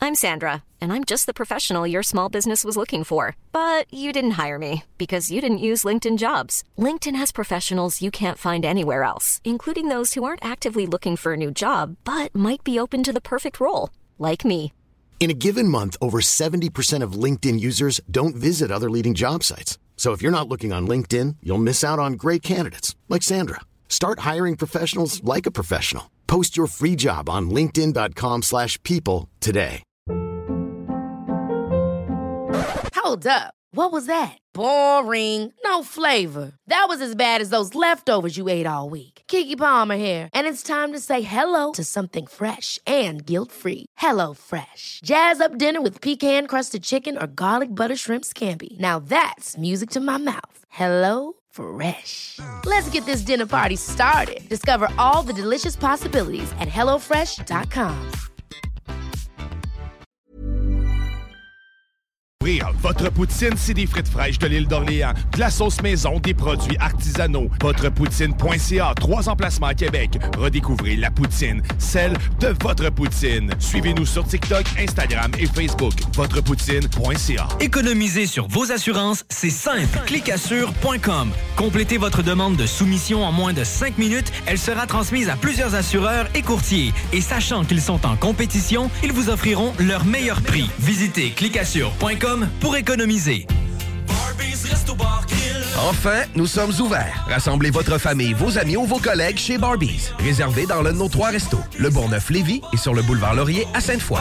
I'm Sandra, and I'm just the professional your small business was looking for. But you didn't hire me because you didn't use LinkedIn Jobs. LinkedIn has professionals you can't find anywhere else, including those who aren't actively looking for a new job, but might be open to the perfect role, like me. In a given month, over 70% of LinkedIn users don't visit other leading job sites. So if you're not looking on LinkedIn, you'll miss out on great candidates like Sandra. Start hiring professionals like a professional. Post your free job on linkedin.com/people today. Hold up. What was that? Boring. No flavor. That was as bad as those leftovers you ate all week. Keke Palmer here, and it's time to say hello to something fresh and guilt-free. Hello Fresh. Jazz up dinner with pecan-crusted chicken or garlic butter shrimp scampi. Now that's music to my mouth. Hello Fresh. Let's get this dinner party started. Discover all the delicious possibilities at hellofresh.com. Votre poutine, c'est des frites fraîches de l'île d'Orléans, de la sauce maison, des produits artisanaux. Votrepoutine.ca, 3 emplacements à Québec. Redécouvrez la poutine, celle de votre poutine. Suivez-nous sur TikTok, Instagram et Facebook. Votrepoutine.ca. Économiser sur vos assurances, c'est simple. Clicassure.com. Complétez votre demande de soumission en moins de 5 minutes. Elle sera transmise à plusieurs assureurs et courtiers. Et sachant qu'ils sont en compétition, ils vous offriront leur meilleur prix. Visitez clicassure.com pour économiser. Enfin, nous sommes ouverts. Rassemblez votre famille, vos amis ou vos collègues chez Barbies. Réservé dans l'un de nos 3 restos, le Bourgneuf-Lévis et sur le boulevard Laurier à Sainte-Foy.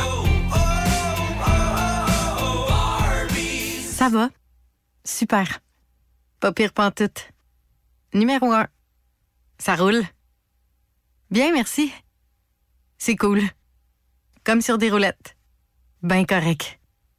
Ça va? Super. Pas pire pantoute. Numéro 1. Ça roule? Bien, merci. C'est cool. Comme sur des roulettes. Ben correct.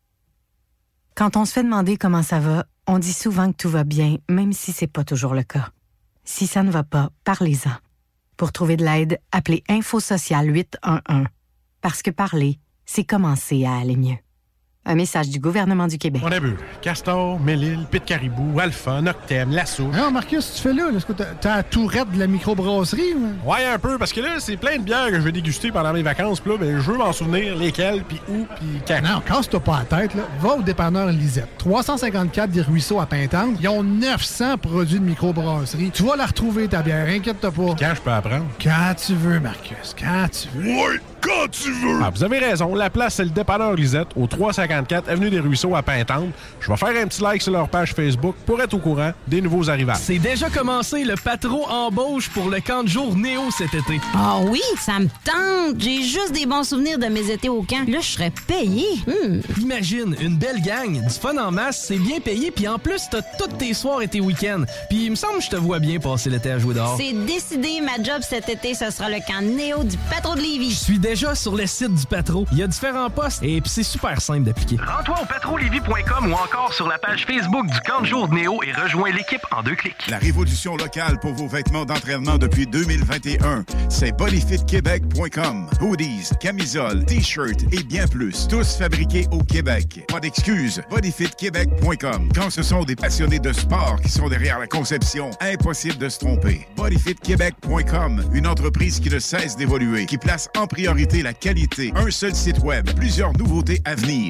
Quand on se fait demander comment ça va, on dit souvent que tout va bien, même si c'est pas toujours le cas. Si ça ne va pas, parlez-en. Pour trouver de l'aide, appelez Info Sociale 811. Parce que parler, c'est commencer à aller mieux. Un message du gouvernement du Québec. On a bu Castor, Mélile, Pit Caribou, Alpha, Noctem, Lasso. Non, Marcus, tu fais là? Est-ce que t'as la tourette de la microbrasserie? Ouais, un peu, parce que là, c'est plein de bières que je vais déguster pendant mes vacances. Puis là, ben, je veux m'en souvenir lesquelles, puis où, puis quand. Non, casse-toi pas la tête, là. Va au dépanneur Lisette. 354 des Ruisseaux à Pintante. Ils ont 900 produits de microbrasserie. Tu vas la retrouver, ta bière, inquiète-toi pas. Puis quand je peux apprendre? Quand tu veux, Marcus, quand tu veux. Ouais, quand tu veux! Ah, vous avez raison, la place, c'est le dépanneur Lisette, au 354 Avenue des Ruisseaux à Pintante. Je vais faire un petit like sur leur page Facebook pour être au courant des nouveaux arrivages. C'est déjà commencé, le Patro embauche pour le camp de jour Néo cet été. Ah oui, ça me tente! J'ai juste des bons souvenirs de mes étés au camp. Là, je serais payé. Imagine, une belle gang, du fun en masse, c'est bien payé, puis en plus, t'as tous tes soirs et tes week-ends. Puis il me semble que je te vois bien passer l'été à jouer dehors. C'est décidé, ma job cet été, ce sera le camp Néo du Patro de Lévis. Je suis déjà sur le site du Patro. Il y a différents postes et puis c'est super simple d'appliquer. Rends-toi au patrolévis.com ou encore sur la page Facebook du camp de jour de Néo et rejoins l'équipe en 2 clics. La révolution locale pour vos vêtements d'entraînement depuis 2021, c'est bodyfitquebec.com. Hoodies, camisoles, t-shirts et bien plus, tous fabriqués au Québec. Pas d'excuses, bodyfitquebec.com. Quand ce sont des passionnés de sport qui sont derrière la conception, impossible de se tromper. bodyfitquebec.com, une entreprise qui ne cesse d'évoluer, qui place en priorité la qualité. Un seul site web, plusieurs nouveautés à venir.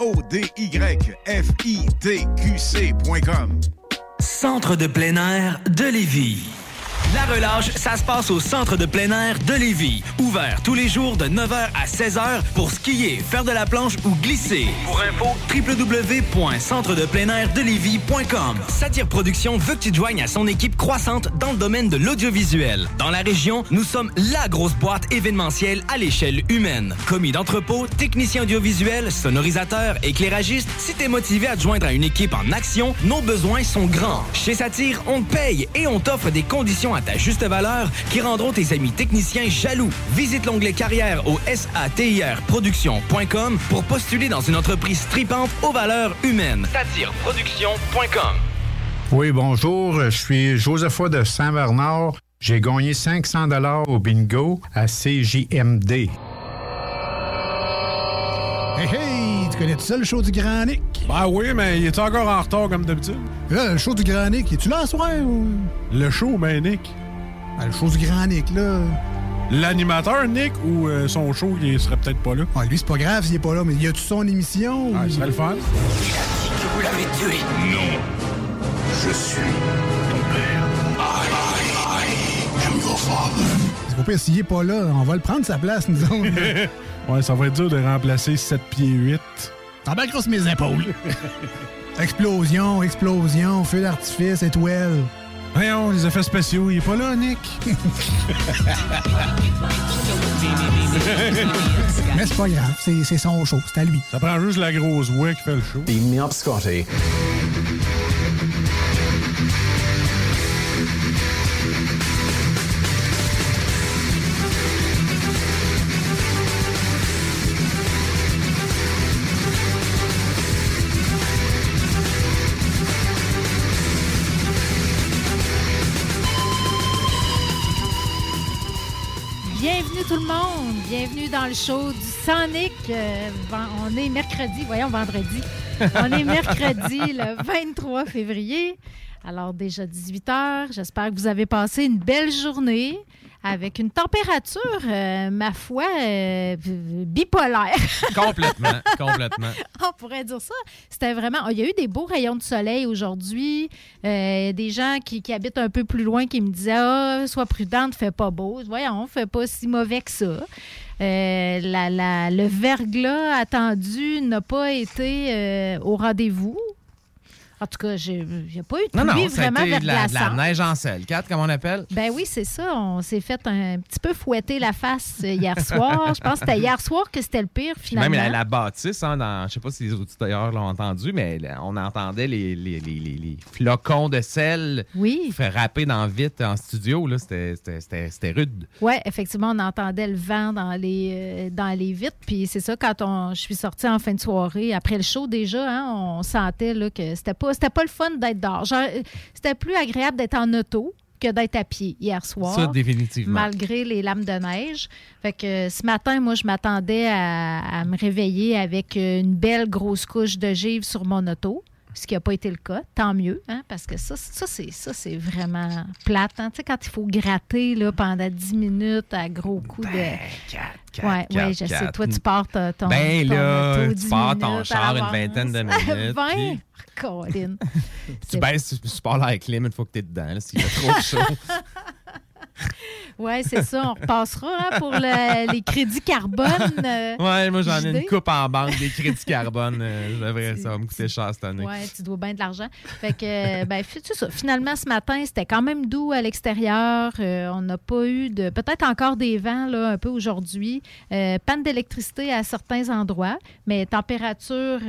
bodyfitqc.com. Centre de plein air de Lévis. La relâche, ça se passe au Centre de plein air de Lévis. Ouvert tous les jours de 9h à 16h pour skier, faire de la planche ou glisser. Pour info, www.centredepleinairdelévis.com. Satire Productions veut que tu te joignes à son équipe croissante dans le domaine de l'audiovisuel. Dans la région, nous sommes la grosse boîte événementielle à l'échelle humaine. Commis d'entrepôt, technicien audiovisuel, sonorisateur, éclairagiste, si t'es motivé à te joindre à une équipe en action, nos besoins sont grands. Chez Satire, on te paye et on t'offre des conditions à ta juste valeur qui rendront tes amis techniciens jaloux. Visite l'onglet carrière au satirproduction.com pour postuler dans une entreprise tripante aux valeurs humaines. Satirproduction.com. Oui, bonjour, je suis Josepha de Saint-Bernard. J'ai gagné 500 $ au bingo à CJMD. Hey, hey! Tu connais-tu ça, le show du Grand Nick? Ben oui, mais il est encore en retard comme d'habitude. Là, le show du Grand Nick, es-tu là ce soir? Ou... Le show, ben Nick. Ben, le show du Grand Nick, là... L'animateur, Nick, ou son show, il serait peut-être pas là? Ah, lui, c'est pas grave s'il est pas là, mais y a-tu son émission? Ah, ce serait le fun. Il a dit que vous l'avez tué. Non. Je suis ton père. I am your father. C'est pas pire, s'il est pas là, on va le prendre sa place, nous autres. Ouais, ça va être dur de remplacer 7 pieds 8. Ça va grosse mes épaules. Explosion, feu d'artifice, étoile. Voyons, les effets spéciaux, il est pas là, Nick. Mais c'est pas grave, c'est son show, c'est à lui. Ça prend juste la grosse voix qui fait le show. Beam me up, Scotty. Bienvenue tout le monde, bienvenue dans le show du Sonic. On est mercredi, vendredi. On est mercredi le 23 février. Alors déjà 18h, j'espère que vous avez passé une belle journée avec une température, ma foi, bipolaire. Complètement. On pourrait dire ça. C'était vraiment... Il y a eu des beaux rayons de soleil aujourd'hui. Des gens qui habitent un peu plus loin qui me disaient « sois prudente, fait pas beau. » Voyons, fait pas si mauvais que ça. Le verglas attendu n'a pas été au rendez-vous. En tout cas, il n'y a pas eu de pluie vraiment verglaçante. De la neige en sel, 4, comme on appelle. Ben oui, c'est ça. On s'est fait un petit peu fouetter la face hier soir. Je pense que c'était hier soir que c'était le pire, finalement. Même la bâtisse, je ne sais pas si les auditeurs l'ont entendu, mais on entendait les flocons de sel frapper dans le vitre en studio. Là, c'était rude. Oui, effectivement, on entendait le vent dans les vitres. Puis c'est ça, quand je suis sortie en fin de soirée, après le show déjà, on sentait là, que c'était pas le fun d'être dehors. Genre, c'était plus agréable d'être en auto que d'être à pied hier soir. Ça, définitivement. Malgré les lames de neige. Fait que ce matin, moi, je m'attendais à me réveiller avec une belle grosse couche de givre sur mon auto. Ce qui n'a pas été le cas, tant mieux, hein, parce que ça c'est vraiment plate. Hein? Tu sais, quand il faut gratter là, pendant 10 minutes à gros coups de... Oui, je sais. Toi, tu pars ton auto 10 tu pars ton minutes char une vingtaine de minutes. 20? Puis... Colin. Tu baisses, tu pars la clim une fois que tu es dedans, là, s'il y a trop de chaud. Oui, c'est ça. On repassera pour les crédits carbone. Oui, moi, j'en ai une coupe en banque des crédits carbone. Ça va me coûter cher cette année. Oui, tu dois bien de l'argent. Fait que, c'est ça. Finalement, ce matin, c'était quand même doux à l'extérieur. On n'a pas eu peut-être encore des vents, là, un peu aujourd'hui. Panne d'électricité à certains endroits, mais température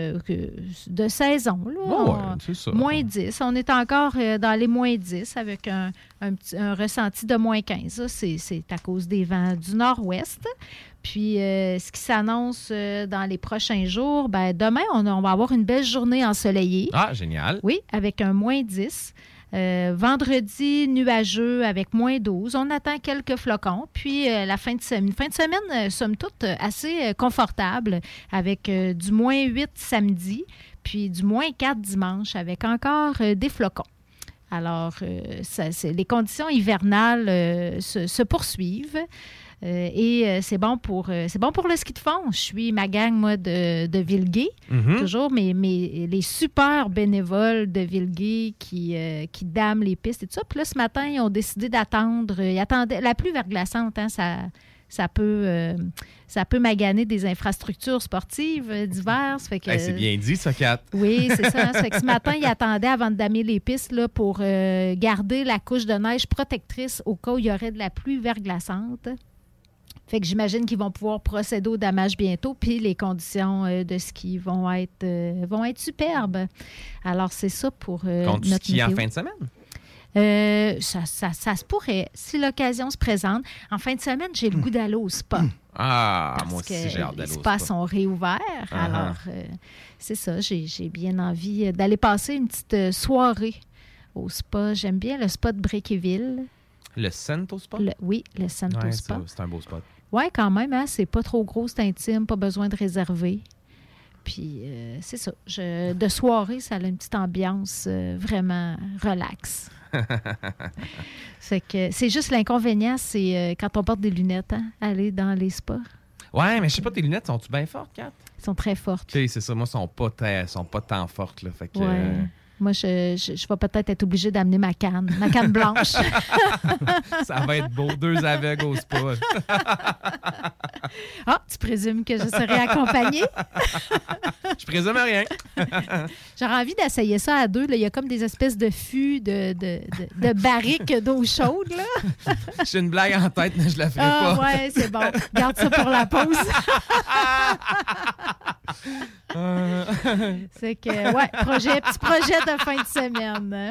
de saison, là. C'est ça. Moins 10. On est encore dans les moins 10 avec un ressenti de moins 15. Ça, c'est à cause des vents du nord-ouest. Puis, ce qui s'annonce dans les prochains jours, demain, on va avoir une belle journée ensoleillée. Ah, génial. Oui, avec un moins 10. Vendredi, nuageux avec moins 12. On attend quelques flocons. Puis, la fin de semaine, somme toute, assez confortable avec du moins 8 samedi, puis du moins 4 dimanche avec encore des flocons. Alors, les conditions hivernales se poursuivent et c'est bon pour le ski de fond. Je suis ma gang, moi, de Villegué, toujours, mais les super bénévoles de Villegué qui dament les pistes et tout ça. Puis là, ce matin, ils ont décidé d'attendre. Ils attendaient la pluie verglaçante, hein, ça peut maganer des infrastructures sportives diverses. Fait que, c'est bien dit, ça, Kat. Oui, c'est ça. Ça fait que ce matin, ils attendaient avant de damer les pistes là, pour garder la couche de neige protectrice au cas où il y aurait de la pluie verglaçante. Fait que j'imagine qu'ils vont pouvoir procéder au damage bientôt, puis les conditions de ski vont être superbes. Alors, c'est ça pour notre ski en fin de semaine? Ça se pourrait, si l'occasion se présente. En fin de semaine, j'ai le goût d'aller au spa. Ah, moi aussi, j'ai hâte d'aller au spa. Les spas sont réouverts. Alors, c'est ça, j'ai bien envie d'aller passer une petite soirée au spa. J'aime bien le spa de Bréquéville. Le Cento Spa? Oui, le Cento Spa. C'est un beau spot. Oui, quand même, hein, c'est pas trop gros, c'est intime, pas besoin de réserver. Puis, c'est ça. De soirée, ça a une petite ambiance vraiment relax. C'est juste l'inconvénient, c'est quand on porte des lunettes, aller dans les spas. Ouais, mais je sais pas, tes lunettes sont-tu bien fortes, Kat? Elles sont très fortes. OK, c'est ça. Moi, elles sont pas tant fortes, là. Fait que, Moi, je vais peut-être être obligée d'amener ma canne blanche. Ça va être beau, 2 aveugles au spa. Ah, tu présumes que je serai accompagnée? Je présume rien. J'aurais envie d'essayer ça à 2. Là. Il y a comme des espèces de fûts de barriques d'eau chaude. Là. J'ai une blague en tête, mais je la ferai pas. Ah ouais, c'est bon. Garde ça pour la pause. C'est que, petit projet de fin de semaine.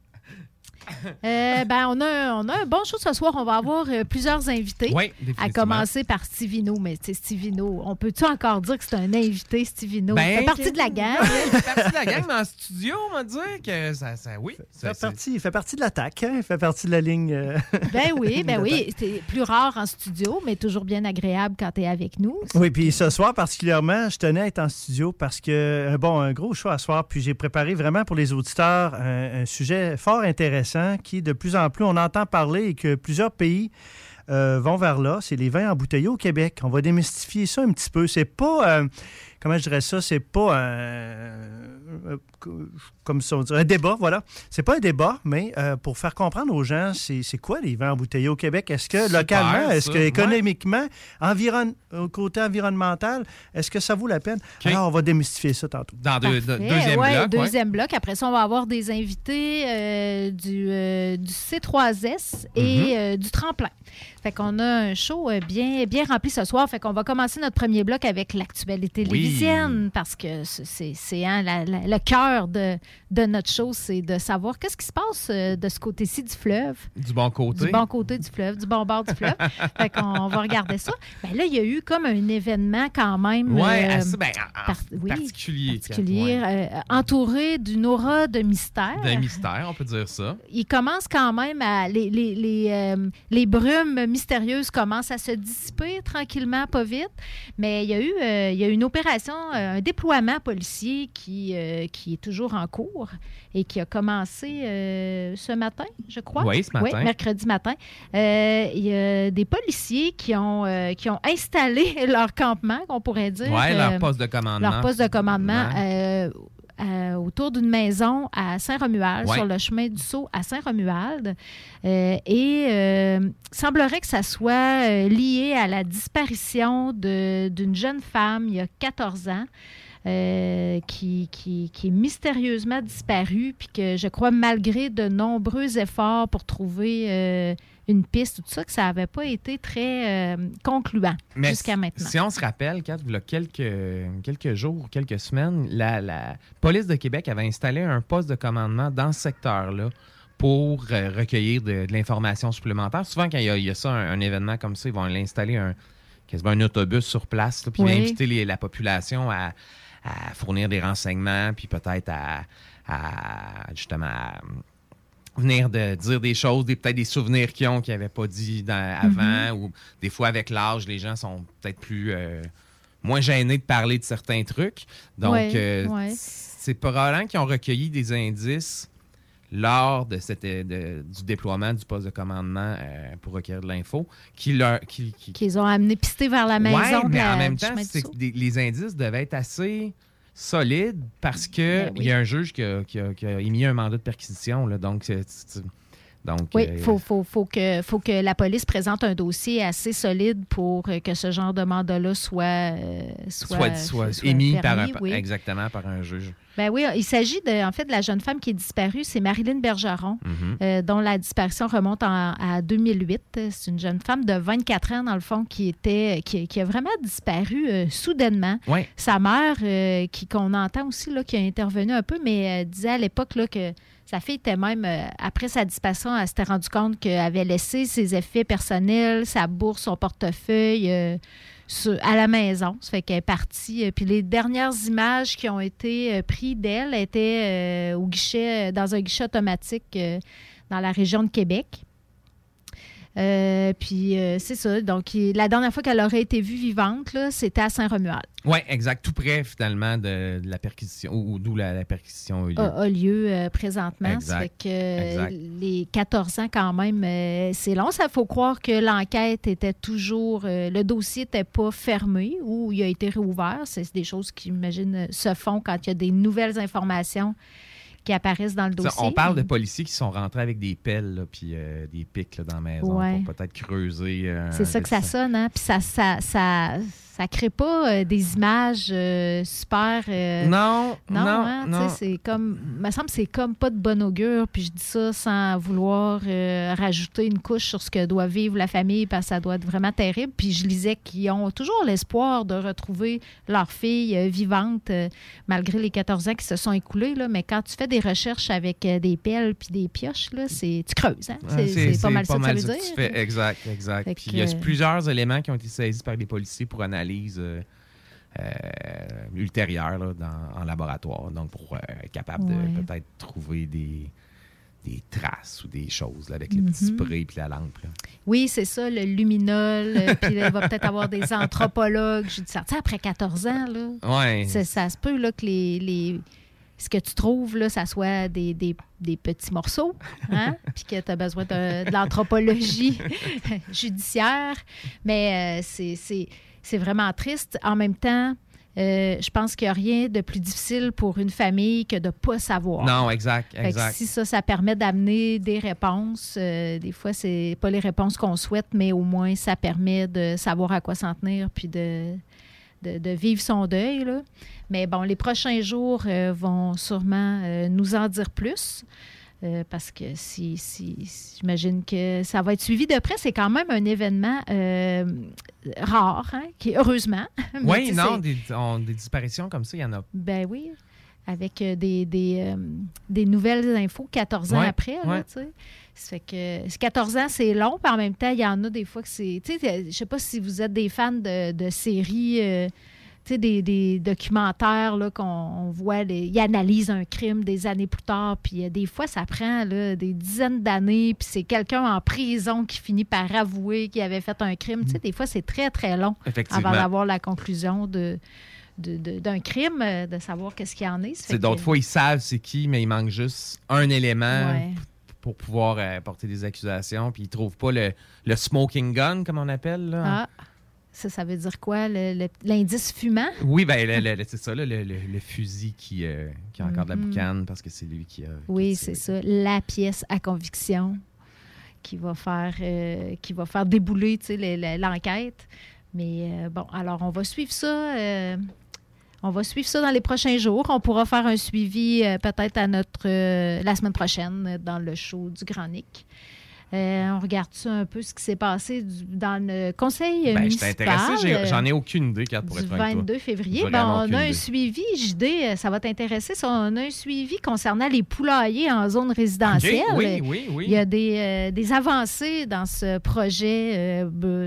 On a un bon show ce soir. On va avoir plusieurs invités. Oui, à commencer par Stivino. Mais Stivino, on peut-tu encore dire que c'est un invité, Stivino? Il fait partie de la gang. Il fait partie de la gang, mais en studio, on va dire que oui. Il fait partie de l'attaque. Hein? Il fait partie de la ligne. Oui. C'est plus rare en studio, mais toujours bien agréable quand tu es avec nous. Oui, puis ce soir, particulièrement, je tenais à être en studio parce que, un gros show à soir. Puis j'ai préparé vraiment pour les auditeurs un sujet fort intéressant qui, de plus en plus, on entend parler et que plusieurs pays vont vers là. C'est les vins embouteillés au Québec. On va démystifier ça un petit peu. C'est pas... comment je dirais ça? C'est pas comme ça, on dirait un débat, voilà. C'est pas un débat, mais pour faire comprendre aux gens, c'est quoi les vins embouteillés au Québec? Est-ce que localement, est-ce que économiquement, au côté environnemental, est-ce que ça vaut la peine? Okay. Alors, on va démystifier ça tantôt. Dans deuxième bloc. Deuxième bloc. Après ça, on va avoir des invités du C3S et du Tremplin. Fait qu'on a un show bien rempli ce soir. Fait qu'on va commencer notre premier bloc avec l'actualité lévisienne parce que c'est le cœur de notre show, c'est de savoir qu'est-ce qui se passe de ce côté-ci du fleuve. Du bon côté. Du bon côté du fleuve, du bon bord du fleuve. Fait qu'on va regarder ça. Ben là, il y a eu comme un événement quand même particulier. Entouré d'une aura de mystère. D'un mystère, on peut dire ça. Il commence quand même à... Les brumes mystérieuses commencent à se dissiper tranquillement, pas vite. Mais il y a eu une opération, un déploiement policier qui est toujours en cours et qui a commencé ce matin, je crois. Oui, ce matin. Oui, mercredi matin. Il y a des policiers qui ont installé leur campement, on pourrait dire. Oui, leur poste de commandement. Leur poste de commandement autour d'une maison à Saint-Romuald, sur le chemin du Sceau à Saint-Romuald. Semblerait que ça soit lié à la disparition d'une jeune femme il y a 14 ans. Qui est mystérieusement disparue, puis que je crois, malgré de nombreux efforts pour trouver une piste, tout ça, que ça n'avait pas été très concluant jusqu'à maintenant. Si on se rappelle, Kat, il y a quelques jours, quelques semaines, la police de Québec avait installé un poste de commandement dans ce secteur-là pour recueillir de l'information supplémentaire. Souvent, quand il y a ça, un événement comme ça, ils vont l'installer quasiment un autobus sur place, là, puis inviter la population à fournir des renseignements, puis peut-être à venir de dire des choses, peut-être des souvenirs qu'ils n'avaient pas dit avant, ou des fois, avec l'âge, les gens sont peut-être moins gênés de parler de certains trucs. Donc, c'est probablement qu'ils ont recueilli des indices lors de du déploiement du poste de commandement pour recueillir de l'info, qu'ils ont amené pister vers la maison. Oui, mais en même temps, les indices devaient être assez solides parce qu'il y a un juge qui a émis un mandat de perquisition. Là, donc, il faut que la police présente un dossier assez solide pour que ce genre de mandat-là soit émis permis, exactement par un juge. Ben oui, il s'agit de la jeune femme qui est disparue, c'est Marilyn Bergeron, dont la disparition remonte à 2008. C'est une jeune femme de 24 ans, dans le fond, qui a vraiment disparu soudainement. Oui. Sa mère, qu'on entend aussi, là, qui a intervenu un peu, mais disait à l'époque là, que sa fille était même, après sa disparition, elle s'était rendue compte qu'elle avait laissé ses effets personnels, sa bourse, son portefeuille à la maison. Ça fait qu'elle est partie. Puis les dernières images qui ont été prises d'elle étaient dans un guichet automatique dans la région de Québec. Puis c'est ça. Donc, la dernière fois qu'elle aurait été vue vivante, là, c'était à Saint-Romuald. Oui, exact. Tout près, finalement, de la perquisition, ou d'où la perquisition a lieu présentement. Exact. Ça fait que les 14 ans, quand même, c'est long. Ça faut croire que l'enquête était toujours... le dossier n'était pas fermé ou il a été réouvert. C'est des choses qui, j'imagine, se font quand il y a des nouvelles informations qui apparaissent dans le dossier. On parle de policiers qui sont rentrés avec des pelles puis des pics là, dans la maison pour peut-être creuser. C'est ça que ça sonne, hein? Puis ça crée pas des images super... Non. Hein? C'est comme... Il me semble que c'est comme pas de bon augure, puis je dis ça sans vouloir rajouter une couche sur ce que doit vivre la famille, parce que ça doit être vraiment terrible. Puis je lisais qu'ils ont toujours l'espoir de retrouver leur fille vivante, malgré les 14 ans qui se sont écoulés, là. Mais quand tu fais des recherches avec des pelles puis des pioches, là, tu creuses, hein? C'est pas mal ça que ça veut dire. Exact. Puis il y a plusieurs éléments qui ont été saisis par les policiers pour analyse ultérieure là, en laboratoire, donc pour être capable de peut-être trouver des traces ou des choses là, avec le petit spray puis la lampe. Là. Oui, c'est ça, le luminol. Puis il va peut-être avoir des anthropologues. Je dis ça, après 14 ans, là, ça se peut là, que ce que tu trouves, là, ça soit des petits morceaux, hein? Puis que tu as besoin de l'anthropologie judiciaire. Mais c'est vraiment triste. En même temps, je pense qu'il n'y a rien de plus difficile pour une famille que de ne pas savoir. Non, exact. Si ça permet d'amener des réponses, des fois, c'est pas les réponses qu'on souhaite, mais au moins, ça permet de savoir à quoi s'en tenir puis de vivre son deuil, là. Mais bon, les prochains jours vont sûrement nous en dire plus. Parce que j'imagine que ça va être suivi de près. C'est quand même un événement rare, hein, qui heureusement. Oui, non, des disparitions comme ça, il y en a. Ben oui, avec des nouvelles infos 14 ans après, là, tu sais. Ça fait que 14 ans, c'est long, puis en même temps, il y en a des fois que c'est... Tu sais, je sais pas si vous êtes des fans de séries... tu sais, des documentaires là, qu'on voit, ils analysent un crime des années plus tard, puis des fois, ça prend là, des dizaines d'années, puis c'est quelqu'un en prison qui finit par avouer qu'il avait fait un crime. Tu sais, des fois, c'est très, très long avant d'avoir la conclusion d'un crime, de savoir qu'est-ce qu'il y en est. C'est d'autres fois, ils savent c'est qui, mais il manque juste un élément pour pouvoir porter des accusations, puis ils ne trouvent pas le smoking gun, comme on appelle. Là. Ça veut dire quoi? L'indice fumant? Oui, bien, c'est ça, là, le fusil qui a encore de la boucane, parce que c'est lui qui a... Oui, c'est ça. La pièce à conviction qui va faire débouler l'enquête. Mais bon, alors on va suivre ça. On va suivre ça dans les prochains jours. On pourra faire un suivi peut-être à la semaine prochaine dans le show du Grand Nick. On regarde-tu un peu ce qui s'est passé dans le conseil municipal? Je suis intéressé. J'en ai aucune idée pour être franc. Du 22 février. On a un suivi, JD, ça va t'intéresser. On a un suivi concernant les poulaillers en zone résidentielle. Okay, oui. Il y a des avancées dans ce projet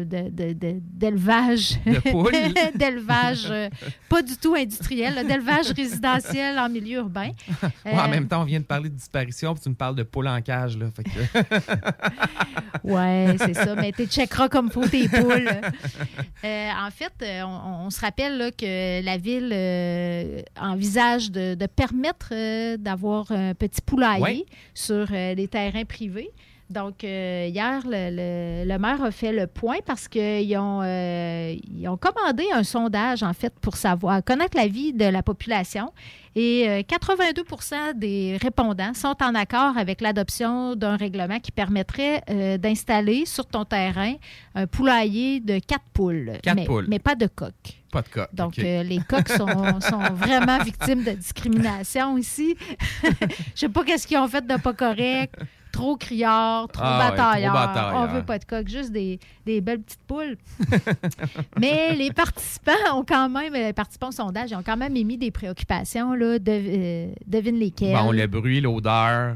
d'élevage. De poules? D'élevage, pas du tout industriel, d'élevage résidentiel en milieu urbain. En même temps, on vient de parler de disparition, puis tu me parles de poules en cage. Là, fait que... Oui, c'est ça. Mais tu checkeras comme faut tes poules. En fait, on se rappelle là, que la ville envisage de permettre d'avoir un petit poulailler sur les terrains privés. Donc, hier, le maire a fait le point parce qu'ils ont commandé un sondage, en fait, pour connaître l'avis de la population. Et 82 % des répondants sont en accord avec l'adoption d'un règlement qui permettrait d'installer sur ton terrain un poulailler de 4 poules. Mais pas de coqs. Pas de coqs. Donc, les coqs sont vraiment victimes de discrimination ici. Je ne sais pas qu'est-ce qu'ils ont fait de pas correct. Trop criards, trop bataillards. On veut pas de coq, juste des belles petites poules. Mais les participants au sondage, ils ont quand même émis des préoccupations. Là, devine lesquelles. Bon, le bruit, l'odeur,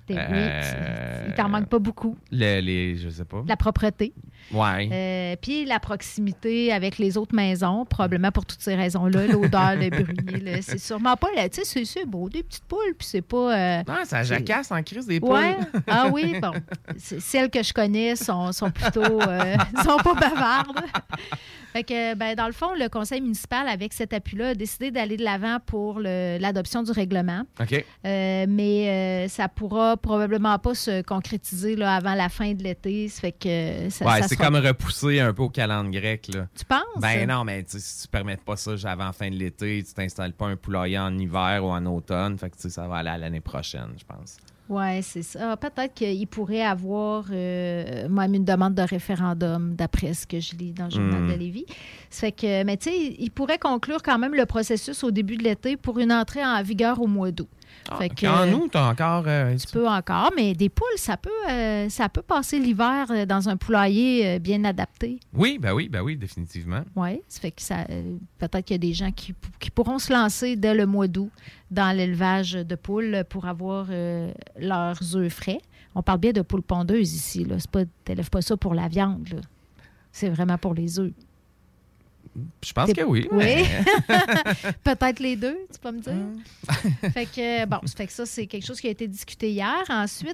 Il t'en manque pas beaucoup. Je sais pas. La propreté. Ouais. Puis la proximité avec les autres maisons, probablement pour toutes ces raisons-là. L'odeur, le bruit, c'est sûrement pas... Tu sais, c'est beau, des petites poules, puis c'est pas... non, ça jacasse en crise des poules. Ouais. Ah oui, bon. Celles que je connais sont plutôt... sont pas bavardes. Fait que, dans le fond, le conseil municipal, avec cet appui-là, a décidé d'aller de l'avant pour l'adoption du règlement. OK. Mais ça pourra probablement pas se concrétiser là, avant la fin de l'été. Ça fait que ça c'est comme repoussé un peu au calendrier grec. Là. Tu penses? Ben non, mais si tu ne permets pas ça avant la fin de l'été, tu t'installes pas un poulailler en hiver ou en automne. Fait que ça va aller à l'année prochaine, je pense. Oui, c'est ça. Peut-être qu'il pourrait avoir même une demande de référendum, d'après ce que je lis dans le journal de Lévis. Ça fait que, mais tu sais, il pourrait conclure quand même le processus au début de l'été pour une entrée en vigueur au mois d'août. En août, encore... tu peux encore, mais des poules, ça peut passer l'hiver dans un poulailler bien adapté. Oui, définitivement. Oui, ça fait que peut-être qu'il y a des gens qui pourront se lancer dès le mois d'août dans l'élevage de poules pour avoir leurs œufs frais. On parle bien de poules pondeuses ici. Tu n'élèves pas ça pour la viande. Là. C'est vraiment pour les œufs. Je pense que oui. Oui. Peut-être les deux, tu peux me dire. Fait que ça, c'est quelque chose qui a été discuté hier. Ensuite,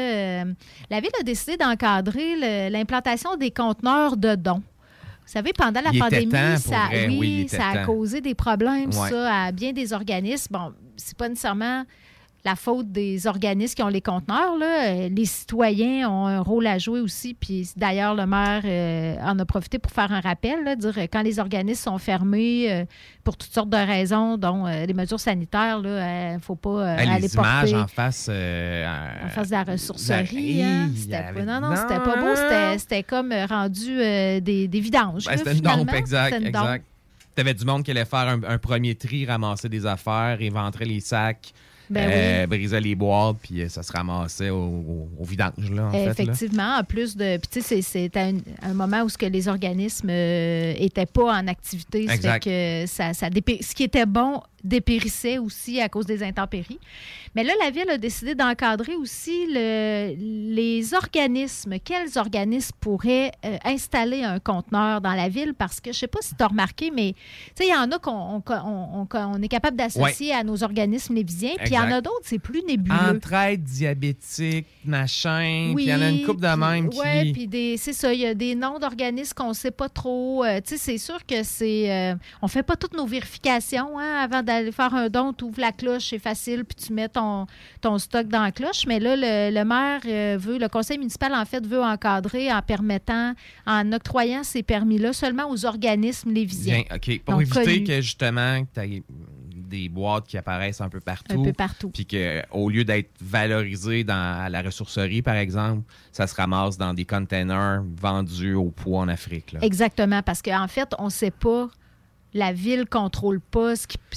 la Ville a décidé d'encadrer l'implantation des conteneurs de dons. Vous savez, pendant la pandémie, ça a causé des problèmes, ça, à bien des organismes. Bon, c'est pas nécessairement la faute des organismes qui ont les conteneurs. Là. Les citoyens ont un rôle à jouer aussi. Puis d'ailleurs, le maire en a profité pour faire un rappel, là, dire quand les organismes sont fermés pour toutes sortes de raisons, dont les mesures sanitaires, il ne faut pas aller les porter... images en face de la ressourcerie. C'était pas beau. C'était comme rendu des vidanges. C'était une dompe, exact. Tu avais du monde qui allait faire un premier tri, ramasser des affaires, éventrer les sacs. Brisait les boîtes, puis ça se ramassait au vidange, là, en fait. Effectivement, en plus de... Puis, tu sais, c'était un moment où les organismes n'étaient pas en activité. Exact. Que ce qui était bon dépérissait aussi à cause des intempéries. Mais là, la Ville a décidé d'encadrer aussi les organismes. Quels organismes pourraient installer un conteneur dans la Ville? Parce que, je ne sais pas si tu as remarqué, mais il y en a qu'on est capable d'associer à nos organismes lévisiens, puis il y en a d'autres, c'est plus nébuleux. Entraide diabétique, machin, puis il y en a une couple de même qui... Oui, puis c'est ça, il y a des noms d'organismes qu'on ne sait pas trop. C'est sûr que on ne fait pas toutes nos vérifications avant d'aller faire un don, tu ouvres la cloche, c'est facile, puis tu mets ton stock dans la cloche. Mais là, le maire le conseil municipal, en fait, veut encadrer en octroyant ces permis-là seulement aux organismes lévisiens. Bien, OK. Pour éviter que, justement, tu aies des boîtes qui apparaissent un peu partout. Puis qu'au lieu d'être valorisé à la ressourcerie, par exemple, ça se ramasse dans des containers vendus au poids en Afrique. Là. Exactement, parce qu'en fait, on ne sait pas... La Ville ne contrôle pas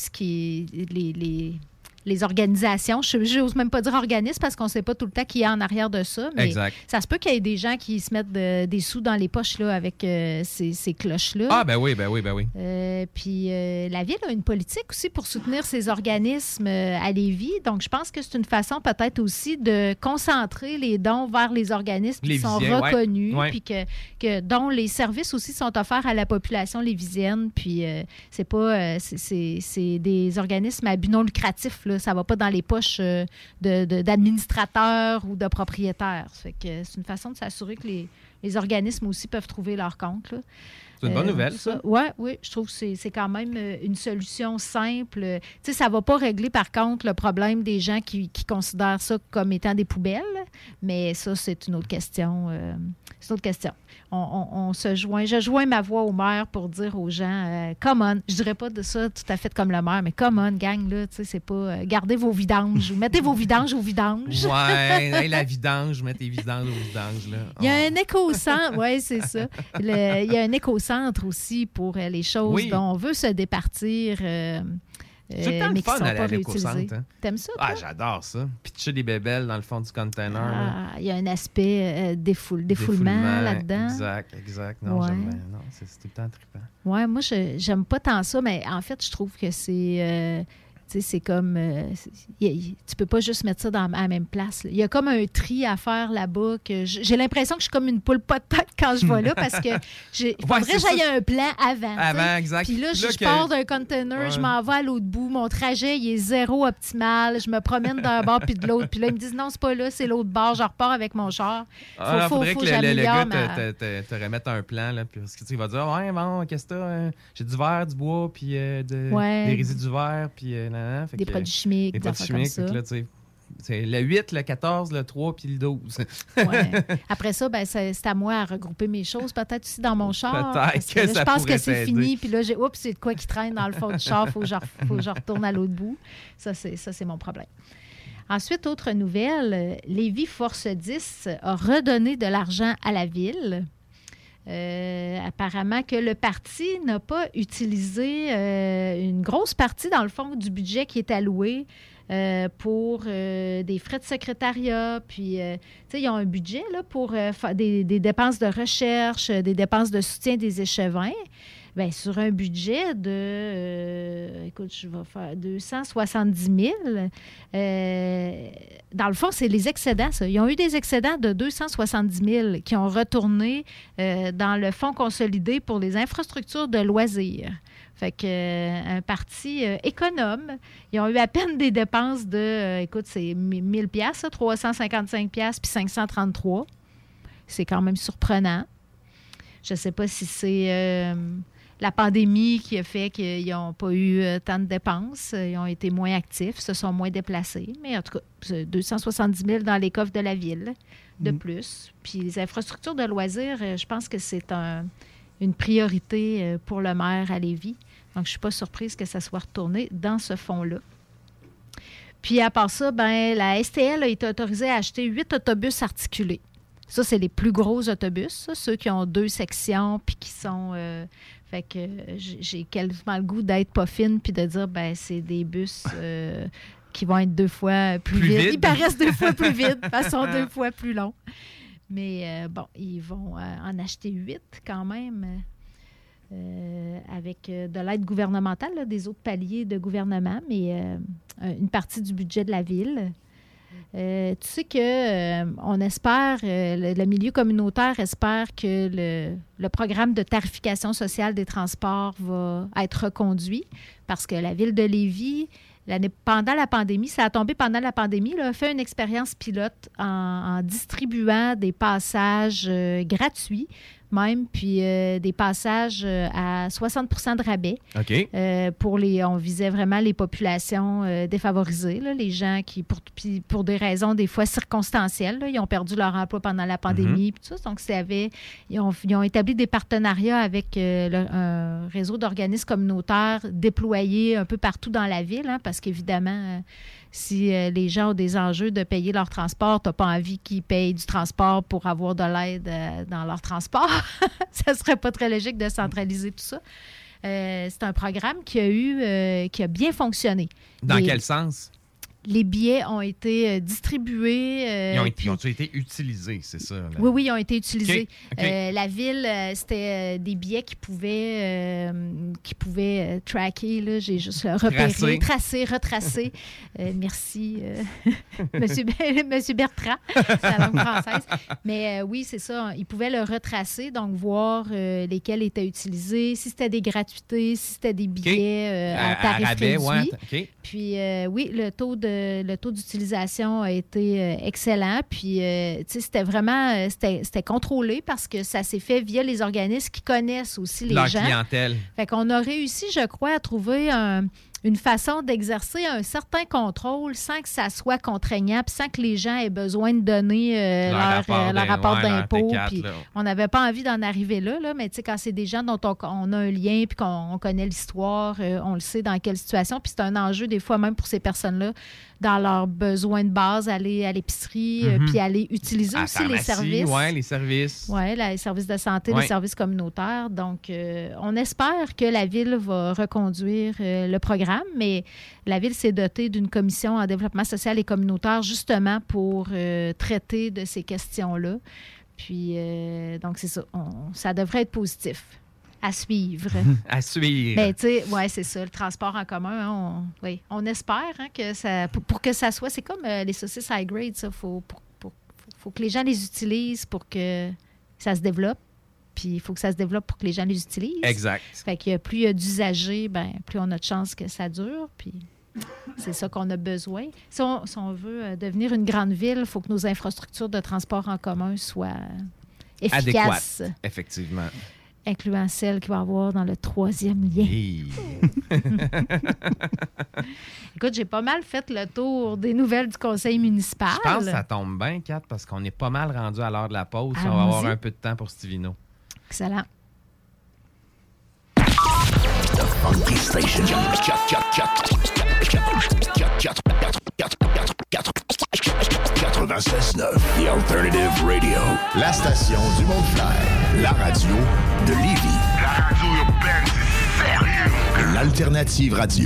les organisations. Je n'ose même pas dire organisme parce qu'on ne sait pas tout le temps qui est en arrière de ça. Mais exact. Ça se peut qu'il y ait des gens qui se mettent des sous dans les poches là, avec ces cloches-là. Ah, ben oui. Puis la Ville a une politique aussi pour soutenir ces organismes à Lévis. Donc, je pense que c'est une façon peut-être aussi de concentrer les dons vers les organismes qui sont reconnus, puis dont les services aussi sont offerts à la population lévisienne. Puis, c'est pas... c'est des organismes à but non lucratif, là. Ça ne va pas dans les poches d'administrateurs ou de propriétaires. Ça fait que c'est une façon de s'assurer que les organismes aussi peuvent trouver leur compte. Là. C'est une bonne nouvelle, ça. Oui, je trouve que c'est quand même une solution simple. Tu sais, ça ne va pas régler, par contre, le problème des gens qui considèrent ça comme étant des poubelles, mais ça, c'est une autre question. Je joins ma voix au maire pour dire aux gens, come on, je dirais pas de ça tout à fait comme le maire, mais come on, gang, là, tu sais, c'est pas, gardez vos vidanges, ou mettez vos vidanges aux vidanges. Ouais, la vidange, mets tes vidanges aux vidanges, là. Il y a un éco-centre, oui, c'est ça. Il y a un éco-centre aussi pour les choses dont on veut se départir. C'est le fun d'aller à l'éco-centre. Hein? T'aimes ça, toi? Ah, j'adore ça. Pitcher des bébelles dans le fond du container. Il y a un aspect défoulement là-dedans. Exact. Non, j'aime bien. Non, c'est tout le temps trippant. Oui, moi, j'aime pas tant ça, mais en fait, je trouve que c'est... Tu sais, c'est comme... tu peux pas juste mettre ça à la même place. Il y a comme un tri à faire là-bas. Que j'ai l'impression que je suis comme une poule pas de tête quand je vais là parce que faudrait que j'aille un plan avant. Avant, exact. Puis là, je pars d'un container, je m'en vais à l'autre bout. Mon trajet, il est zéro optimal. Je me promène d'un bord puis de l'autre. Puis là, ils me disent non, c'est pas là, c'est l'autre bord. Je repars avec mon char. Faudrait que le gars te remette un plan. Là, parce que tu vas dire, ouais, bon, qu'est-ce que t'as? J'ai du verre, du bois, puis des résidus du verre, puis des produits chimiques, des produits chimiques. Comme ça. C'est le 8, le 14, le 3 puis le 12. Ouais. Après ça, ben, c'est à moi à regrouper mes choses, peut-être aussi dans mon char. Peut-être que je pense que c'est fini, puis là, c'est de quoi qui traîne dans le fond du char, faut que je retourne à l'autre bout. Ça, c'est mon problème. Ensuite, autre nouvelle, Lévis Force 10 a redonné de l'argent à la ville. Apparemment que le parti n'a pas utilisé une grosse partie, dans le fond, du budget qui est alloué pour des frais de secrétariat. Puis, tu sais, ils ont un budget là, pour faire des dépenses de recherche, des dépenses de soutien des échevins. Bien, sur un budget de, écoute, je vais faire 270 000. Dans le fond, c'est les excédents, ça. Ils ont eu des excédents de 270 000 qui ont retourné dans le fonds consolidé pour les infrastructures de loisirs. Fait que un parti économe. Ils ont eu à peine des dépenses de, écoute, c'est 1000 $, 355 $ puis 533. C'est quand même surprenant. Je ne sais pas si c'est la pandémie qui a fait qu'ils n'ont pas eu tant de dépenses. Ils ont été moins actifs, se sont moins déplacés. Mais en tout cas, c'est 270 000 dans les coffres de la ville de plus. Puis les infrastructures de loisirs, je pense que c'est une priorité pour le maire à Lévis. Donc, je ne suis pas surprise que ça soit retourné dans ce fonds-là. Puis à part ça, ben, la STL a été autorisée à acheter 8 autobus articulés. Ça, c'est les plus gros autobus, ça, ceux qui ont 2 sections puis qui sont... fait que j'ai quasiment le goût d'être pas fine puis de dire, ben c'est des bus qui vont être 2 fois plus vides. Ils paraissent 2 fois plus vides, parce qu'ils sont 2 fois plus longs. Mais bon, ils vont en acheter 8 quand même avec de l'aide gouvernementale, là, des autres paliers de gouvernement, mais une partie du budget de la ville. Tu sais qu'on espère, le milieu communautaire espère que le programme de tarification sociale des transports va être reconduit parce que la ville de Lévis, pendant la pandémie, ça a tombé pendant la pandémie, là, a fait une expérience pilote en distribuant des passages gratuits même, puis des passages à 60 % de rabais. OK. On visait vraiment les populations défavorisées, là, les gens qui, pour des raisons des fois circonstancielles, là, ils ont perdu leur emploi pendant la pandémie. Tout ça. Donc, ils ont établi des partenariats avec un réseau d'organismes communautaires déployés un peu partout dans la ville, hein, parce qu'évidemment... si les gens ont des enjeux de payer leur transport, tu n'as pas envie qu'ils payent du transport pour avoir de l'aide dans leur transport. Ça ne serait pas très logique de centraliser tout ça. C'est un programme qui a bien fonctionné. Dans quel sens? Les billets ont été distribués. Ils ont été utilisés, c'est ça? Là. Oui, ils ont été utilisés. Okay. La ville, c'était des billets qui pouvaient tracker. Là, j'ai juste repéré, tracer, retracer. Merci, Monsieur Bertrand, c'est la langue française. Mais oui, c'est ça. Ils pouvaient le retracer, donc voir lesquels étaient utilisés, si c'était des gratuités, si c'était des billets à tarif réduit. Ouais. Okay. Puis oui, le taux d'utilisation a été excellent. Puis, tu sais, c'était vraiment c'était contrôlé parce que ça s'est fait via les organismes qui connaissent aussi les gens. Leur clientèle. Fait qu'on a réussi, je crois, à trouver une façon d'exercer un certain contrôle sans que ça soit contraignant, puis sans que les gens aient besoin de donner leur rapport d'impôt. Puis on n'avait pas envie d'en arriver là, mais tu sais, quand c'est des gens dont on a un lien, puis qu'on connaît l'histoire, on le sait dans quelle situation, puis c'est un enjeu des fois même pour ces personnes-là, dans leurs besoins de base, aller à l'épicerie, puis aller utiliser aussi les services. Oui, les services. Oui, les services de santé, les services communautaires. Donc, on espère que la Ville va reconduire le programme, mais la Ville s'est dotée d'une commission en développement social et communautaire justement pour traiter de ces questions-là. Puis, donc, c'est ça. Ça devrait être positif. À suivre. À suivre. Ben, tu sais, ouais, c'est ça, le transport en commun. Hein, on espère que ça. Pour que ça soit. C'est comme les saucisses high grade, ça. Faut que les gens les utilisent pour que ça se développe. Puis il faut que ça se développe pour que les gens les utilisent. Exact. Fait que plus il y a d'usagers, plus on a de chances que ça dure. Puis c'est ça qu'on a besoin. Si on veut devenir une grande ville, il faut que nos infrastructures de transport en commun soient efficaces. Adéquates, effectivement. Incluant celle qu'il va y avoir dans le 3e lien. Hey. Écoute, j'ai pas mal fait le tour des nouvelles du conseil municipal. Je pense que ça tombe bien, Kat, parce qu'on est pas mal rendu à l'heure de la pause. Allons-y. On va avoir un peu de temps pour Stivino. Excellent. The Funky Station. 96.9, The Alternative Radio. La station du Mont-Clair. La radio de Lévis. La radio urbaine, c'est sérieux. L'Alternative Radio.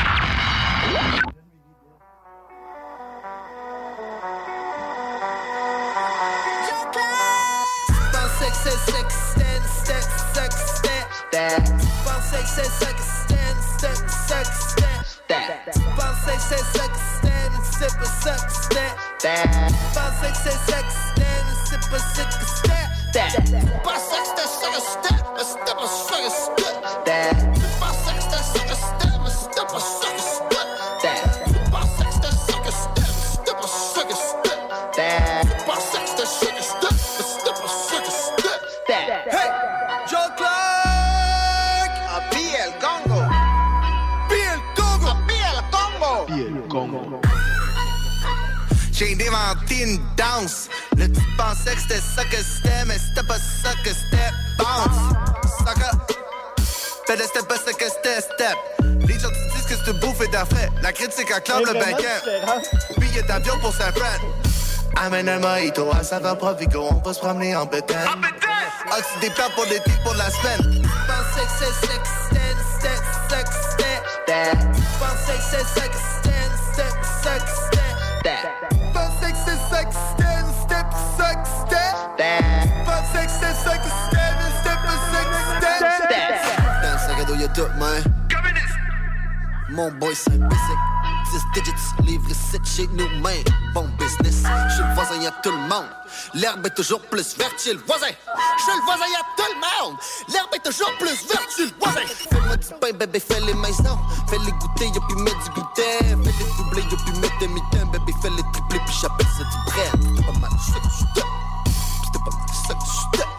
J'ai inventé une danse. Le type pensait que c'était ça que c'était, mais c'était pas ça que c'était. Bounce, sucker. Fais de step pas ça que c'était, step. Les gens te disent que c'est bouffe et d'affaires. La critique acclame le banquet. Billet d'avion pour San Fran. Amène un mojito à saveur Provigo. On va se promener en bétail. As-tu des plans pour l'été, pour la semaine? Pensais que c'est ça que c'était, c'était ça que c'était. Pensais que c'est ça que c'était, c'était ça que c'était. Pensais que c'est ça que c'était ça que c'était. Pensais que c'est ça que c'était pas ça que c'était. Dans le sac à dos y'a tout, man. Mon boy c'est basic. 10 digits, livre 7 chez nous, man. Bon business, chez le voisin y'a tout le monde. L'herbe est toujours plus verte chez le voisin. Chez le voisin y'a tout le monde. L'herbe est toujours plus verte chez le voisin. Fais-moi du pain, bébé, fais-les maintenant. Fais-les goûter, y'a puis mettre du gluten. Fais-les doubler, y'a puis mettre des mitaines. Bébé, fais-les tripler, puis j'appelle ça du bread. C'était pas mal, ça que j'étais. C'était pas mal, ça que j'étais.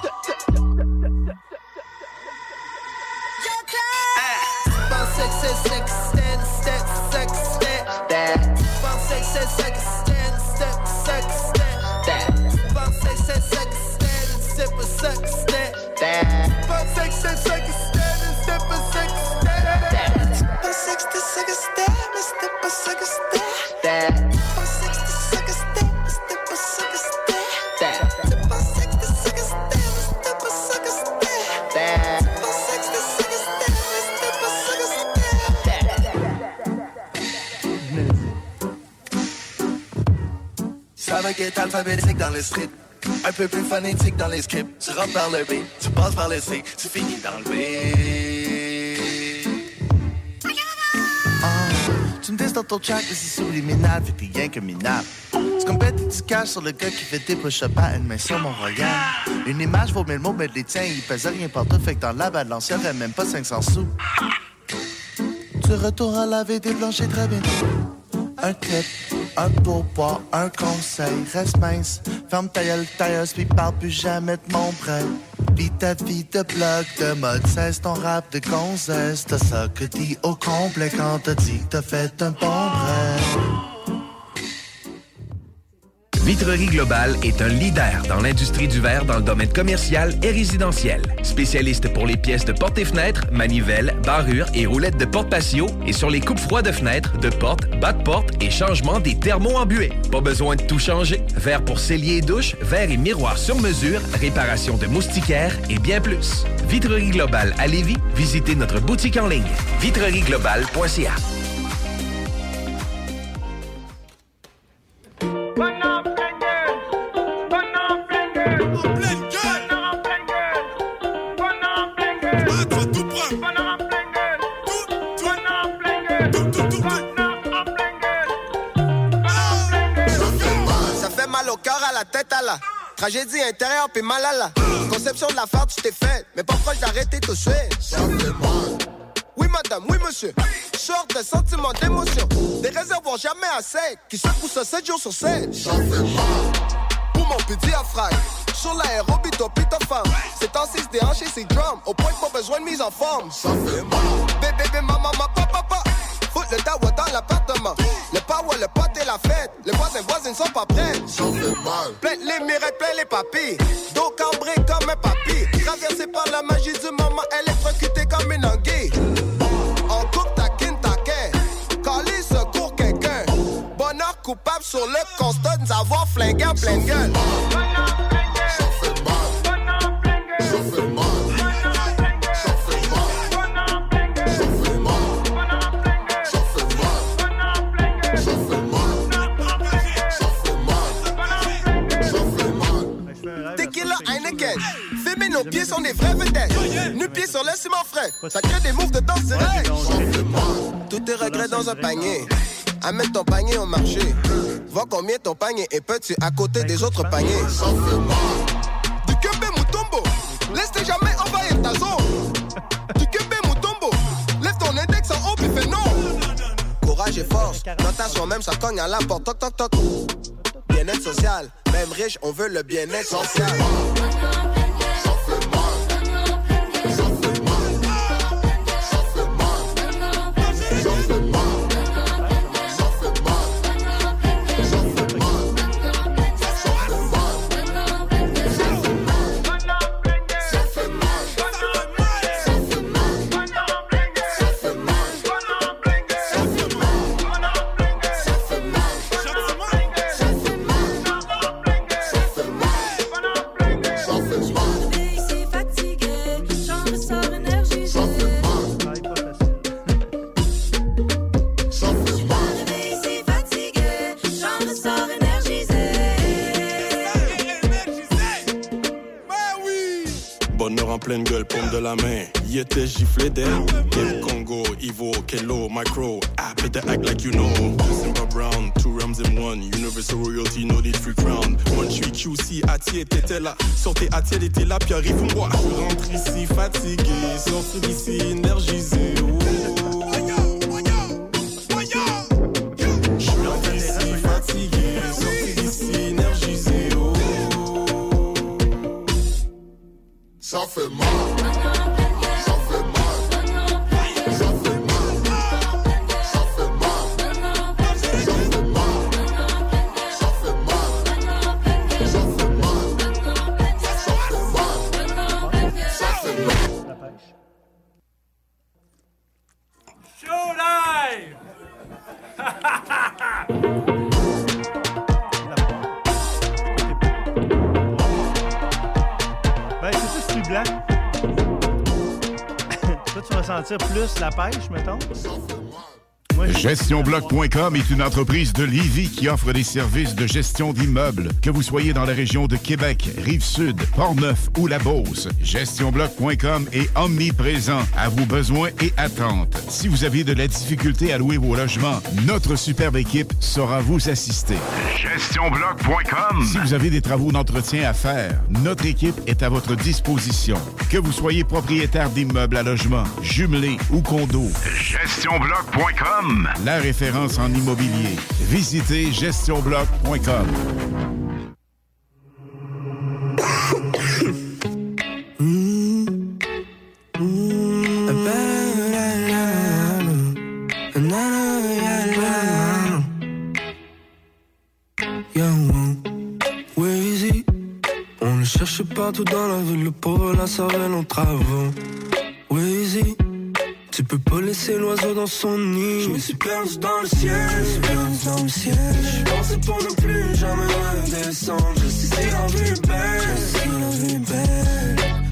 Pensais que c'est ça que c'était, ça que c'était. Pensais que c'est ça que c'était, ça que c'était. Pensais que c'est ça que c'était pas ça que c'était. Pensais que c'est ça que c'était pas ça que c'était. Pensais que c'était ça que c'était, mais c'était pas ça que c'était. Pensais que c'était ça que c'était, mais c'était pas ça que c'était. Pensais que c'était ça que c'était, mais c'était pas ça que c'était. Pensais que c'était ça que c'était, mais c'était pas ça que c'était. Ça va qu'être alphabétique dans le street. Un peu plus phonétique dans les scripts. Tu rentres par le B, tu passes par le C, tu finis dans le B. Tu me dis dans ton track que c'est subliminal, fait que t'es rien que minable. Tu compètes du cash sur le gars qui fait des push-ups à une main sur mon regard. Une image vaut 1000 mots, mais les tiens, ils pèsent rien partout, fait que dans la balance, y'aurait même pas 500 sous. Tu retournes à laver des blanchis très bientôt. Un clip, un pourboire, un conseil, reste mince. Ferme ta gueule, tailleuse, puis parle plus jamais de mon prêt. Vis ta vie de blog, de mode, cesse ton rap de gonzesse. T'as ça que dis au complet quand t'as dit que t'as fait un bon prêt. Vitrerie Globale est un leader dans l'industrie du verre dans le domaine commercial et résidentiel. Spécialiste pour les pièces de portes et fenêtres, manivelles, barrures et roulettes de porte patio et sur les coupes froides de fenêtres, de portes, bas de porte et changement des thermos embués. Pas besoin de tout changer. Verre pour cellier et douche, verre et miroirs sur mesure, réparation de moustiquaires et bien plus. Vitrerie Globale à Lévis, visitez notre boutique en ligne. vitrerieglobale.ca. Ça fait mal au cœur, à la tête, à la tragédie intérieure, puis mal à la conception de l'affaire, tu t'es fait, mais pas proche d'arrêter tout de suite. Ça fait mal. Oui madame, oui monsieur, sorte de sentiments d'émotion, des réservoirs jamais assez, qui secouent ça 7 jours sur 7. Ça fait mal. Pour mon petit diaphragme, sur l'aérobie, toi femme. C'est en 6 déhanché, c'est drum, au point que pas besoin de mise en forme. Ça fait mal. Bébé, maman, papa. Fout le dawa dans l'appartement. Le power, le pote et la fête. Les voisins sont pas prêts. Ça fait mal. Plein les mirettes, plein les papilles. Dos cambré comme un papy. Traversé par la magie du moment, électrocutée comme une anguille. En coupe taquin. Calé secours quelqu'un. Bonheur coupable sur le constat de nous avoir flingué en pleine gueule. Ça fait mal. Ça fait mal. Filmer nos pieds sont des vrais vedettes. Nu-pieds sur le ciment frais. Ça crée des moves de danse direct. Tous tes regrets dans un panier. Amène ton panier au marché. Vois combien ton panier est petit à côté des autres paniers. Du Kembe Mutombo. Laisse-les jamais envahir ta zone. Du Kembe Mutombo. Lève ton index en haut puis fais non. Courage et force. Dans à soi-même, ça cogne à la porte. Toc toc toc. Bien-être social. Même riche, on veut le bien-être social. En pleine gueule, paume de la main, y était giflé d'air. Kim Congo, Evo, Kelo, Micro, I better act like you know. Simba Brown, 2 rams in 1, Universal Royalty, no need free crown. Moi je suis QC, Atier, t'étais là. Sortez Atier, était là, puis arrive-moi. Je rentre ici fatigué, sorti d'ici énergisé. Je rentre ici fatigué, sorti d'ici énergisé. Ça fait mal. Ça fait mal. Ça fait mal. Ça fait mal. Ça fait mal. Ça fait mal. Ça fait mal. Ça fait mal. Show live! Ben, c'est tout blanc. Toi, tu vas sentir plus la pêche, mettons. GestionBloc.com est une entreprise de Lévis qui offre des services de gestion d'immeubles. Que vous soyez dans la région de Québec, Rive-Sud, Portneuf ou la Beauce, GestionBloc.com est omniprésent à vos besoins et attentes. Si vous avez de la difficulté à louer vos logements, notre superbe équipe saura vous assister. GestionBloc.com. Si vous avez des travaux d'entretien à faire, notre équipe est à votre disposition. Que vous soyez propriétaire d'immeubles à logement, jumelés ou condos, GestionBloc.com. la référence en immobilier. Visitez gestionbloc.com. On le cherche partout dans la ville, le pauvre la cervelle en travaux. Weezy, tu peux pas laisser l'oiseau dans son nid. Je me suis perdu dans le ciel, je pensais pour ne plus jamais redescendre. Je sais si la vie est belle,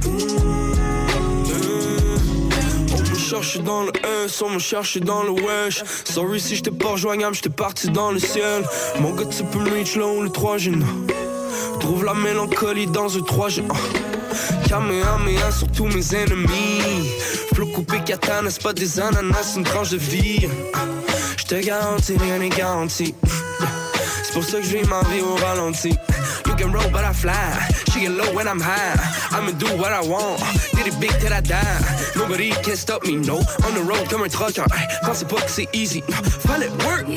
On me cherche dans le S, on me cherche dans le wesh. Sorry si j'étais pas rejoignable, j'étais parti dans le ciel. Mon gars tu peux me reach là où le 3G. Trouve la mélancolie dans un 3G. Kamehameha sur tous mes ennemis. Flow coupé katana, c'est pas des ananas, c'est une tranche de vie. J'te garantis, rien n'est garanti. C'est pour ça que je vis ma vie au ralenti. You can roll but I fly. She get low when I'm high. I'ma do what I want. Did it big till I die. Nobody can stop me, no. On the road comme un trucker. Pensez pas que c'est easy. Fallait work.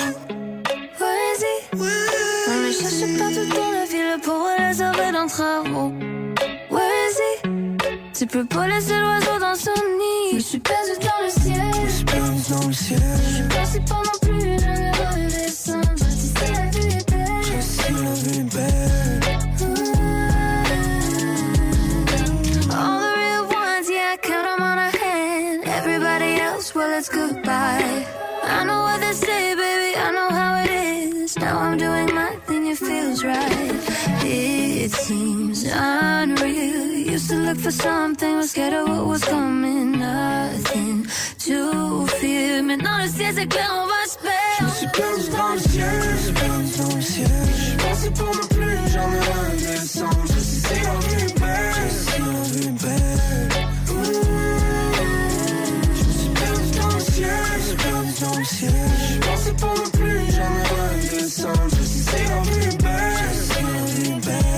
On le cherche partout dans la ville pour les arrêts d'un travaux. Where is he? Tu peux pas laisser l'oiseau dans son nid. Je suis perdu dans le ciel. Je suis perdu dans le ciel. Je suis passé pas non plus, je vais redescendre. Je sais si la vue est belle. Je sais la vue est belle. All the real ones, yeah, I count them on a hand. Everybody else, well, it's goodbye. I know what they say, baby, I know how it is. Now I'm doing my thing, it feels right. It seems unreal. Used to look for something, was scared of what was coming. Nothing to fear. Maintenant le ciel c'est clair, on va se perdre. Je suis perdu dans le ciel, je suis perdu dans le ciel. Je pensais pas non plus, jamais redescendre. Je sais si la vie est belle, je sais si la vie est belle. Je suis perdu dans le ciel, je suis perdu dans le ciel. Je pensais pas non plus, jamais redescendre. Je sais si la vie est belle, je sais si la vie est belle.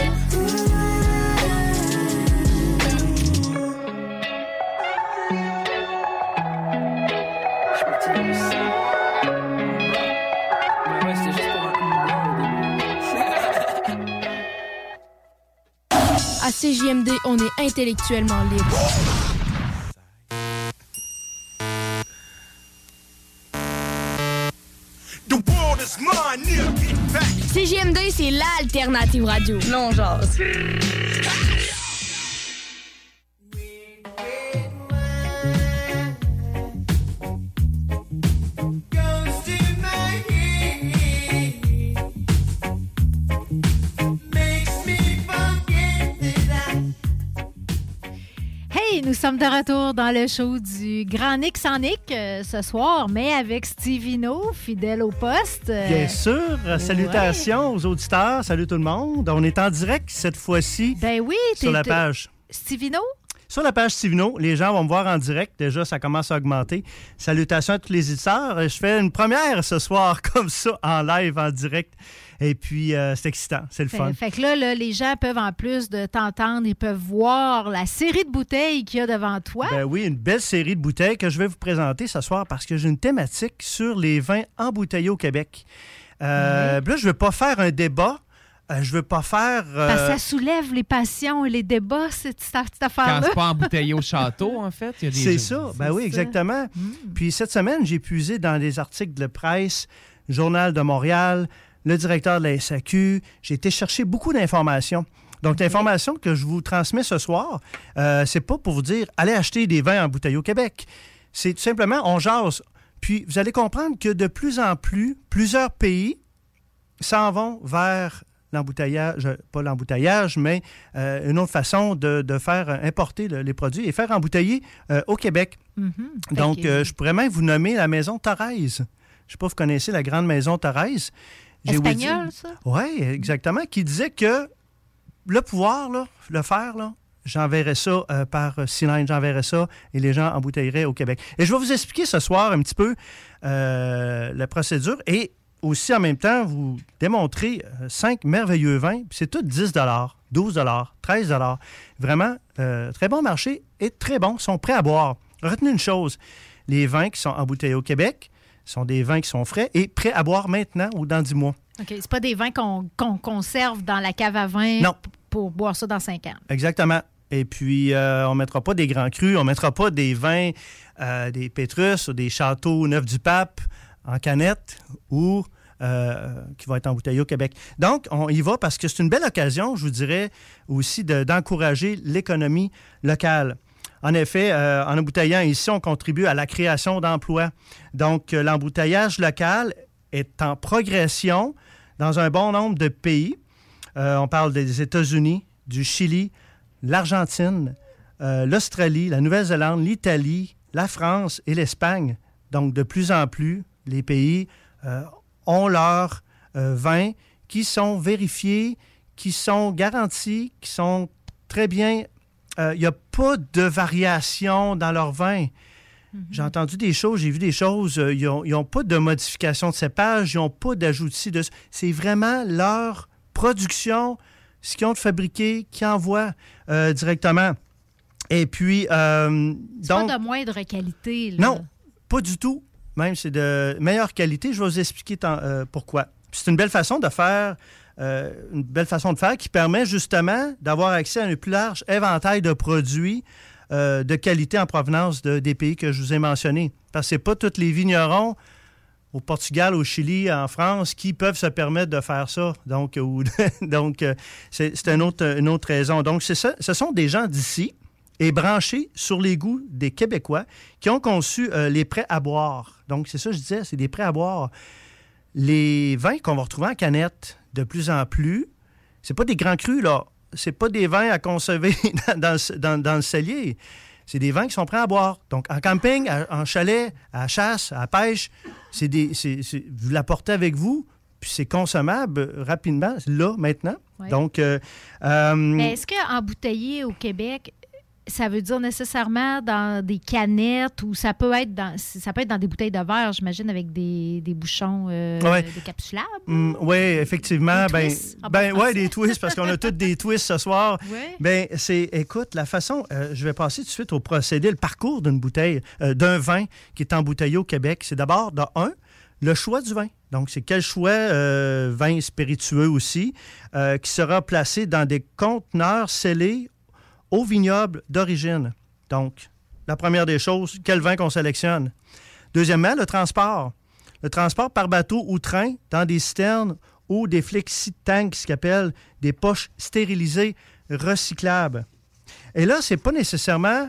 À CJMD, on est intellectuellement libre. CJMD, c'est l'alternative radio. Non, genre. Nous sommes de retour dans le show du Grand Nick sans Nick ce soir, mais avec Stevino, fidèle au poste. Bien sûr. Salutations aux auditeurs. Salut tout le monde. On est en direct cette fois-ci. Ben oui. Sur la page. Stevino? Sur la page Stevino, les gens vont me voir en direct. Déjà, ça commence à augmenter. Salutations à tous les auditeurs. Je fais une première ce soir comme ça, en live, en direct. Et puis, c'est excitant, c'est le fun. Fait que là, les gens peuvent, en plus de t'entendre, ils peuvent voir la série de bouteilles qu'il y a devant toi. Ben oui, une belle série de bouteilles que je vais vous présenter ce soir parce que j'ai une thématique sur les vins embouteillés au Québec. Là, je ne veux pas faire un débat. Je veux pas faire... Parce que ça soulève les passions et les débats, cette affaire-là. Quand c'est pas embouteillé au château, en fait. Il y a des c'est ça. Ben oui, exactement. Puis cette semaine, j'ai puisé dans des articles de presse, Journal de Montréal, le directeur de la SAQ. J'ai été chercher beaucoup d'informations. Donc, l'information que je vous transmets ce soir, c'est pas pour vous dire « Allez acheter des vins embouteillés au Québec ». C'est tout simplement, on jase. Puis, vous allez comprendre que de plus en plus, plusieurs pays s'en vont vers l'embouteillage, pas l'embouteillage, mais une autre façon de faire importer les produits et faire embouteiller au Québec. Mm-hmm. Donc, je pourrais même vous nommer la maison Thorez. Je ne sais pas si vous connaissez la grande maison Thorez. Espagnol, ça? Oui, exactement. Qui disait que le pouvoir, là, le faire, là, j'enverrais ça par cylindre, j'enverrais ça et les gens embouteilleraient au Québec. Et je vais vous expliquer ce soir un petit peu la procédure et aussi en même temps vous démontrer 5 merveilleux vins. Puis c'est tout 10 $, 12 $, 13 $. Vraiment, très bon marché et très bons, sont prêts à boire. Retenez une chose, les vins qui sont embouteillés au Québec sont des vins qui sont frais et prêts à boire maintenant ou dans 10 mois. OK. C'est pas des vins qu'on conserve dans la cave à vin pour boire ça dans 5 ans. Exactement. Et puis, on ne mettra pas des grands crus, on ne mettra pas des vins, des Pétrus ou des Châteaux Neuf-du-Pape en canette ou qui vont être embouteillés au Québec. Donc, on y va parce que c'est une belle occasion, je vous dirais, aussi d'encourager l'économie locale. En effet, en embouteillant ici, on contribue à la création d'emplois. Donc, l'embouteillage local est en progression dans un bon nombre de pays. On parle des États-Unis, du Chili, l'Argentine, l'Australie, la Nouvelle-Zélande, l'Italie, la France et l'Espagne. Donc, de plus en plus, les pays ont leurs vins qui sont vérifiés, qui sont garantis, qui sont très bien. Il n'y a pas de variation dans leur vin. J'ai entendu des choses, j'ai vu des choses. Ils n'ont pas de modification de cépage, ils n'ont pas d'ajout de ci, de ça. C'est vraiment leur production, ce qu'ils ont de fabriqué, qu'ils envoient directement. Et puis, c'est pas de moindre qualité, là. Non, pas du tout. Même, c'est de meilleure qualité. Je vais vous expliquer pourquoi. Puis c'est une belle façon de faire, qui permet justement d'avoir accès à un plus large éventail de produits de qualité en provenance des pays que je vous ai mentionnés. Parce que ce n'est pas tous les vignerons au Portugal, au Chili, en France, qui peuvent se permettre de faire ça. Donc, c'est une autre raison. Donc, c'est ça. Ce sont des gens d'ici et branchés sur les goûts des Québécois qui ont conçu les prêts à boire. Donc, c'est ça que je disais, c'est des prêts à boire. Les vins qu'on va retrouver en canette de plus en plus, c'est pas des grands crus, là. C'est pas des vins à conserver dans le cellier. C'est des vins qui sont prêts à boire. Donc, en camping, en chalet, à la chasse, à la pêche, vous l'apportez avec vous, puis c'est consommable rapidement, là, maintenant. Ouais. Donc, mais est-ce qu'embouteiller au Québec, ça veut dire nécessairement dans des canettes ou ça peut être dans des bouteilles de verre, j'imagine, avec des bouchons décapsulables? Oui, effectivement. Des twists, parce qu'on a tous des twists ce soir. Ouais. Écoute, la façon, je vais passer tout de suite au procédé, le parcours d'une bouteille, d'un vin qui est embouteillé au Québec. C'est d'abord, le choix du vin. Donc, c'est quel choix, vin spiritueux aussi, qui sera placé dans des conteneurs scellés au vignoble d'origine. Donc, la première des choses, quel vin qu'on sélectionne. Deuxièmement, le transport. Le transport par bateau ou train dans des citernes ou des flexi-tanks, ce qu'on appelle des poches stérilisées recyclables. Et là, c'est pas nécessairement...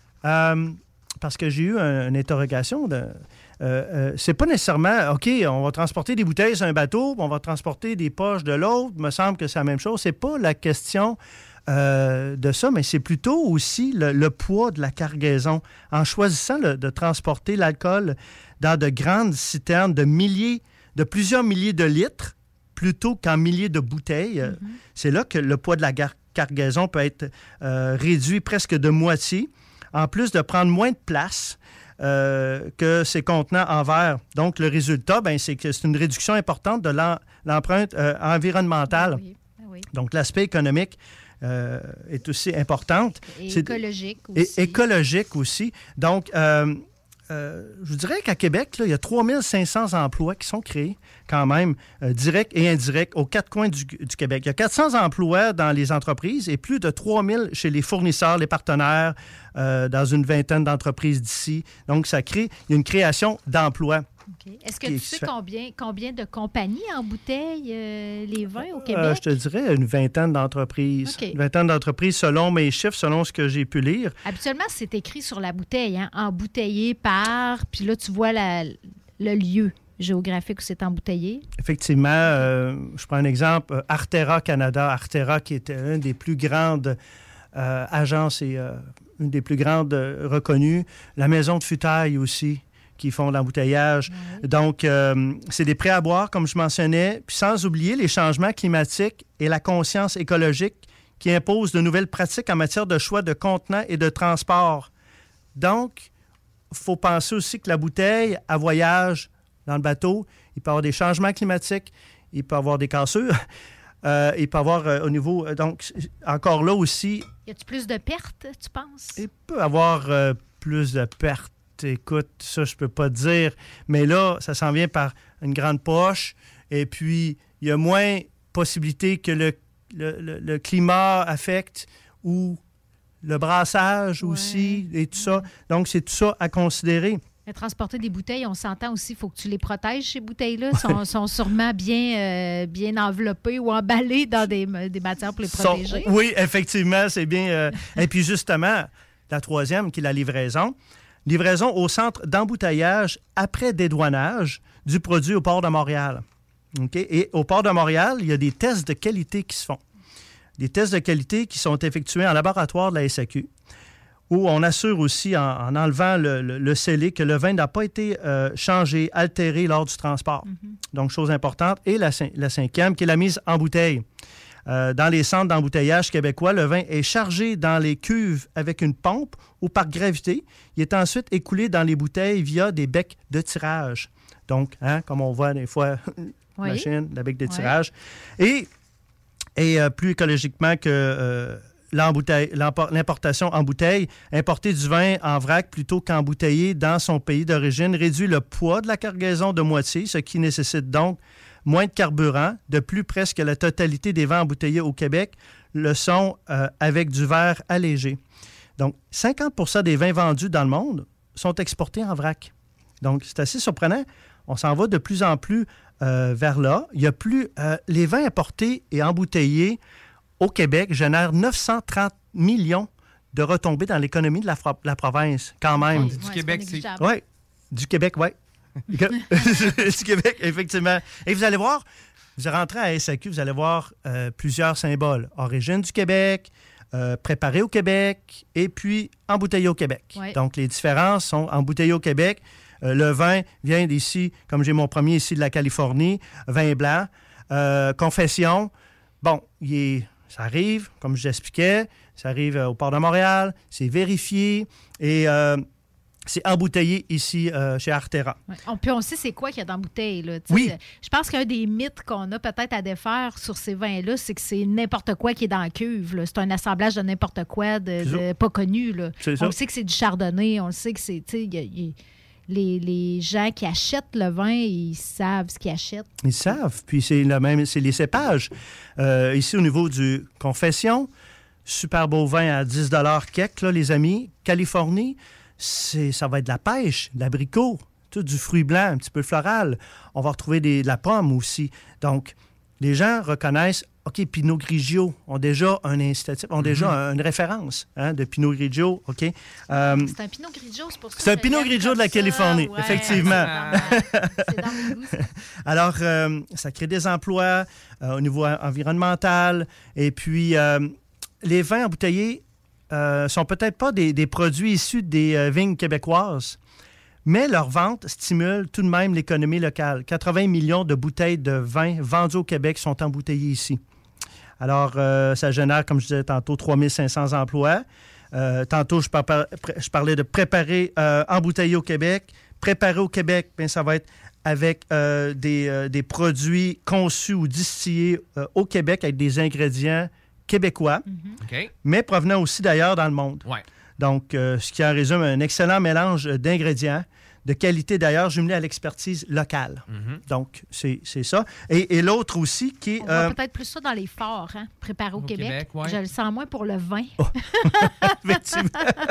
parce que j'ai eu une interrogation c'est pas nécessairement, OK, on va transporter des bouteilles sur un bateau, on va transporter des poches de l'autre. Il me semble que c'est la même chose. C'est pas la question de ça, mais c'est plutôt aussi le poids de la cargaison. En choisissant de transporter l'alcool dans de grandes citernes de plusieurs milliers de litres, plutôt qu'en milliers de bouteilles, c'est là que le poids de la cargaison peut être réduit presque de moitié, en plus de prendre moins de place que ces contenants en verre. Donc, le résultat, c'est que c'est une réduction importante de l'empreinte environnementale. Oui. Donc, l'aspect économique est aussi importante. Et écologique aussi. Et écologique aussi. Donc, je vous dirais qu'à Québec, là, il y a 3500 emplois qui sont créés quand même, directs et indirects, aux quatre coins du Québec. Il y a 400 emplois dans les entreprises et plus de 3000 chez les fournisseurs, les partenaires, dans une vingtaine d'entreprises d'ici. Donc, il y a une création d'emplois. Okay. Est-ce que tu sais combien de compagnies embouteillent les vins au Québec? Je te dirais une vingtaine d'entreprises. Okay. Une vingtaine d'entreprises selon mes chiffres, selon ce que j'ai pu lire. Habituellement, c'est écrit sur la bouteille, embouteillé par... Puis là, tu vois le lieu géographique où c'est embouteillé. Effectivement. Je prends un exemple. Artera Canada. Artera qui était une des plus grandes agences et une des plus grandes reconnues. La Maison de Futaille aussi, qui font de l'embouteillage. Oui. Donc, c'est des prêts à boire, comme je mentionnais, puis sans oublier les changements climatiques et la conscience écologique qui imposent de nouvelles pratiques en matière de choix de contenants et de transport. Donc, il faut penser aussi que la bouteille, à voyage dans le bateau, il peut y avoir des changements climatiques, il peut y avoir des cassures, il peut y avoir au niveau... donc, encore là aussi... Y a-t-il plus de pertes, tu penses? Il peut y avoir plus de pertes. Écoute, ça, je peux pas te dire. Mais là, ça s'en vient par une grande poche. Et puis, il y a moins possibilité que le climat affecte ou le brassage aussi et tout ça. Donc, c'est tout ça à considérer. Mais transporter des bouteilles, on s'entend aussi, il faut que tu les protèges, ces bouteilles-là. Sont sûrement bien enveloppées ou emballées dans des matières pour les protéger. Oui, effectivement, c'est bien. Et puis, justement, la troisième, qui est la livraison. Livraison au centre d'embouteillage après dédouanage du produit au port de Montréal. Okay? Et au port de Montréal, il y a des tests de qualité qui se font. Des tests de qualité qui sont effectués en laboratoire de la SAQ, où on assure aussi, en enlevant le scellé, que le vin n'a pas été changé, altéré lors du transport. Donc, chose importante. Et la cinquième, qui est la mise en bouteille. dans les centres d'embouteillage québécois, le vin est chargé dans les cuves avec une pompe ou par gravité. Il est ensuite écoulé dans les bouteilles via des becs de tirage. Donc, comme on voit des fois, machine, la bec de tirage. Et plus écologiquement que l'importation en bouteille, importer du vin en vrac plutôt qu'embouteillé dans son pays d'origine réduit le poids de la cargaison de moitié, ce qui nécessite donc moins de carburant. De plus, presque la totalité des vins embouteillés au Québec le sont avec du verre allégé. Donc, 50% des vins vendus dans le monde sont exportés en vrac. Donc, c'est assez surprenant. On s'en va de plus en plus vers là. Il y a plus... les vins importés et embouteillés au Québec génèrent 930 millions de retombées dans l'économie de la province, quand même. Du Québec, c'est... Oui, du Québec, oui. Du Québec, effectivement. Et vous allez voir, vous rentrez à SAQ, vous allez voir plusieurs symboles. Origine du Québec, préparé au Québec et puis embouteillé au Québec. Oui. Donc, les différences sont embouteillé au Québec. Le vin vient d'ici, comme j'ai mon premier ici de la Californie, vin blanc. Confession, bon, ça arrive, comme je l'expliquais, ça arrive au port de Montréal, c'est vérifié et c'est embouteillé ici chez Artera. Ouais. Puis on sait c'est quoi qu'il y a dans la bouteille. Là, oui. Je pense qu'un des mythes qu'on a peut-être à défaire sur ces vins-là, c'est que c'est n'importe quoi qui est dans la cuve. Là. C'est un assemblage de n'importe quoi, de pas connu. Là. On le sait que c'est du chardonnay, on le sait que c'est... Les gens qui achètent le vin, ils savent ce qu'ils achètent. Ils savent. Puis c'est les cépages. Ici, au niveau du Confession, super beau vin à 10 $ kek, là, les amis. Californie, ça va être de la pêche, de l'abricot, tout du fruit blanc, un petit peu floral. On va retrouver de la pomme aussi. Donc, les gens reconnaissent, OK, Pinot Grigio ont déjà un incitatif, ont déjà une référence de Pinot Grigio, OK? C'est un Pinot Grigio, c'est pour ça. C'est un Pinot Grigio de la Californie, effectivement. C'est dans le goût, ça. Alors, ça crée des emplois au niveau environnemental. Et puis, les vins embouteillés sont peut-être pas des produits issus des vignes québécoises, mais leur vente stimule tout de même l'économie locale. 80 millions de bouteilles de vin vendues au Québec sont embouteillées ici. Alors, ça génère, comme je disais tantôt, 3500 emplois. Tantôt, je parlais de préparer, embouteiller au Québec. Préparer au Québec, bien, ça va être avec des produits conçus ou distillés au Québec avec des ingrédients québécois, mais provenant aussi d'ailleurs dans le monde. Ouais. Donc, ce qui en résume un excellent mélange d'ingrédients, de qualité d'ailleurs, jumelé à l'expertise locale. Donc, c'est ça. Et l'autre aussi qui est... On voit peut-être plus ça dans les forts, préparé au Québec. Ouais. Je le sens moins pour le vin. Oh. Effectivement.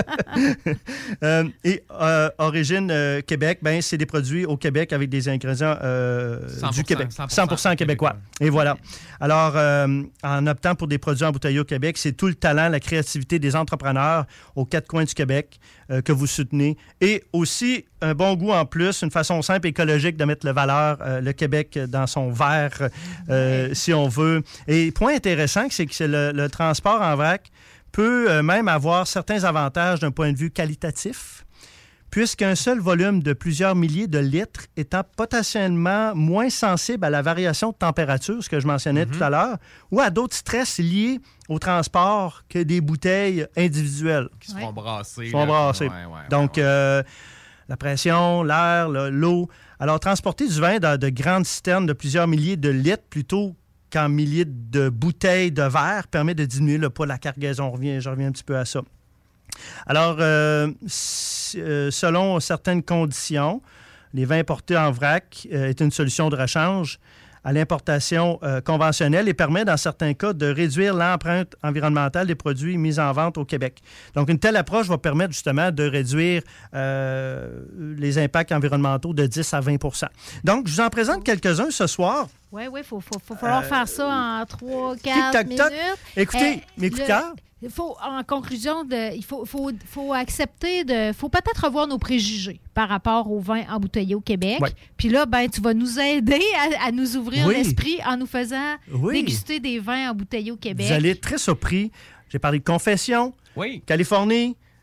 Origine Québec, ben c'est des produits au Québec avec des ingrédients du Québec. 100% québécois. Et voilà. Alors, en optant pour des produits embouteillés au Québec, c'est tout le talent, la créativité des entrepreneurs aux quatre coins du Québec que vous soutenez. Et aussi, un bon goût en plus, une façon simple et écologique de mettre le Québec dans son verre, si on veut. Et point intéressant, c'est que le transport en vrac peut même avoir certains avantages d'un point de vue qualitatif, puisqu'un seul volume de plusieurs milliers de litres étant potentiellement moins sensible à la variation de température, ce que je mentionnais tout à l'heure, ou à d'autres stress liés au transport que des bouteilles individuelles. Qui se font brasser. Donc, la pression, l'air, l'eau. Alors, transporter du vin dans de grandes citernes de plusieurs milliers de litres plutôt qu'en milliers de bouteilles de verre permet de diminuer le poids de la cargaison. Je reviens un petit peu à ça. Alors, selon certaines conditions, les vins importés en vrac est une solution de rechange à l'importation conventionnelle et permet, dans certains cas, de réduire l'empreinte environnementale des produits mis en vente au Québec. Donc, une telle approche va permettre justement de réduire les impacts environnementaux de 10 à 20 %. Donc, je vous en présente quelques-uns ce soir. Oui, il faut falloir faire ça en 3-4 minutes. Écoutez, mes coups de cœur. Il faut, en conclusion, il faut accepter faut peut-être revoir nos préjugés par rapport aux vins embouteillés au Québec. Ouais. Puis là, tu vas nous aider à nous ouvrir l'esprit en nous faisant déguster des vins embouteillés au Québec. Vous allez être très surpris. J'ai parlé de Confession, Californie,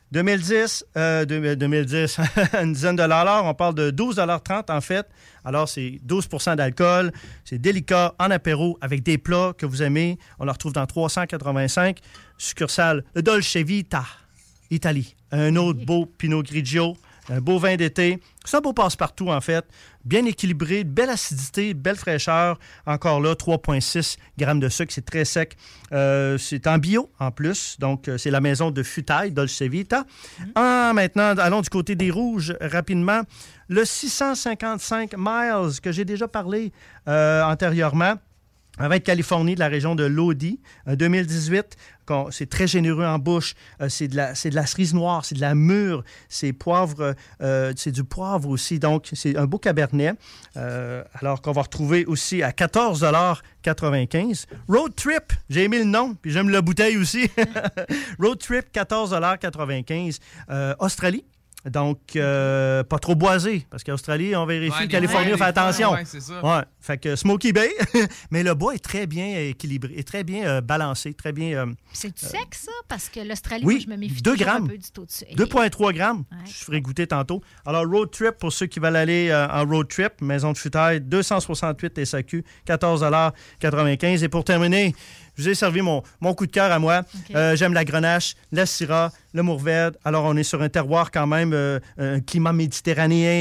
2010, une dizaine de dollars. On parle de 12,30 en fait. Alors, c'est 12 % d'alcool. C'est délicat en apéro avec des plats que vous aimez. On le retrouve dans 385. Succursale de Dolce Vita, Italie. Un autre beau Pinot Grigio. Un beau vin d'été. C'est un beau passe-partout, en fait. Bien équilibré, belle acidité, belle fraîcheur. Encore là, 3,6 grammes de sucre. C'est très sec. C'est en bio, en plus. Donc, c'est la maison de Futaille, Dolce Vita. Maintenant, allons du côté des rouges, rapidement. Le 655 Miles, que j'ai déjà parlé antérieurement. Un vin de Californie, de la région de Lodi, 2018. C'est très généreux en bouche. C'est de la cerise noire, c'est de la mûre, c'est poivre, c'est du poivre aussi. Donc, c'est un beau cabernet. Alors qu'on va retrouver aussi à 14,95 $. Road Trip, j'ai aimé le nom, puis j'aime la bouteille aussi. Road Trip, 14,95 $. Australie. Donc, pas trop boisé, parce qu'Australie, on vérifie, Californie, on fait attention. C'est ça. Ouais, fait que Smoky Bay, mais le bois est très bien équilibré, est très bien balancé, très bien... C'est-tu sec, ça? Parce que l'Australie, oui, moi, je me méfie 2 toujours grammes. un peu du taux de sucre. 2,3 grammes. Ouais. Je ferai goûter tantôt. Alors, Road Trip, pour ceux qui veulent aller en road trip, Maison de Futaille, 268 SAQ, 14,95 $. Et pour terminer, je vous ai servi mon coup de cœur à moi. Okay. J'aime la Grenache, la Syrah, le Mourvèdre. Alors, on est sur un terroir quand même, un climat méditerranéen.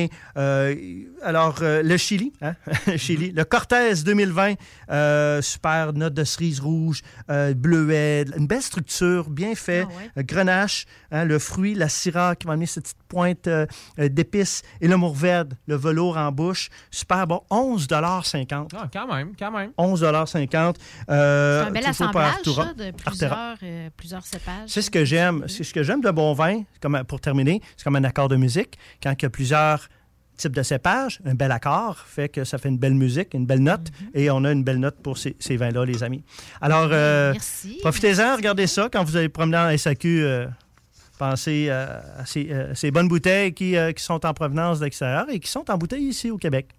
Le Chili, hein? Chili. Le Cortez 2020, super note de cerise rouge, bleuet, une belle structure, bien fait. Ah ouais. Grenache, hein, le fruit, la Syrah qui va amener cette petite pointe d'épices. Et le Mourvèdre, le velours en bouche. Super bon, 11,50 $. Ah, quand même. 11,50 $. C'est un bel assemblage, ça, de plusieurs cépages. C'est ce que j'aime. C'est ce que j'aime de bon vin, pour terminer, c'est comme un accord de musique. Quand il y a plusieurs types de cépages, un bel accord fait que ça fait une belle musique, une belle note, et on a une belle note pour ces vins-là, les amis. Alors, profitez-en, regardez ça quand vous allez promener en SAQ. Pensez à ces bonnes bouteilles qui sont en provenance de l'extérieur et qui sont en bouteille ici au Québec.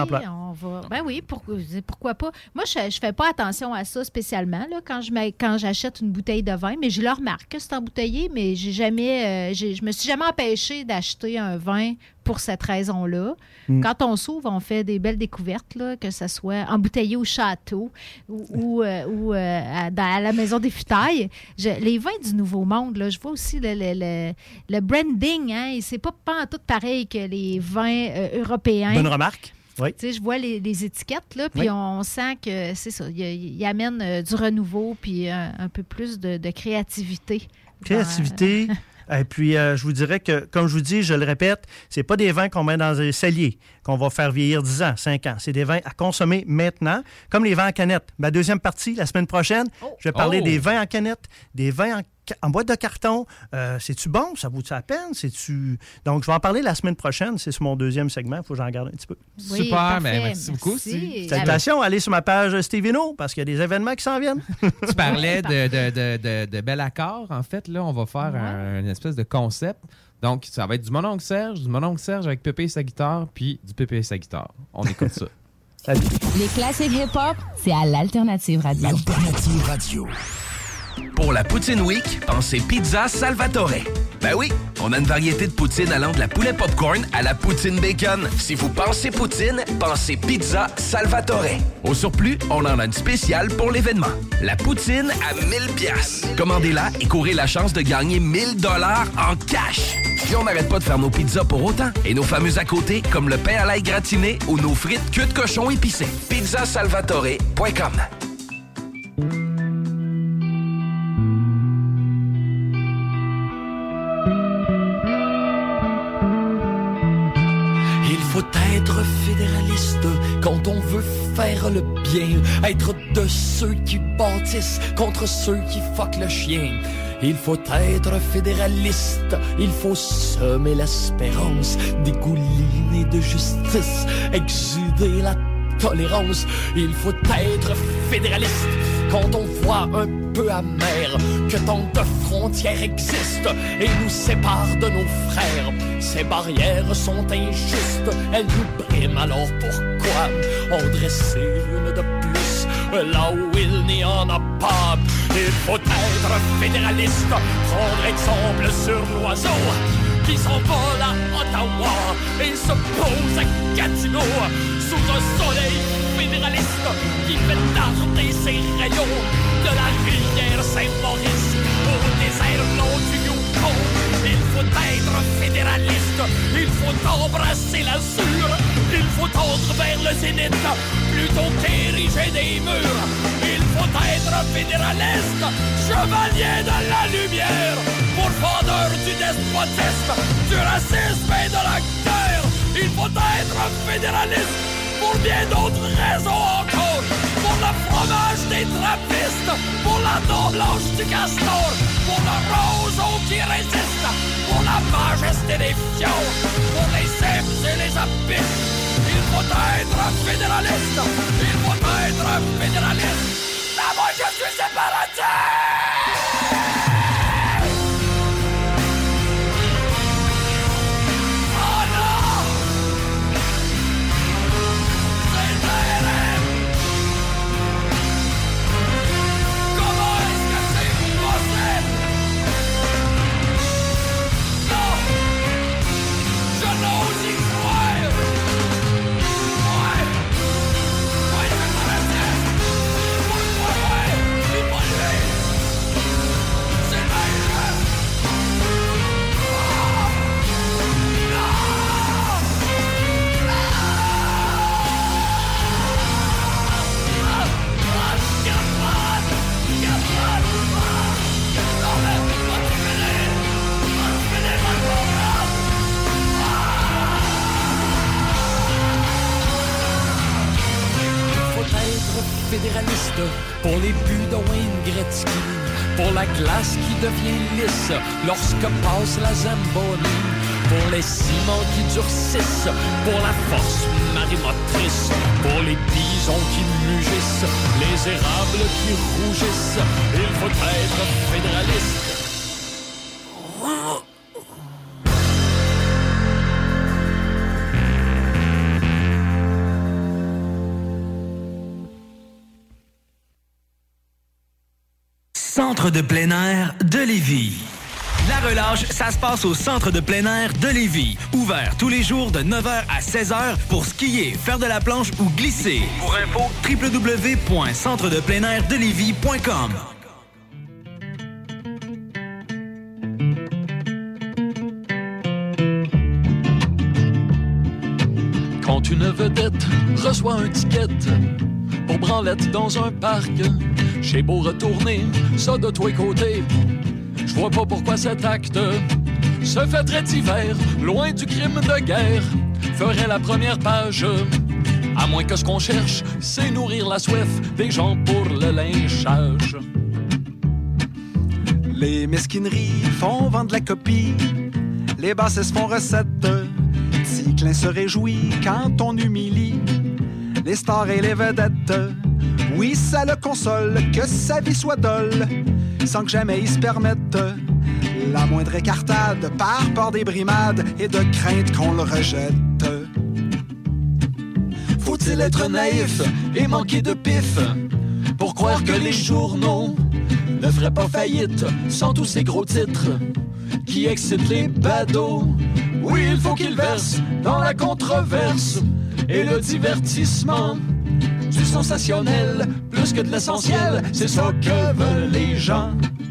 Pourquoi pas. Moi, je fais pas attention à ça spécialement là, quand j'achète une bouteille de vin, mais je le remarque que c'est embouteillé, mais je me suis jamais empêchée d'acheter un vin pour cette raison-là. Quand on s'ouvre, on fait des belles découvertes, là, que ce soit embouteillé au château ou à la maison des Futailles. Les vins du Nouveau Monde, là, je vois aussi le branding, hein, et c'est pas en tout pareil que les vins européens. Bonne remarque. Oui. Tu sais, je vois les étiquettes, là, puis on sent que c'est ça. Il amène du renouveau, puis un peu plus de créativité. Créativité. Et puis, je vous dirais que, comme je vous dis, je le répète, c'est pas des vins qu'on met dans des celliers, qu'on va faire vieillir 10 ans, 5 ans. C'est des vins à consommer maintenant, comme les vins en canette. Ma deuxième partie, la semaine prochaine, je vais parler des vins en canette, des vins en boîte de carton. C'est-tu bon? Ça vaut-tu la peine? Donc, je vais en parler la semaine prochaine. C'est sur mon deuxième segment. Il faut que j'en garde un petit peu. Oui, super, parfait. merci beaucoup. Salutations, allez sur ma page Stevino parce qu'il y a des événements qui s'en viennent. Tu parlais de bel accord. En fait, là, on va faire une espèce de concept. Donc, ça va être du Mon Oncle Serge avec Pépé et sa guitare, puis du Pépé et sa guitare. On écoute ça. Salut. Les classiques hip-hop, c'est à l'Alternative Radio. L'Alternative Radio. Pour la Poutine Week, pensez Pizza Salvatore. Ben oui, on a une variété de poutine allant de la poulet popcorn à la poutine bacon. Si vous pensez poutine, pensez Pizza Salvatore. Au surplus, on en a une spéciale pour l'événement. La poutine à 1000$. Commandez-la et courez la chance de gagner 1000$ en cash. Puis on n'arrête pas de faire nos pizzas pour autant. Et nos fameux à côté, comme le pain à l'ail gratiné ou nos frites queue de cochon épicées. pizzasalvatore.com. Faut être fédéraliste quand on veut faire le bien. Être de ceux qui bâtissent contre ceux qui fuck le chien. Il faut être fédéraliste, il faut semer l'espérance, dégouliner de justice, exuder la tolérance. Il faut être fédéraliste quand on voit un peu amer que tant de frontières existent et nous séparent de nos frères. Ces barrières sont injustes, elles nous briment, alors pourquoi en dresser une de plus là où il n'y en a pas? Il faut être être fédéraliste. Prendre exemple sur l'oiseau qui s'envole à Ottawa et se pose à Gatineau sous un soleil fédéraliste qui fait darder ses rayons de la rivière Saint-Maurice au désert long du Yukon. Il faut être fédéraliste, il faut embrasser l'azur, il faut tendre vers le zénith plutôt qu'ériger des murs. Il faut être fédéraliste, chevalier de la lumière, pourfendeur du despotisme, du racisme et de la guerre. Il faut être fédéraliste pour bien d'autres raisons encore. Pour le fromage des trappistes, pour la dent blanche du castor, pour le roseau qui résiste, pour la majesté des fions, pour les cimes et les abysses. Il faut être fédéraliste, il faut être fédéraliste. Là, moi, je suis séparatiste. Fédéraliste pour les buts de Wayne Gretzky, pour la glace qui devient lisse lorsque passe la Zamboni, pour les ciments qui durcissent, pour la force marémotrice, pour les bisons qui mugissent, les érables qui rougissent. Il faut être fédéraliste. Centre de plein air de Lévis. La relâche, ça se passe au Centre de plein air de Lévis. Ouvert tous les jours de 9h à 16h pour skier, faire de la planche ou glisser. Pour info, www.centredepleinairdelévis.com. Quand une vedette reçoit un ticket pour branlette dans un parc, j'ai beau retourner ça de tous les côtés, je vois pas pourquoi cet acte se fait très divers, loin du crime de guerre, ferait la première page. À moins que ce qu'on cherche, c'est nourrir la soif des gens pour le lynchage. Les mesquineries font vendre la copie, les bassesses font recette. Ticlin se réjouit quand on humilie les stars et les vedettes. Oui, ça le console que sa vie soit dolle, sans que jamais il se permette la moindre écartade, par peur des brimades et de crainte qu'on le rejette. Faut-il être naïf et manquer de pif pour croire que les journaux ne feraient pas faillite sans tous ces gros titres qui excitent les badauds? Oui, il faut qu'ils versent dans la controverse et le divertissement. Du sensationnel, plus que de l'essentiel, c'est ça que veulent les gens.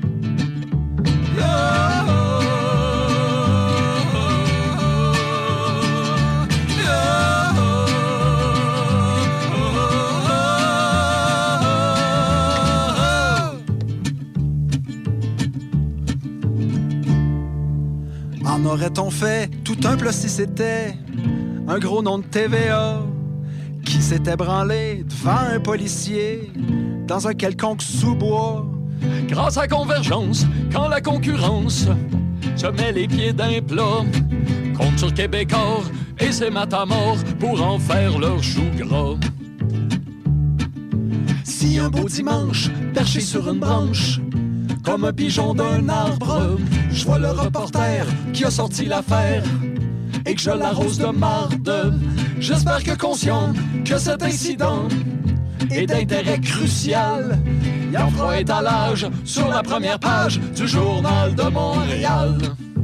En aurait-on fait tout un plat si c'était un gros nom de TVA qui s'était branlé devant un policier dans un quelconque sous-bois? Grâce à Convergence, quand la concurrence se met les pieds d'un plat, compte sur Québécois et ses matamors pour en faire leur chou gras. Si un beau dimanche, perché sur une branche, comme un pigeon d'un arbre, je vois le reporter qui a sorti l'affaire et que je l'arrose de marde. J'espère que conscient que cet incident est d'intérêt crucial, y a froid étalage sur la première page du Journal de Montréal.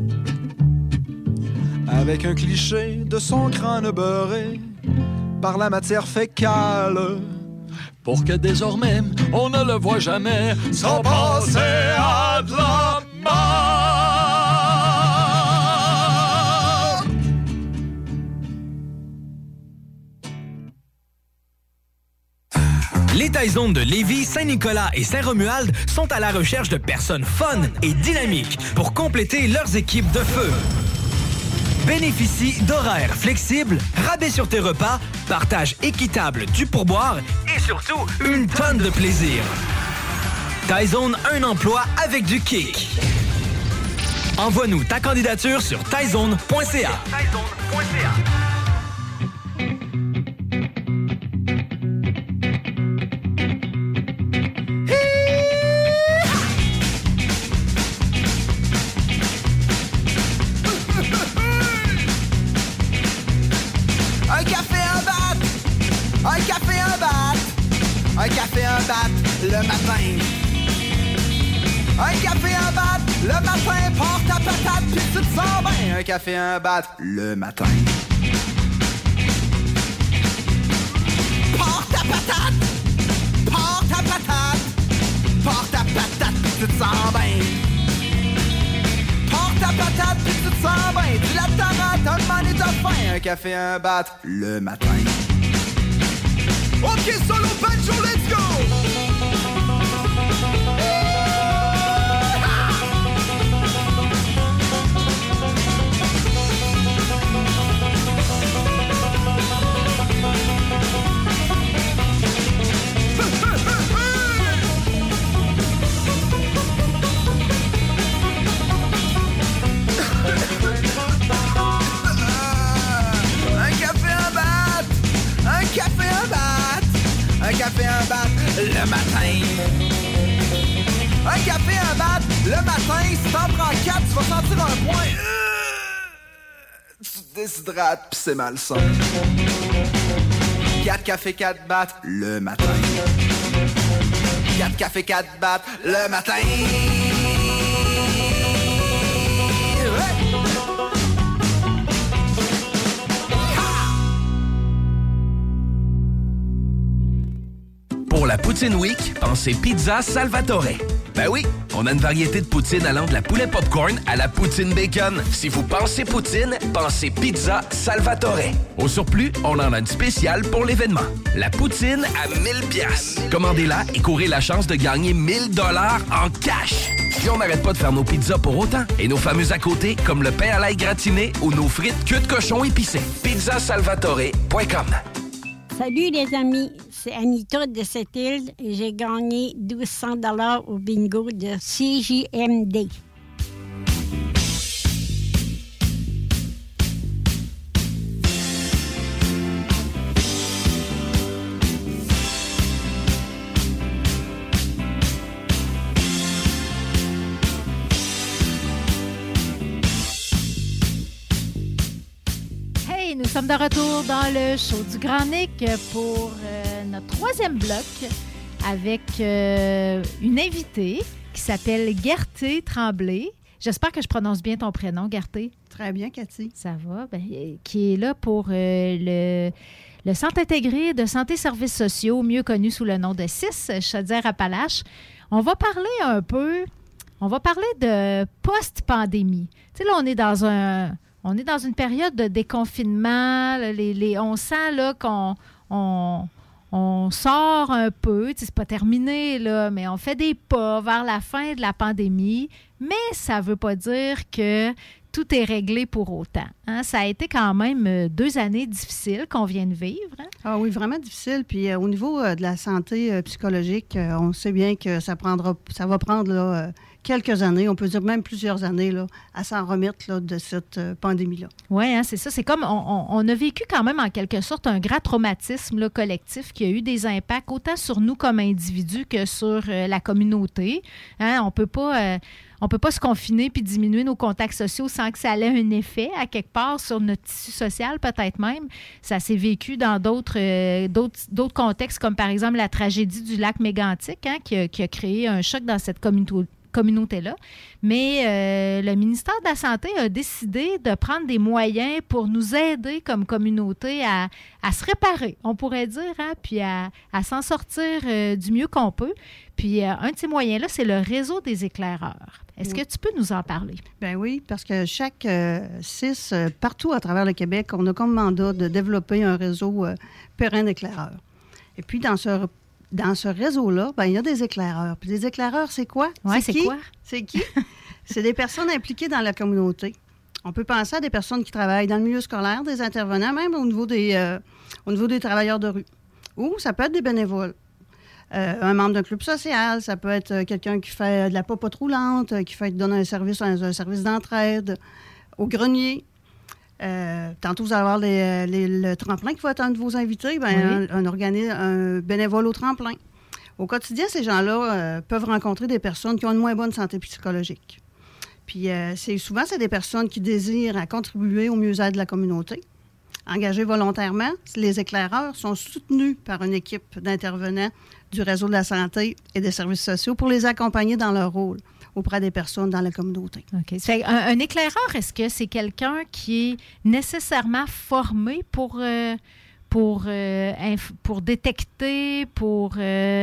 Avec un cliché de son crâne beurré par la matière fécale. Pour que désormais, on ne le voit jamais sans passer à de la mort. Les Taizones de Lévis, Saint-Nicolas et Saint-Romuald sont à la recherche de personnes fun et dynamiques pour compléter leurs équipes de feu. Bénéficie d'horaires flexibles, rabais sur tes repas, partage équitable du pourboire et surtout une tonne de plaisir. Taizone, un emploi avec du kick. Envoie-nous ta candidature sur taizone.ca. Un café, un bat, un café, un bat, un café, un bat, le matin. Un café, un bat, le matin, porte ta patate, puis tu te sens bien. Un café, un bat, le matin. Porte ta patate, porte ta patate, porte ta patate, puis tu te sens bien. Porte ta patate, puis tu te sens bien. Tu la tarate, un man et t'as faim. Un café, un bat, le matin. Ok, solo banjo, let's go! Un café, un bat, le matin. Un café, un bat, le matin. Si t'en prends 4, tu vas sentir un point. Tu te déshydrates, pis c'est malsain. 4 cafés, 4 battes, le matin. 4 cafés, 4 battes, le matin. Pour la Poutine Week, pensez Pizza Salvatore. Ben oui, on a une variété de poutine allant de la poulet popcorn à la poutine bacon. Si vous pensez poutine, pensez Pizza Salvatore. Au surplus, on en a une spéciale pour l'événement. La poutine à 1000 $. Commandez-la et courez la chance de gagner 1000 $ en cash. Puis on n'arrête pas de faire nos pizzas pour autant. Et nos fameux à côté, comme le pain à l'ail gratiné ou nos frites queue de cochon épicées. pizzasalvatore.com. Salut les amis, c'est Anita de cette île et j'ai gagné 1200 $ au bingo de CJMD. Nous sommes de retour dans le show du Grand Nick pour notre troisième bloc avec une invitée qui s'appelle Gerté Tremblay. J'espère que je prononce bien ton prénom, Gerté. Très bien, Cathy. Ça va. Qui est là pour le Centre intégré de santé et services sociaux, mieux connu sous le nom de CIS, Chaudière-Appalaches. On va parler de post-pandémie. Tu sais, là, on est dans une période de déconfinement. On sent là, qu'on sort un peu. C'est pas terminé, là, mais on fait des pas vers la fin de la pandémie. Mais ça ne veut pas dire que tout est réglé pour autant. Hein? Ça a été quand même 2 années difficiles qu'on vient de vivre. Hein? Ah oui, vraiment difficile. Puis au niveau de la santé psychologique, on sait bien que ça va prendre là, quelques années, on peut dire même plusieurs années, là, à s'en remettre là, de cette pandémie-là. Oui, hein, c'est ça. C'est comme on a vécu quand même en quelque sorte un grand traumatisme là, collectif qui a eu des impacts autant sur nous comme individus que sur la communauté. Hein, on peut pas se confiner puis diminuer nos contacts sociaux sans que ça ait un effet à quelque part sur notre tissu social, peut-être même. Ça s'est vécu dans d'autres contextes, comme par exemple la tragédie du lac Mégantic, hein, qui a créé un choc dans cette communauté-là. Mais le ministère de la Santé a décidé de prendre des moyens pour nous aider comme communauté à se réparer, on pourrait dire, hein, puis à s'en sortir du mieux qu'on peut. Puis un de ces moyens-là, c'est le réseau des éclaireurs. Est-ce que tu peux nous en parler? Bien oui, parce que chaque CIS, partout à travers le Québec, on a comme mandat de développer un réseau pérenne d'éclaireurs. Et puis, dans ce réseau-là, ben, il y a des éclaireurs. Puis les éclaireurs, c'est quoi? Oui, c'est quoi? C'est qui? C'est des personnes impliquées dans la communauté. On peut penser à des personnes qui travaillent dans le milieu scolaire, des intervenants, même au niveau des travailleurs de rue. Ou ça peut être des bénévoles. Un membre d'un club social, ça peut être quelqu'un qui fait de la popote roulante, qui donne un service d'entraide au grenier. Tantôt, vous allez avoir le tremplin qui va être un de vos invités, bien, oui. un bénévole au tremplin. Au quotidien, ces gens-là peuvent rencontrer des personnes qui ont une moins bonne santé psychologique. Puis, souvent, c'est des personnes qui désirent à contribuer au mieux-être de la communauté. Engagés volontairement, les éclaireurs sont soutenus par une équipe d'intervenants du réseau de la santé et des services sociaux pour les accompagner dans leur rôle auprès des personnes dans la communauté. OK. Un éclaireur, est-ce que c'est quelqu'un qui est nécessairement formé pour détecter, pour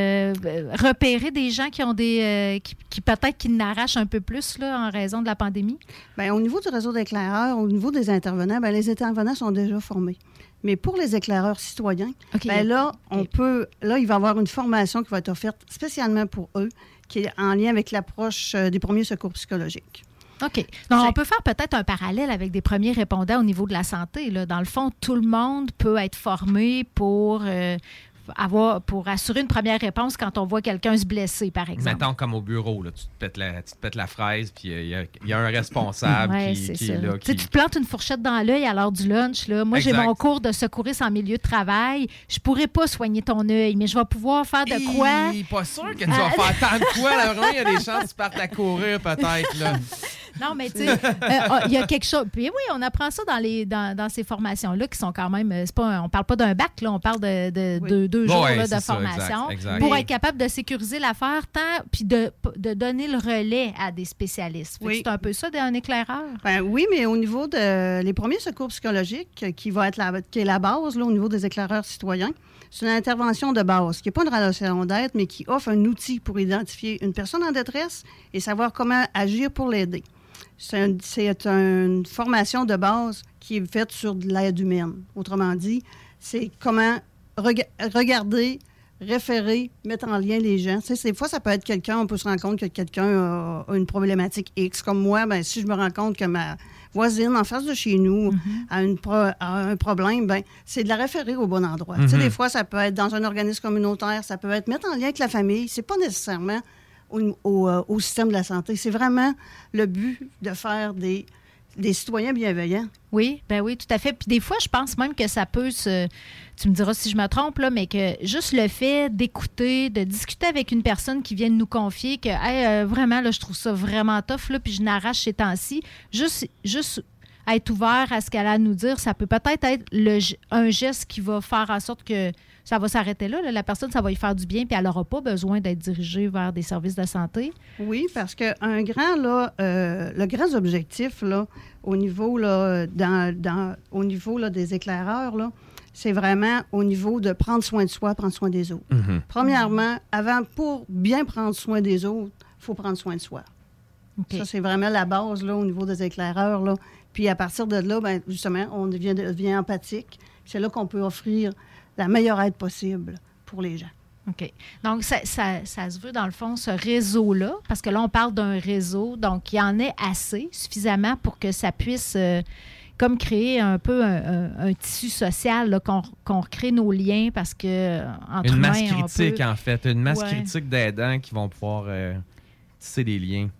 repérer des gens qui ont qui peut-être qui n'arrachent un peu plus là, en raison de la pandémie? Bien, au niveau du réseau d'éclaireurs, au niveau des intervenants, bien, les intervenants sont déjà formés. Mais pour les éclaireurs citoyens, okay. Bien, là, il va y avoir une formation qui va être offerte spécialement pour eux, qui est en lien avec l'approche des premiers secours psychologiques. OK. Donc, on peut faire peut-être un parallèle avec des premiers répondants au niveau de la santé. Là. Dans le fond, tout le monde peut être formé pour assurer une première réponse quand on voit quelqu'un se blesser, par exemple. Mettons comme au bureau, là, tu te pètes la fraise, puis il y a un responsable qui est là. Tu te plantes une fourchette dans l'œil à l'heure du lunch. Là. Moi, j'ai mon cours de secouriste en milieu de travail. Je pourrais pas soigner ton œil, mais je vais pouvoir faire de quoi? Pas sûr que tu vas faire tant de quoi. Là, vraiment, il y a des chances que tu partes à courir, peut-être. Là. Non, mais tu sais, il y a quelque chose. Puis oui, on apprend ça dans ces formations-là qui sont quand même. On parle pas d'un bac, là, on parle de 2 jours là, de formation exact. Pour être capable de sécuriser l'affaire, puis de donner le relais à des spécialistes. C'est un peu ça d'un éclaireur? Ben, oui, mais au niveau des premiers secours psychologiques, qui est la base là, au niveau des éclaireurs citoyens, c'est une intervention de base, qui n'est pas une relation d'aide, mais qui offre un outil pour identifier une personne en détresse et savoir comment agir pour l'aider. C'est une formation de base qui est faite sur de l'aide humaine. Autrement dit, c'est comment regarder, référer, mettre en lien les gens. Tu sais, des fois, ça peut être quelqu'un, on peut se rendre compte que quelqu'un a une problématique X. Comme moi, bien, si je me rends compte que ma voisine en face de chez nous a un problème, bien, c'est de la référer au bon endroit. Tu sais, des fois, ça peut être dans un organisme communautaire, ça peut être mettre en lien avec la famille. C'est pas nécessairement au système de la santé. C'est vraiment le but de faire des citoyens bienveillants. Oui, ben oui, tout à fait. Puis des fois, je pense même que ça peut tu me diras si je me trompe, là, mais que juste le fait d'écouter, de discuter avec une personne qui vient de nous confier que hey, vraiment, là, je trouve ça vraiment tough, là, puis je n'arrache ces temps-ci, juste être ouvert à ce qu'elle a à nous dire, ça peut peut-être être un geste qui va faire en sorte que ça va s'arrêter là. La personne, ça va lui faire du bien, puis elle n'aura pas besoin d'être dirigée vers des services de santé. Oui, parce que le grand objectif là, au niveau là, au niveau là, des éclaireurs, là, c'est vraiment au niveau de prendre soin de soi, prendre soin des autres. Premièrement, pour bien prendre soin des autres, il faut prendre soin de soi. Okay. Ça, c'est vraiment la base là, au niveau des éclaireurs. Là. Puis à partir de là, ben, justement, on devient empathique. C'est là qu'on peut offrir la meilleure aide possible pour les gens. OK. Donc, ça se veut, dans le fond, ce réseau-là, parce que là, on parle d'un réseau, donc il y en est assez, suffisamment pour que ça puisse comme créer un peu un tissu social, là, qu'on recrée nos liens, parce que entre une masse critique, en fait. Une masse critique d'aidants qui vont pouvoir tisser des liens.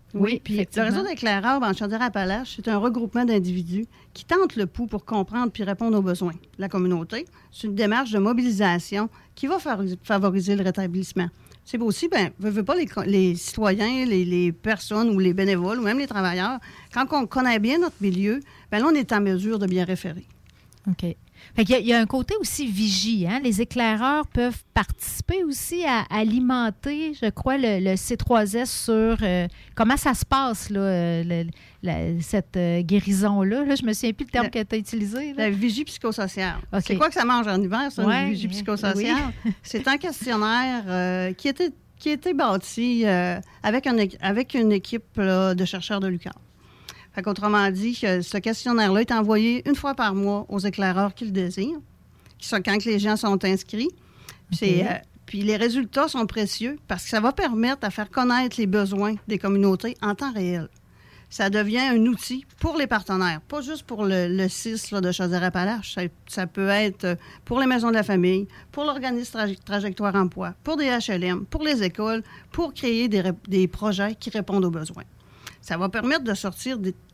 Oui, puis le réseau d'éclaireurs en Chaudière-Appalaches, c'est un regroupement d'individus qui tentent le pouls pour comprendre puis répondre aux besoins de la communauté. C'est une démarche de mobilisation qui va favoriser le rétablissement. C'est aussi, veut pas les citoyens, les personnes ou les bénévoles ou même les travailleurs, quand on connaît bien notre milieu, là, on est en mesure de bien référer. OK. Fait qu'il y a un côté aussi vigie. Hein? Les éclaireurs peuvent participer aussi à alimenter, je crois, le C3S sur comment ça se passe, là, cette guérison-là. Là, je me souviens plus le terme que tu as utilisé. Là. La vigie psychosociale. Okay. C'est quoi que ça mange en hiver, ça, une vigie psychosociale? Oui. C'est un questionnaire qui a été bâti avec une équipe là, de chercheurs de l'UQAM. Fait qu'autrement dit, ce questionnaire-là est envoyé une fois par mois aux éclaireurs qui le désirent, quand les gens sont inscrits. Puis les résultats sont précieux parce que ça va permettre de faire connaître les besoins des communautés en temps réel. Ça devient un outil pour les partenaires, pas juste pour le CIS là, de Chaudière-Appalaches. Ça peut être pour les maisons de la famille, pour l'organisme Trajectoire Emploi, pour des HLM, pour les écoles, pour créer des projets qui répondent aux besoins. Ça va permettre de sortir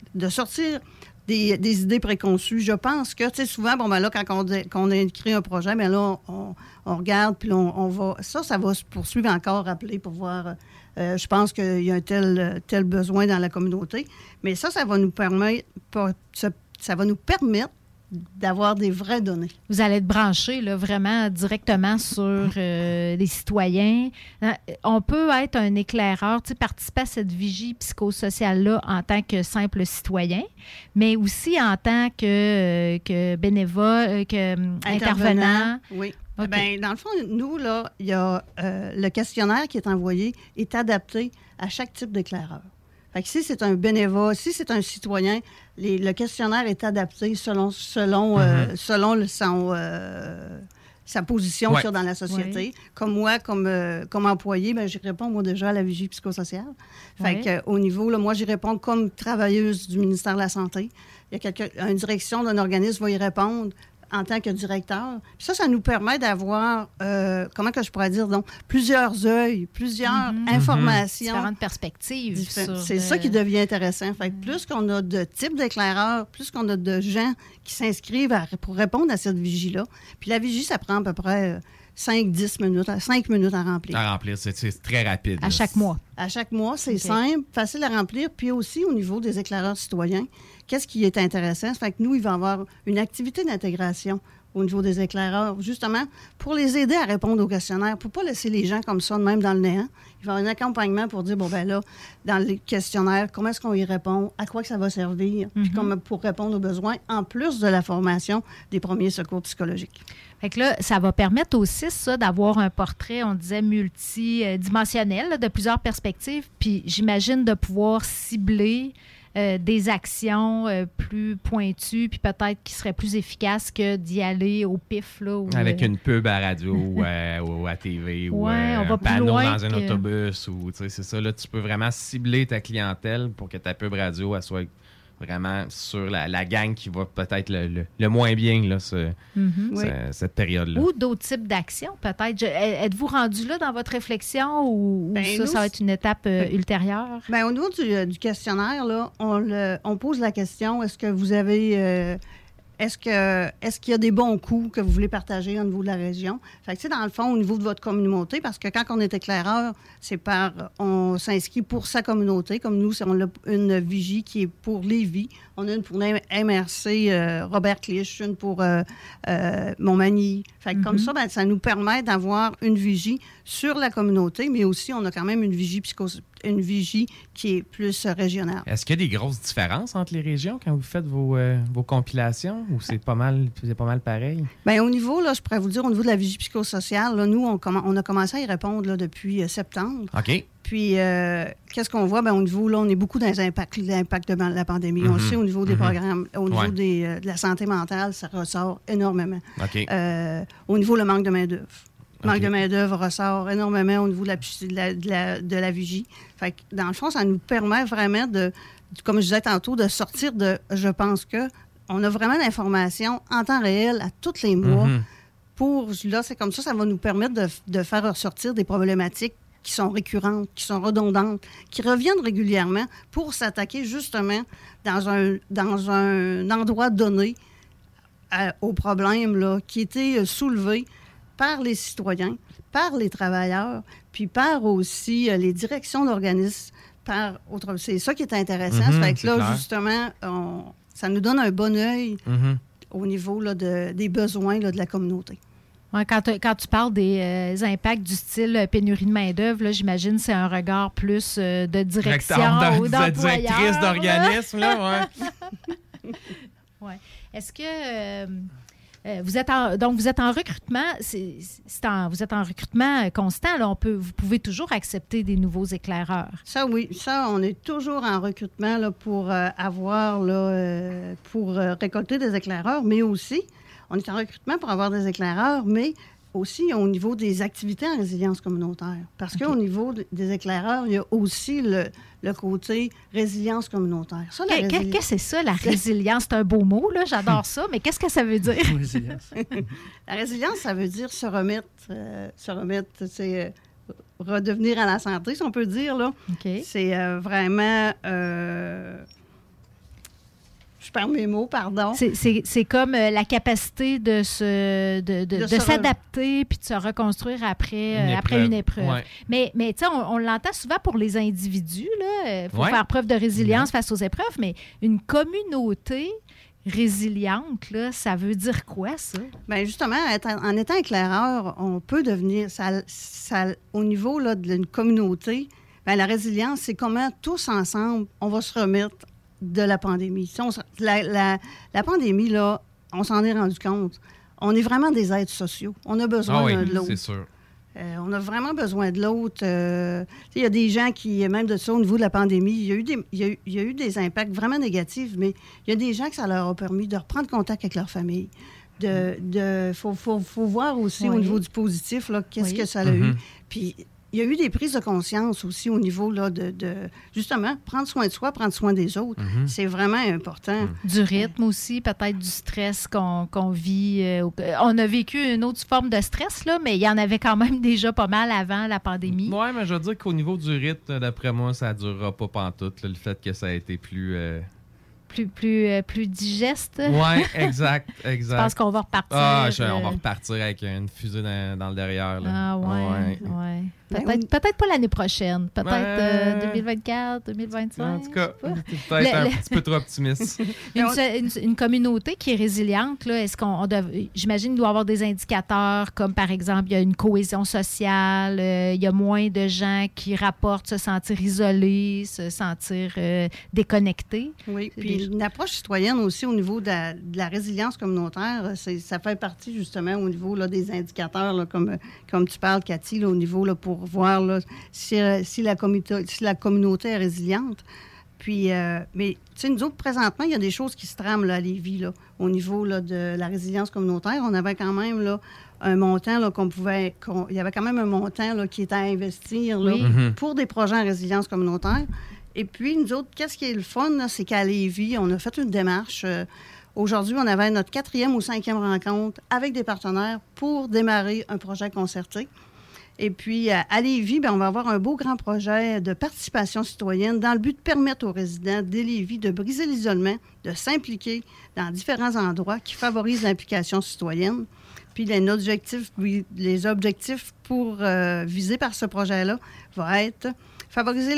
des idées préconçues. Je pense que, tu sais, souvent, là, quand on a écrit un projet, là, on regarde, puis on va... Ça va se poursuivre encore, rappeler pour voir... je pense qu'il y a un tel besoin dans la communauté. Mais ça va nous permettre... Ça va nous permettre d'avoir des vraies données. Vous allez être branché là, vraiment directement sur les citoyens. On peut être un éclaireur, participer à cette vigie psychosociale-là en tant que simple citoyen, mais aussi en tant que bénévole, intervenant. Oui. Okay. Dans le fond, nous, là, il y a le questionnaire qui est envoyé est adapté à chaque type d'éclaireur. Fait que si c'est un bénévole, si c'est un citoyen, le questionnaire est adapté selon sa position dans la société. Oui. Comme moi, comme employé, j'y réponds moi déjà à la vigie psychosociale. Fait que au niveau, là, moi, j'y réponds comme travailleuse du ministère de la Santé. Il y a une direction d'un organisme va y répondre en tant que directeur. Puis ça nous permet d'avoir, comment que je pourrais dire, donc, plusieurs œils, plusieurs informations. Différentes perspectives. C'est ça qui devient intéressant. Fait que plus qu'on a de types d'éclaireurs, plus qu'on a de gens qui s'inscrivent pour répondre à cette vigie-là. Puis la vigie, ça prend à peu près 5 minutes à remplir. À remplir, c'est très rapide. À chaque mois. À chaque mois, c'est simple, facile à remplir. Puis aussi, au niveau des éclaireurs citoyens, qu'est-ce qui est intéressant? Ça fait que nous, il va y avoir une activité d'intégration au niveau des éclaireurs, justement, pour les aider à répondre aux questionnaires, pour ne pas laisser les gens comme ça, même dans le néant. Il va y avoir un accompagnement pour dire, là, dans les questionnaires, comment est-ce qu'on y répond, à quoi que ça va servir, puis pour répondre aux besoins, en plus de la formation des premiers secours psychologiques. Fait que là, ça va permettre aussi, ça, d'avoir un portrait, on disait, multidimensionnel, là, de plusieurs perspectives, puis j'imagine de pouvoir cibler des actions plus pointues, puis peut-être qui seraient plus efficaces que d'y aller au pif. Là, avec une pub à radio ou à TV ou un panneau dans un autobus. C'est ça, là, tu peux vraiment cibler ta clientèle pour que ta pub radio elle soit vraiment sur la gang qui va peut-être le moins bien là, cette période-là. Ou d'autres types d'actions, peut-être. Êtes-vous rendu là dans votre réflexion ou ça va être une étape ultérieure? Au niveau du questionnaire, là, on pose la question, est-ce que vous avez... Est-ce qu'il y a des bons coups que vous voulez partager au niveau de la région? Fait que, dans le fond, au niveau de votre communauté, parce que quand on est éclaireur, on s'inscrit pour sa communauté. Comme nous, on a une vigie qui est pour Lévis. On a une pour MRC Robert Clich, une pour Montmagny. Fait que comme ça, ça nous permet d'avoir une vigie sur la communauté, mais aussi, on a quand même une vigie qui est plus régionale. Est-ce qu'il y a des grosses différences entre les régions quand vous faites vos compilations ou c'est pas mal pareil? Au niveau, là, je pourrais vous dire, au niveau de la vigie psychosociale, là, nous, on a commencé à y répondre là, depuis septembre. OK. Puis, qu'est-ce qu'on voit? Au niveau, là, on est beaucoup dans l'impact de la pandémie. On sait au niveau des programmes, au niveau de la santé mentale, ça ressort énormément. OK. Au niveau, le manque de main-d'œuvre. Le manque de main-d'œuvre ressort énormément au niveau de la vigie. Fait que, dans le fond, ça nous permet vraiment comme je disais tantôt, de sortir de... Je pense que on a vraiment l'information en temps réel à tous les mois. Là, c'est comme ça va nous permettre de faire ressortir des problématiques qui sont récurrentes, qui sont redondantes, qui reviennent régulièrement pour s'attaquer justement dans un endroit donné aux problèmes là, qui étaient soulevés par les citoyens, par les travailleurs, puis par aussi les directions d'organismes. C'est ça qui est intéressant. Ça fait que là, clair. Justement, ça nous donne un bon œil au niveau là, des besoins là, de la communauté. Ouais, quand tu parles des impacts du style pénurie de main-d'œuvre, là, j'imagine que c'est un regard plus de direction ou d'employeur. Directrice d'organisme, là, ouais. Ouais. Est-ce que vous êtes en recrutement, vous êtes en recrutement constant, là, vous pouvez toujours accepter des nouveaux éclaireurs? Ça, oui. Ça, on est toujours en recrutement là, pour pour récolter des éclaireurs, mais aussi, on est en recrutement pour avoir des éclaireurs, mais aussi au niveau des activités en résilience communautaire. Parce qu'au niveau des éclaireurs, il y a aussi le côté résilience communautaire. Qu'est-ce que c'est ça, la résilience? C'est un beau mot, là, j'adore ça, mais qu'est-ce que ça veut dire? Résilience. La résilience, ça veut dire se remettre, c'est redevenir à la santé, si on peut dire, là. Okay. C'est vraiment... je perds mes mots, pardon. C'est comme la capacité de s'adapter puis de se reconstruire après une épreuve. Ouais. Mais tu sais, on l'entend souvent pour les individus. Il faut faire preuve de résilience face aux épreuves, mais une communauté résiliente, là, ça veut dire quoi, ça? Bien, justement, en étant éclaireur, on peut devenir... au niveau là, d'une communauté, bien, la résilience, c'est comment tous ensemble, on va se remettre de la pandémie. La pandémie, là, on s'en est rendu compte. On est vraiment des êtres sociaux. On a besoin l'un de l'autre. C'est sûr. On a vraiment besoin de l'autre. Il y a des gens qui, même de ça, au niveau de la pandémie, il y a eu des impacts vraiment négatifs, mais il y a des gens que ça leur a permis de reprendre contact avec leur famille. Faut voir aussi au niveau du positif, là, qu'est-ce que ça a eu. Puis, il y a eu des prises de conscience aussi au niveau là, de justement, prendre soin de soi, prendre soin des autres. C'est vraiment important. Du rythme aussi, peut-être du stress qu'on vit. On a vécu une autre forme de stress, là, mais il y en avait quand même déjà pas mal avant la pandémie. Oui, mais je veux dire qu'au niveau du rythme, d'après moi, ça ne durera pas pantoute, là, le fait que ça a été plus digeste. Oui, exact. Je pense qu'on va repartir. On va repartir avec une fusée dans le derrière. Là. Ah, ouais. Peut-être pas l'année prochaine. Peut-être 2024, 2025. En tout cas, peut-être un petit peu trop optimiste. Une communauté qui est résiliente, là, j'imagine qu'il doit y avoir des indicateurs comme, par exemple, il y a une cohésion sociale, il y a moins de gens qui rapportent se sentir isolés, se sentir déconnectés. Oui, puis une approche citoyenne aussi au niveau de la résilience communautaire, ça fait partie justement au niveau là, des indicateurs, là, comme tu parles, Cathy, là, au niveau là, pour voir là, si la communauté est résiliente. Puis, mais tu sais, nous autres, présentement, il y a des choses qui se trament là, à Lévis, là, au niveau là, de la résilience communautaire. On avait quand même là, un montant là, il y avait quand même un montant là, qui était à investir là, pour des projets en résilience communautaire. Et puis, nous autres, qu'est-ce qui est le fun, là, c'est qu'à Lévis, on a fait une démarche. Aujourd'hui, on avait notre 4e ou 5e rencontre avec des partenaires pour démarrer un projet concerté. Et puis, à Lévis, on va avoir un beau grand projet de participation citoyenne dans le but de permettre aux résidents de Lévis de briser l'isolement, de s'impliquer dans différents endroits qui favorisent l'implication citoyenne. Puis, les objectifs pour viser par ce projet-là vont être favoriser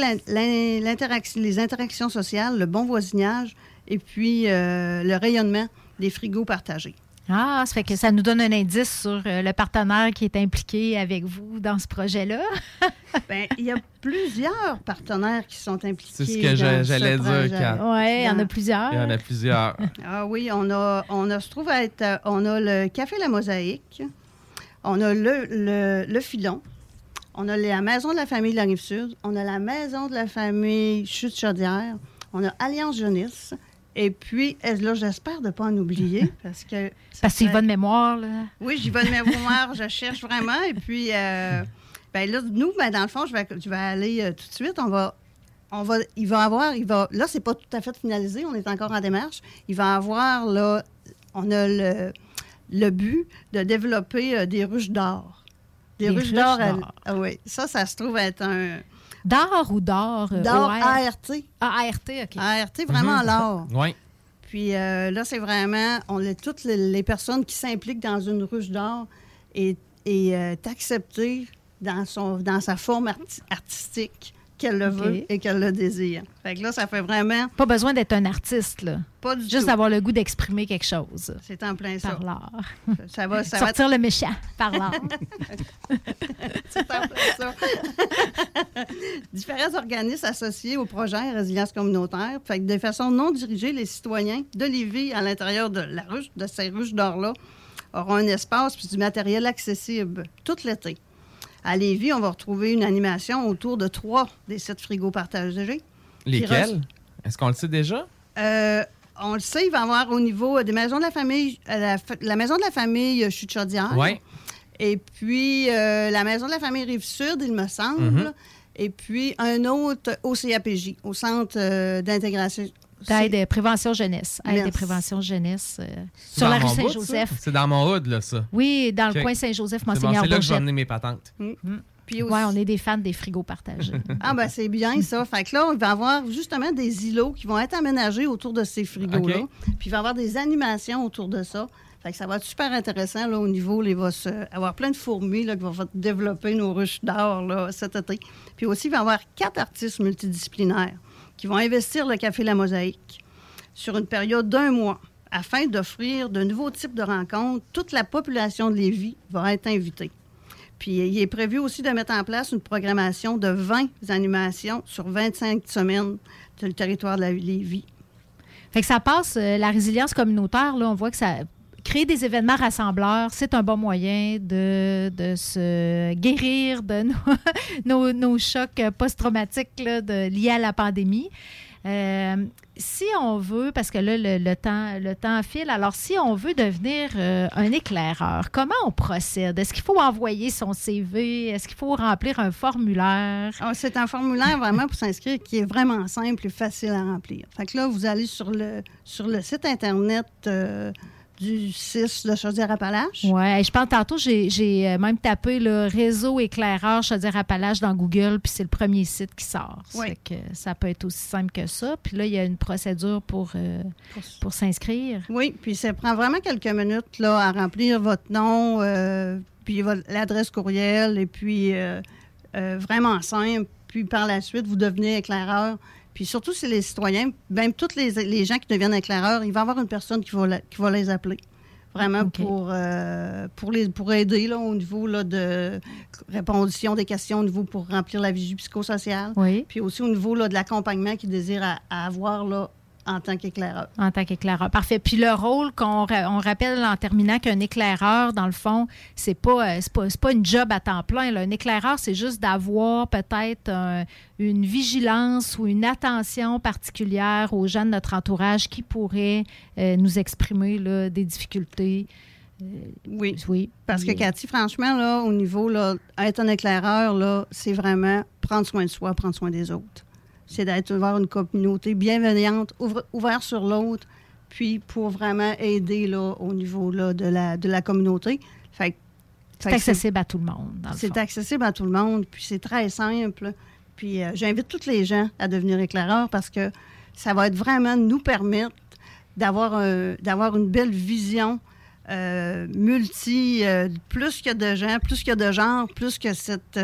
les interactions sociales, le bon voisinage et puis le rayonnement des frigos partagés. Ah, ça fait que ça nous donne un indice sur le partenaire qui est impliqué avec vous dans ce projet-là. Bien, il y a plusieurs partenaires qui sont impliqués. C'est ce que j'allais dire, Kat. Oui, il y en a plusieurs. Il y en a plusieurs. Ah oui, on se trouve à être... On a le Café La Mosaïque, on a le Filon, on a la Maison de la famille de la Rive-Sud, on a la Maison de la famille Chute-Chaudière, on a Alliance Jeunesse. Et puis, là, j'espère de ne pas en oublier, parce que... Parce que j'y vais de mémoire, là. Oui, j'y vais de mémoire, je cherche vraiment. Et puis, là, nous, dans le fond, je vais aller tout de suite. Là, c'est pas tout à fait finalisé, on est encore en démarche. Il va avoir, là, on a le but de développer des ruches d'or. Des ruches d'or. Ah oui, ça se trouve être un... D'or ou d'or? D'or ART. Ah, ART, OK. ART, vraiment l'or. Oui. Puis là, c'est vraiment... toutes les personnes qui s'impliquent dans une ruche d'or est acceptée dans sa forme artistique qu'elle le veut et qu'elle le désire. Fait que là, ça fait vraiment... Pas besoin d'être un artiste, là. Pas du tout. Juste avoir le goût d'exprimer quelque chose. C'est en plein ça. Par l'art. Ça va sortir le méchant par l'art. C'est en plein ça. Différents organismes associés au projet Résilience communautaire, fait que de façon non dirigée, les citoyens de Lévis, à l'intérieur de ces ruches d'or-là, auront un espace et du matériel accessible tout l'été. À Lévis, on va retrouver une animation autour de 3 des 7 frigos partagés. Lesquels? Est-ce qu'on le sait déjà? On le sait, il va y avoir au niveau des maisons de la famille, la maison de la famille Chute-Chaudière. Oui. Et puis, la maison de la famille Rive-Sud, il me semble. Mm-hmm. Et puis, un autre au CAPJ, au Centre d'intégration. D'aide et prévention jeunesse. Aide et prévention jeunesse sur la rue Saint-Joseph. C'est dans mon hood, là, ça. Oui, dans le coin Saint-Joseph, Monseigneur Bourget. C'est là que Bourget. je vais emmener mes patentes. Puis oui, on est des fans des frigos partagés. Ah, ben c'est bien ça. Fait que là, il va y avoir justement des îlots qui vont être aménagés autour de ces frigos-là. Puis il va y avoir des animations autour de ça. Fait que ça va être super intéressant là, au niveau. Il va avoir plein de fourmis là, qui vont développer nos ruches d'or là, cet été. Puis aussi, il va y avoir 4 artistes multidisciplinaires qui vont investir le Café La Mosaïque sur une période d'1 mois afin d'offrir de nouveaux types de rencontres. Toute la population de Lévis va être invitée. Puis il est prévu aussi de mettre en place une programmation de 20 animations sur 25 semaines sur le territoire de la Lévis. Fait que ça passe, la résilience communautaire, là, on voit que ça... Créer des événements rassembleurs, c'est un bon moyen de se guérir de nos chocs post-traumatiques là, liés à la pandémie. Si on veut, parce que là, le temps file, alors si on veut devenir un éclaireur, comment on procède? Est-ce qu'il faut envoyer son CV? Est-ce qu'il faut remplir un formulaire? C'est un formulaire vraiment pour s'inscrire qui est vraiment simple et facile à remplir. Fait que là, vous allez sur le site Internet du CIS de Chaudière-Appalaches. Oui, je pense tantôt, j'ai même tapé le réseau éclaireur Chaudière-Appalaches dans Google, puis c'est le premier site qui sort. Oui. Fait que ça peut être aussi simple que ça. Puis là, il y a une procédure pour s'inscrire. Oui, puis ça prend vraiment quelques minutes là, à remplir votre nom, puis l'adresse courriel, et puis vraiment simple. Puis par la suite, vous devenez éclaireur. Puis surtout, c'est les citoyens, même tous les gens qui deviennent éclaireurs, il va y avoir une personne qui va les appeler. Vraiment pour aider là, au niveau là, de répondre des questions, au niveau pour remplir la vigie psychosociale. Oui. Puis aussi au niveau là, de l'accompagnement qu'ils désirent à avoir là, en tant qu'éclaireur. En tant qu'éclaireur. Parfait. Puis le rôle on rappelle en terminant qu'un éclaireur, dans le fond, c'est pas une job à temps plein. Là. Un éclaireur, c'est juste d'avoir peut-être une vigilance ou une attention particulière aux gens de notre entourage qui pourraient nous exprimer là, des difficultés. Oui. Parce que Cathy, franchement, là, au niveau là, être un éclaireur, là, c'est vraiment prendre soin de soi, prendre soin des autres. C'est d'avoir une communauté bienveillante, ouverte sur l'autre, puis pour vraiment aider là, au niveau là, de la communauté. C'est accessible à tout le monde, dans le fond. C'est accessible à tout le monde, puis c'est très simple. Puis j'invite tous les gens à devenir éclaireurs parce que ça va être vraiment nous permettre d'avoir une belle vision plus qu'il y a de gens, plus qu'il y a de genres, plus que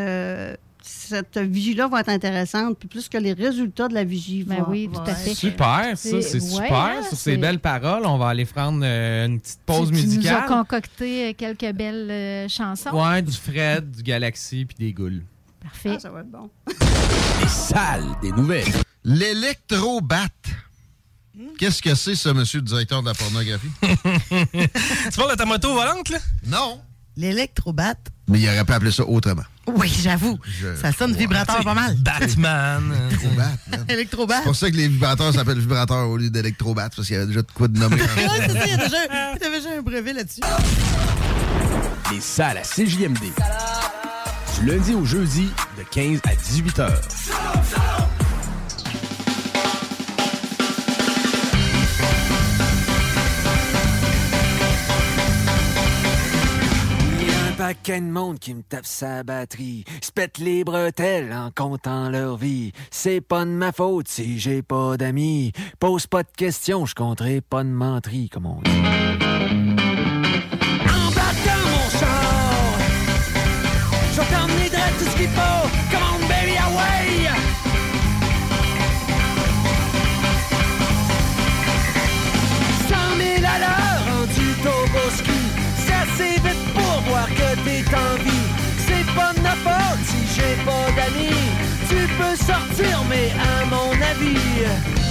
cette vigie-là va être intéressante, puis plus que les résultats de la vigie vont être... Super, ça, c'est super. Sur ces belles paroles, on va aller prendre une petite pause musicale. Tu nous as concocté quelques belles chansons. Ouais, du Fred, du Galaxy, puis des Goules. Parfait. Ça va être bon. Les salles des nouvelles. L'électrobat. Qu'est-ce que c'est, ça, monsieur le directeur de la pornographie? Tu parles de ta moto volante, là? Non. L'électrobat. Mais il aurait pu appeler ça autrement. Oui, j'avoue. Ça sonne vibrateur pas mal. Batman. Électrobat. C'est pour ça que les vibrateurs s'appellent vibrateurs au lieu d'électrobat, parce qu'il y avait déjà de quoi de nommer. Oui, c'est ça, il y a déjà un brevet là-dessus. Les salles à CJMD. Du lundi au jeudi, de 15 à 18 heures. paquet de monde qui me tape sa batterie, se pète les bretelles en comptant leur vie. C'est pas de ma faute si j'ai pas d'amis. Pose pas de questions, je compterai pas de menterie, comme on dit. Embarque dans mon char, je vais t'emmener direct tout ce qu'il faut. Come on baby, away! 100 000 à l'heure rendu Toboski, c'est assez vite pour voir que t'es en vie. C'est pas de ma faute si j'ai pas d'amis. Tu peux sortir mais à mon avis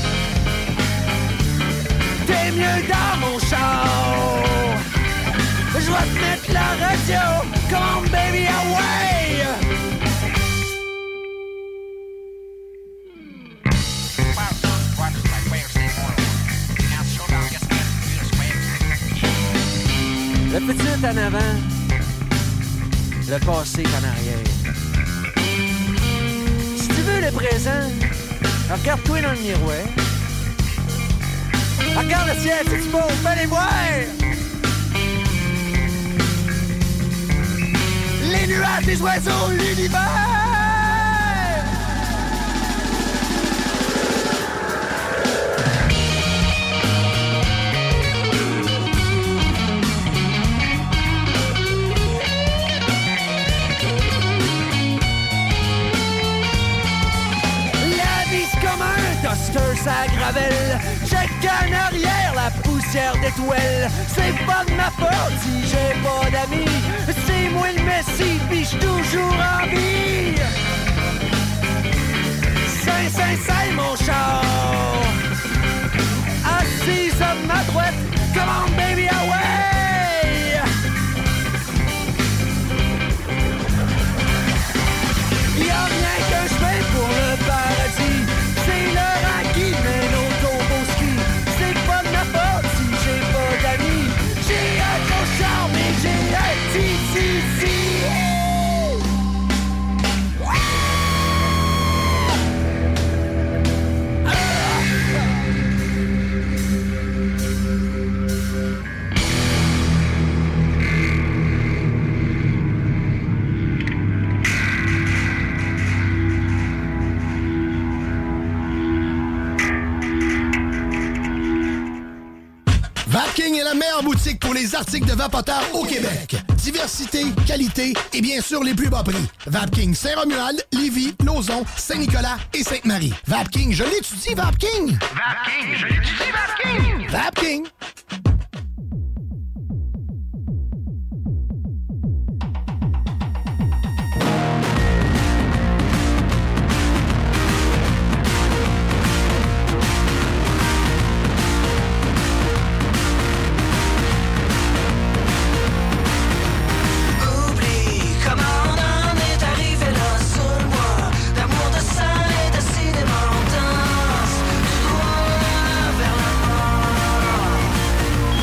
t'es mieux dans mon char. Je vais te mettre la radio. Come on baby, away! Le futur en avant, le passé en arrière. Si tu veux le présent, regarde-toi dans le miroir. Regarde le ciel, c'est-tu beau? Fais-les voir! Les nuages, les oiseaux, l'univers! Duster, ça gravelle. Check en arrière, la poussière d'étoiles. C'est pas de ma faute si j'ai pas d'amis. C'est moi le Messi, pis j'suis toujours en vie. C'est mon char. Assise à ma droite, come on baby, away! Y'a rien qu'un chemin pour le paradis. C'est l'heure à qui met l'auto au ski. C'est pas de ma faute si j'ai pas d'amis. J'ai un gros char mais j'ai un petit. Vapking est la meilleure boutique pour les articles de vapoteurs au Québec. Diversité, qualité et bien sûr les plus bas prix. Vapking Saint-Romuald, Lévis, Lauson, Saint-Nicolas et Sainte-Marie. Vapking, je l'étudie, Vapking! Vapking, je l'étudie, Vapking! Vapking! Cinéma en danse, tout droit vers la mort.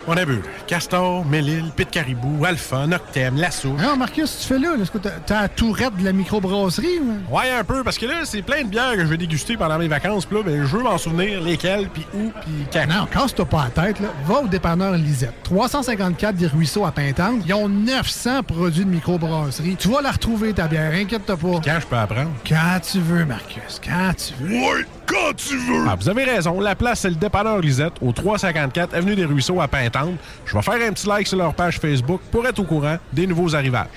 On a vu Castor, Mélile, Pit Caribou, Alpha, Noctem, Lasso. Non, Marcus, tu fais là? Est-ce que t'as la tourette de la microbrasserie? Ouais, un peu, parce que là, c'est plein de bières que je vais déguster pendant mes vacances. Puis là, ben, je veux m'en souvenir lesquelles, puis où, puis quand. Non, casse-toi pas la tête, là. Va au dépanneur Lisette. 354 des Ruisseaux à Pintante. Ils ont 900 produits de microbrasserie. Tu vas la retrouver, ta bière, inquiète-toi pas. Quand je peux apprendre? Quand tu veux, Marcus, quand tu veux. Ouais, quand tu veux! Ah, vous avez raison, la place, c'est le dépanneur Lisette, au 354 Avenue des Ruisseaux à Pintante. Je vais faire un petit like sur leur page Facebook pour être au courant des nouveaux arrivages.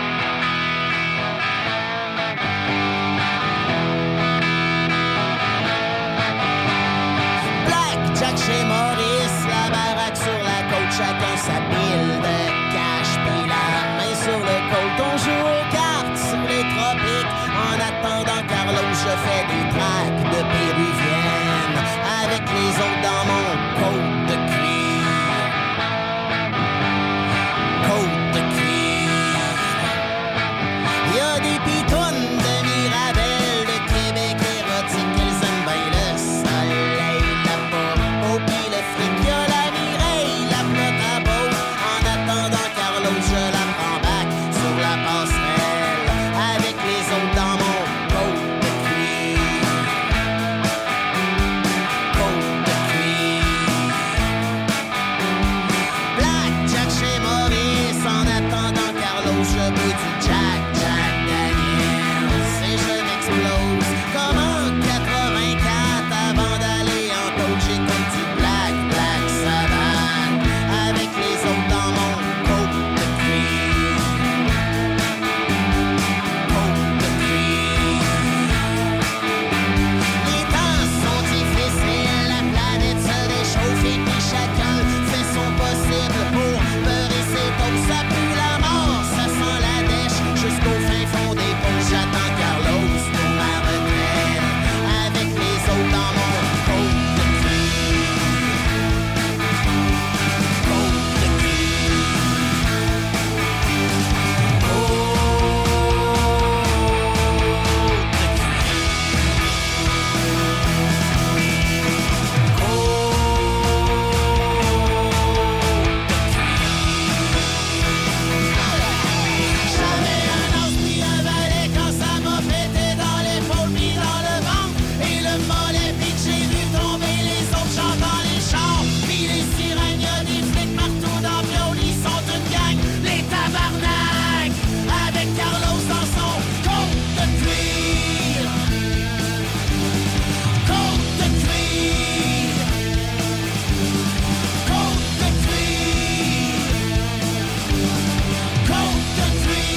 Blackjack chez Maurice, la baraque sur la côte, chacun sa pile de cash, puis la main sur le côte. On joue aux cartes sur les tropiques, en attendant Carlos, je fais des tracks de péruvienne, avec les autres dans mon côte de cuir. Côte de cuir. Y'a des pitounes de Mirabelle, de Québec érotique, elles aiment bien le soleil, la popo pis le fric. Y'a la Mireille, la flotte à beau, en attendant Carlos, je la prends back sur la passerelle, avec les autres dans mon côte de cuir. Côte de cuir. Blackjack chez Maurice, en attendant Carlos, je bois du Jack Daniels et je m'explose comme en 84 avant d'aller en tôle. J'écoute du Black Sabbath avec les autres dans mon côte de cuir. Côte de cuir. Les temps sont difficiles, la planète se réchauffe et puis chacun fait son possible pour beurrer ses toasts. Ça pue la mort, ça sent la dèche jusqu'au fin fond des poches. J'attends Carlos pour ma retraite avec les autres dans mon côte de cuir. Côte de cuir. J'avais un os puis un valet quand ça m'a pété dans l'épaule puis dans le ventre et le mollet puis que j'ai vu tomber les autres gens dans les chars puis les sirènes, y'a des flics partout dans Piole, ils sont une gang, les tabarnak, avec Carlos dans son côte de cuir. Côte de cuir. Côte de cuir. Côte de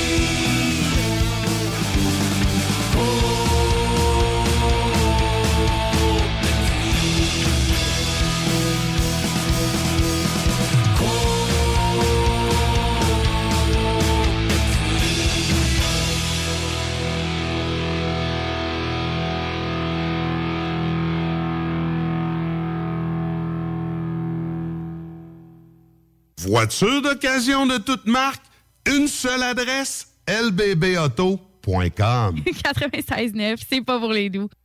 Voiture d'occasion de toute marque, une seule adresse, lbbauto.com. 96.9, c'est pas pour les doux.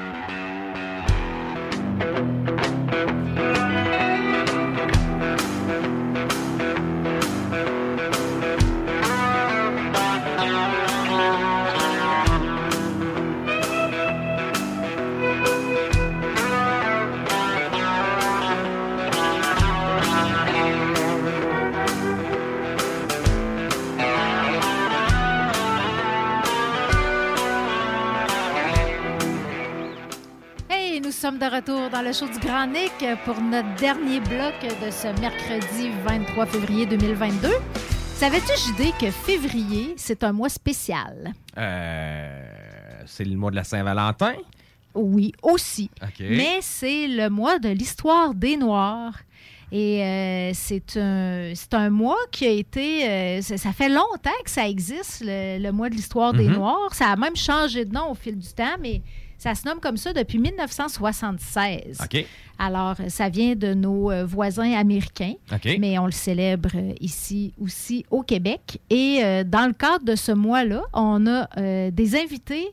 Hey, nous sommes de retour dans le show du Grand Nick pour notre dernier bloc de ce mercredi 23 février 2022. Savais-tu, JD, que février, c'est un mois spécial? C'est le mois de la Saint-Valentin? Oui, aussi. OK. Mais c'est le mois de l'histoire des Noirs. Et c'est un mois qui a été... ça fait longtemps que ça existe, le mois de l'histoire des Noirs. Ça a même changé de nom au fil du temps, mais ça se nomme comme ça depuis 1976. OK. Alors, ça vient de nos voisins américains, OK. mais on le célèbre ici aussi au Québec. Et dans le cadre de ce mois-là, on a des invités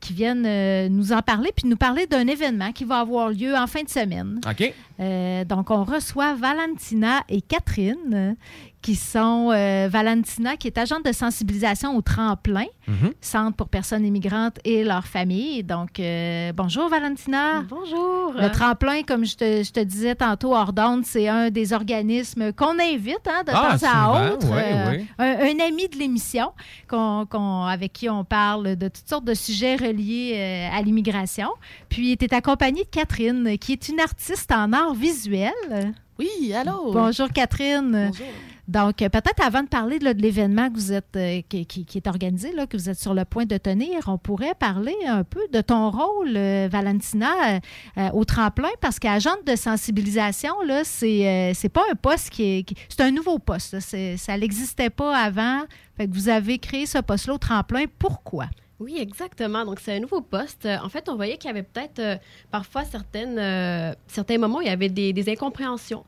qui viennent nous en parler, puis nous parler d'un événement qui va avoir lieu en fin de semaine. OK. Donc, on reçoit Valentina et Catherine, qui sont Valentina, qui est agente de sensibilisation au Tremplin, Centre pour personnes immigrantes et leurs familles. Donc, bonjour Valentina. Bonjour. Le Tremplin, comme je te disais tantôt hors d'onde, c'est un des organismes qu'on invite de temps à autre. Oui. Un ami de l'émission avec qui on parle de toutes sortes de sujets reliés à l'immigration. Puis, tu es accompagnée de Catherine, qui est une artiste en art visuel. Oui, allô. Bonjour Catherine. Bonjour. Donc, peut-être avant de parler de l'événement que vous êtes, qui est organisé, là, que vous êtes sur le point de tenir, on pourrait parler un peu de ton rôle, Valentina, au Tremplin, parce qu'agente de sensibilisation, là, c'est pas un poste c'est un nouveau poste. Là. Ça n'existait pas avant. Fait que vous avez créé ce poste-là au Tremplin. Pourquoi? Oui, exactement. Donc, c'est un nouveau poste. En fait, on voyait qu'il y avait peut-être parfois certains moments où il y avait des incompréhensions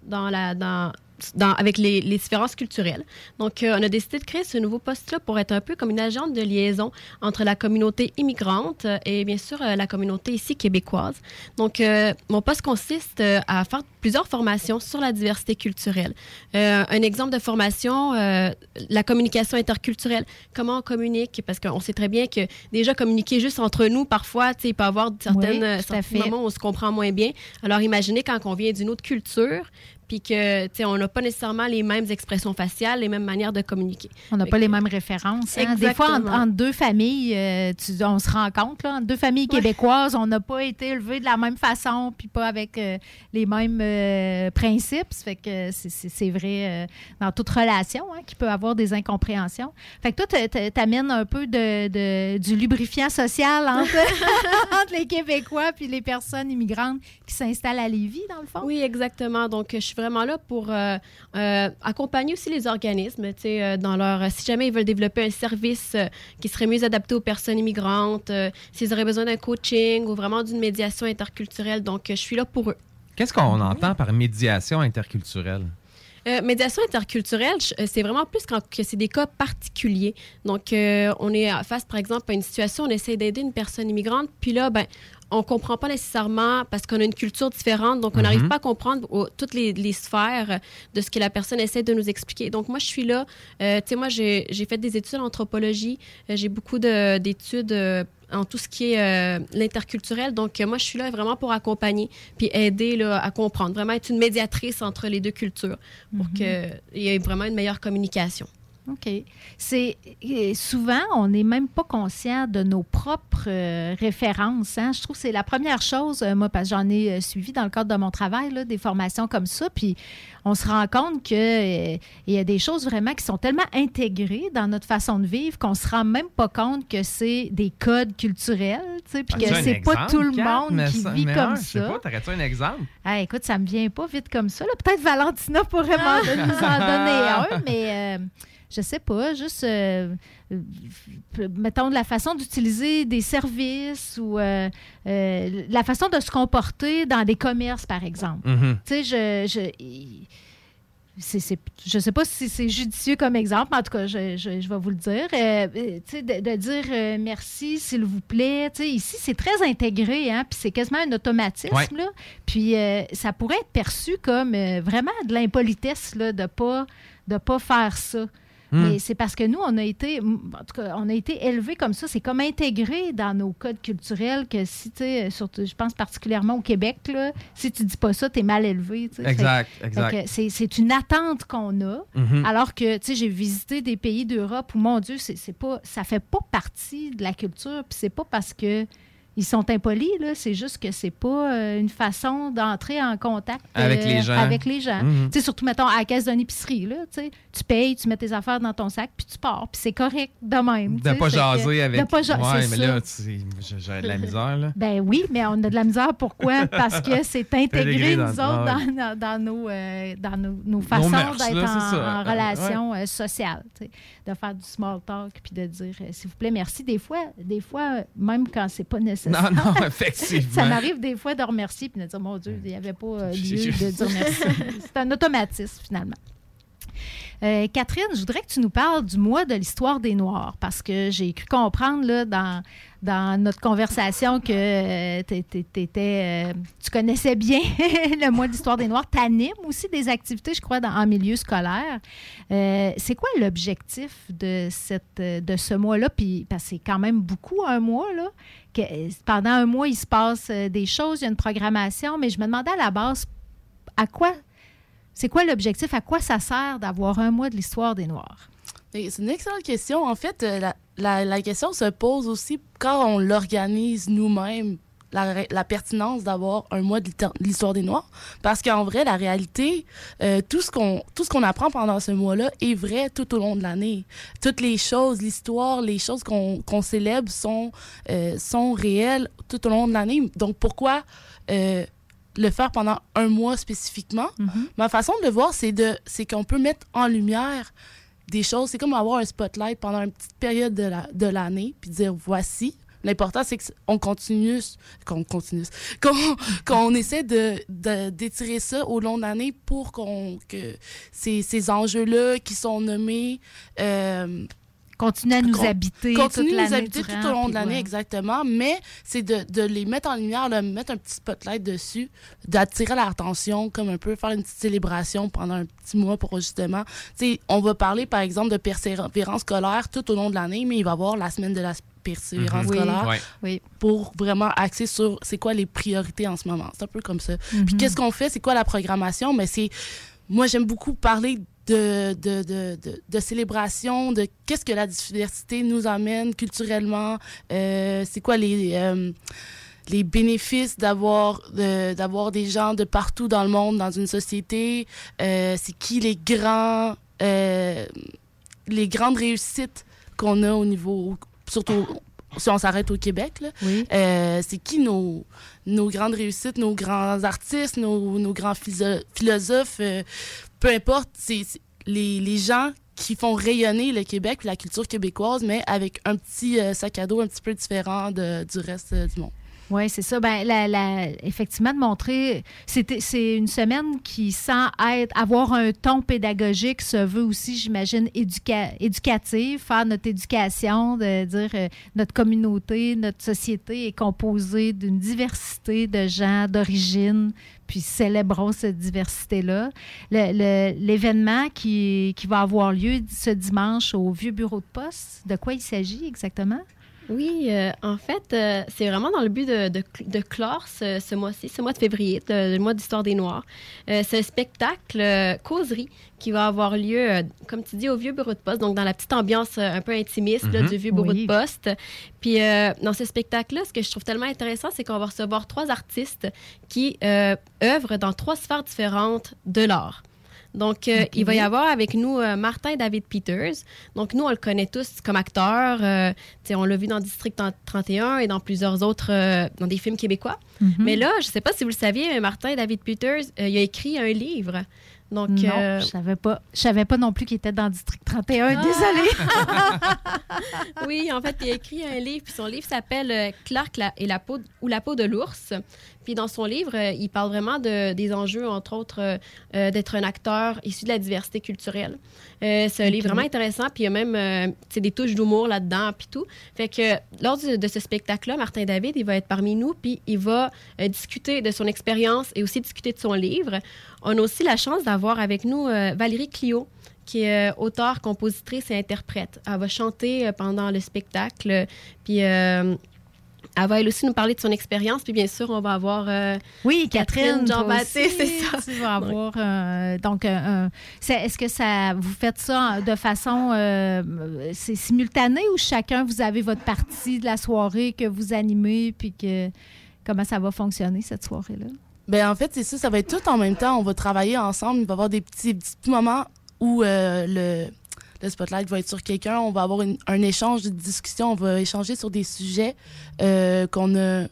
avec les différences culturelles. Donc, on a décidé de créer ce nouveau poste-là pour être un peu comme une agente de liaison entre la communauté immigrante et bien sûr la communauté ici québécoise. Donc, mon poste consiste à faire plusieurs formations sur la diversité culturelle. Un exemple de formation, la communication interculturelle. Comment on communique? Parce qu'on sait très bien que déjà communiquer juste entre nous, parfois, il peut y avoir certains moments où on se comprend moins bien. Alors, imaginez quand on vient d'une autre culture, puis que, tu sais, on n'a pas nécessairement les mêmes expressions faciales, les mêmes manières de communiquer. On n'a pas les mêmes références. Hein? Des fois, entre deux familles, on se rend compte, là, entre deux familles québécoises, on n'a pas été élevés de la même façon, puis pas avec les mêmes principes. Ça fait que c'est vrai dans toute relation qu'il peut y avoir des incompréhensions. Fait que toi, t'amènes un peu du lubrifiant social entre les Québécois puis les personnes immigrantes qui s'installent à Lévis, dans le fond. Oui, exactement. Donc, je suis vraiment là pour accompagner aussi les organismes, dans si jamais ils veulent développer un service qui serait mieux adapté aux personnes immigrantes, s'ils auraient besoin d'un coaching ou vraiment d'une médiation interculturelle. Donc, je suis là pour eux. Qu'est-ce qu'on entend par médiation interculturelle? Médiation interculturelle, c'est vraiment plus quand c'est des cas particuliers. Donc, on est face, par exemple, à une situation, on essaie d'aider une personne immigrante, puis là, on ne comprend pas nécessairement parce qu'on a une culture différente, donc on n'arrive pas à comprendre toutes les sphères de ce que la personne essaie de nous expliquer. Donc, moi, je suis là. Moi, j'ai fait des études en anthropologie. J'ai beaucoup d'études en tout ce qui est l'interculturel. Donc, moi, je suis là vraiment pour accompagner puis aider là, à comprendre. Vraiment être une médiatrice entre les deux cultures pour qu'il y ait vraiment une meilleure communication. OK. Souvent, on n'est même pas conscient de nos propres références. Hein? Je trouve que c'est la première chose, moi, parce que j'en ai suivi dans le cadre de mon travail, là, des formations comme ça, puis on se rend compte qu'il y a des choses vraiment qui sont tellement intégrées dans notre façon de vivre qu'on ne se rend même pas compte que c'est des codes culturels, puis que c'est pas tout le monde qui vit comme ça. Je sais pas, t'aurais-tu un exemple? Ah, écoute, ça me vient pas vite comme ça. Là. Peut-être Valentina pourrait nous en donner un, mais... je sais pas, juste, mettons, de la façon d'utiliser des services ou la façon de se comporter dans des commerces, par exemple. Tu sais, je sais pas si c'est judicieux comme exemple, mais en tout cas, je vais vous le dire. Tu sais, de dire merci, s'il vous plaît. Tu sais, ici, c'est très intégré, hein, puis c'est quasiment un automatisme, là. Puis ça pourrait être perçu comme vraiment de l'impolitesse, là, de pas faire ça. Mais c'est parce que nous, on a été élevés comme ça. C'est comme intégré dans nos codes culturels que si, tu sais, surtout, je pense particulièrement au Québec, là, si tu dis pas ça, t'es mal élevé. T'sais. Exact. C'est une attente qu'on a. Alors que, tu sais, j'ai visité des pays d'Europe où, mon Dieu, ça fait pas partie de la culture. Puis c'est pas parce que ils sont impolis, là. C'est juste que c'est pas une façon d'entrer en contact avec les gens. Tu sais, surtout, mettons, à la caisse d'une épicerie, là, tu payes, tu mets tes affaires dans ton sac, puis tu pars. Puis c'est correct de même. De pas jaser avec... Ouais, mais là, j'ai de la misère, là. Ben oui, mais on a de la misère. Pourquoi? Parce que c'est intégré, nous autres, dans nos façons d'être en relation sociale. De faire du small talk, puis de dire, s'il vous plaît, merci. Des fois, même quand c'est pas nécessaire. Non, effectivement. Ça m'arrive des fois de remercier puis de dire, mon Dieu, il n'y avait pas lieu de dire merci. C'est un automatisme, finalement. Catherine, je voudrais que tu nous parles du mois de l'histoire des Noirs, parce que j'ai cru comprendre là, dans notre conversation que tu connaissais bien le mois de l'histoire des Noirs. Tu animes aussi des activités, je crois, en milieu scolaire. C'est quoi l'objectif de ce mois-là? Puis, parce que c'est quand même beaucoup, un mois, là. Pendant un mois, il se passe des choses, il y a une programmation, mais je me demandais à la base, c'est quoi l'objectif? À quoi ça sert d'avoir un mois de l'histoire des Noirs? C'est une excellente question. En fait, la question se pose aussi quand on l'organise nous-mêmes, la pertinence d'avoir un mois de l'histoire des Noirs. Parce qu'en vrai, la réalité, tout ce qu'on apprend pendant ce mois-là est vrai tout au long de l'année. Toutes les choses, l'histoire, les choses qu'on célèbre sont réelles tout au long de l'année. Donc, pourquoi le faire pendant un mois spécifiquement? Ma façon de le voir, c'est qu'on peut mettre en lumière des choses. C'est comme avoir un spotlight pendant une petite période de l'année, puis dire voici. L'important, c'est qu'on qu'on essaie d'étirer ça au long de l'année pour que ces enjeux-là qui sont nommés continuent à nous habiter toute l'année tout au long de l'année, exactement. Mais c'est de les mettre en lumière, de mettre un petit spotlight dessus, d'attirer l'attention, comme un peu faire une petite célébration pendant un petit mois pour justement... on va parler, par exemple, de persévérance scolaire tout au long de l'année, mais il va y avoir la semaine de la persévérance scolaire pour vraiment axer sur c'est quoi les priorités en ce moment. C'est un peu comme ça. Puis qu'est-ce qu'on fait? C'est quoi la programmation? Mais moi, j'aime beaucoup parler de célébration, de qu'est-ce que la diversité nous amène culturellement, c'est quoi les bénéfices d'avoir des gens de partout dans le monde, dans une société, c'est qui les grandes réussites qu'on a au niveau, surtout si on s'arrête au Québec, là, c'est qui nos grandes réussites, nos grands artistes, nos grands philosophes, peu importe, c'est les gens qui font rayonner le Québec et la culture québécoise, mais avec un petit sac à dos un petit peu différent du reste du monde. Oui, c'est ça. Effectivement, de montrer... C'est une semaine qui, sans avoir un ton pédagogique, se veut aussi, j'imagine, éducative, faire notre éducation, de dire notre communauté, notre société est composée d'une diversité de gens, d'origine, puis célébrons cette diversité-là. L'événement qui va avoir lieu ce dimanche au Vieux Bureau de poste, de quoi il s'agit exactement? Oui, en fait, c'est vraiment dans le but de clore ce mois-ci, ce mois de février, le mois d'Histoire des Noirs. C'est un spectacle causerie qui va avoir lieu, comme tu dis, au Vieux Bureau de poste, donc dans la petite ambiance un peu intimiste du Vieux Bureau de poste. Puis dans ce spectacle-là, ce que je trouve tellement intéressant, c'est qu'on va recevoir 3 artistes qui œuvrent dans 3 sphères différentes de l'art. Donc, il va y avoir avec nous Martin David Peters. Donc, nous, on le connaît tous comme acteur. On l'a vu dans District 31 et dans plusieurs autres, dans des films québécois. Mais là, je ne sais pas si vous le saviez, mais Martin David Peters, il a écrit un livre. Donc, non, je savais pas non plus qu'il était dans District 31. Désolée. Oui, en fait, il a écrit un livre. Puis son livre s'appelle Clark et la peau de l'ours. Puis dans son livre, il parle vraiment des enjeux, entre autres, d'être un acteur issu de la diversité culturelle. C'est un livre vraiment intéressant. Puis il y a même des touches d'humour là-dedans, puis tout. Fait que lors de ce spectacle-là, Martin David, il va être parmi nous, puis il va discuter de son expérience et aussi discuter de son livre. On a aussi la chance d'avoir avec nous Valérie Clio, qui est auteure, compositrice et interprète. Elle va chanter pendant le spectacle, puis elle va elle aussi nous parler de son expérience, puis bien sûr, on va avoir Catherine Jean-Baptiste, c'est ça. Tu vas avoir est-ce que vous faites ça de façon c'est simultané ou chacun vous avez votre partie de la soirée que vous animez, puis comment ça va fonctionner cette soirée-là? Bien, en fait, c'est ça va être tout en même temps. On va travailler ensemble. Il va y avoir des petits moments où le spotlight va être sur quelqu'un. On va avoir un échange de discussion. On va échanger sur des sujets qu'on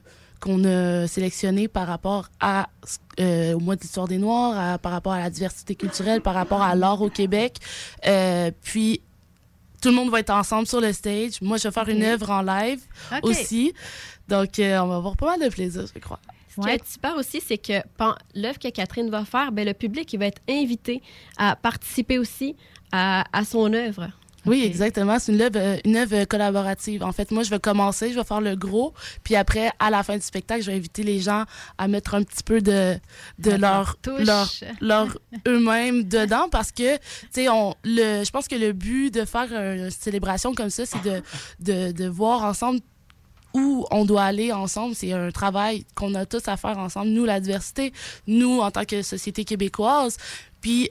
a sélectionnés par rapport au mois de l'Histoire des Noirs, par rapport à la diversité culturelle, par rapport à l'art au Québec. Puis, tout le monde va être ensemble sur le stage. Moi, je vais faire une œuvre en live aussi. Donc, on va avoir pas mal de plaisir, je crois. Ce qui est super aussi, c'est que l'œuvre que Catherine va faire, le public il va être invité à participer aussi à son œuvre. Oui, exactement. C'est une œuvre collaborative. En fait, moi, je vais commencer, je vais faire le gros, puis après, à la fin du spectacle, je vais inviter les gens à mettre un petit peu de leur eux-mêmes dedans, parce que, tu sais, je pense que le but de faire une célébration comme ça, c'est de voir ensemble où on doit aller ensemble. C'est un travail qu'on a tous à faire ensemble, nous, la diversité, nous, en tant que société québécoise. Puis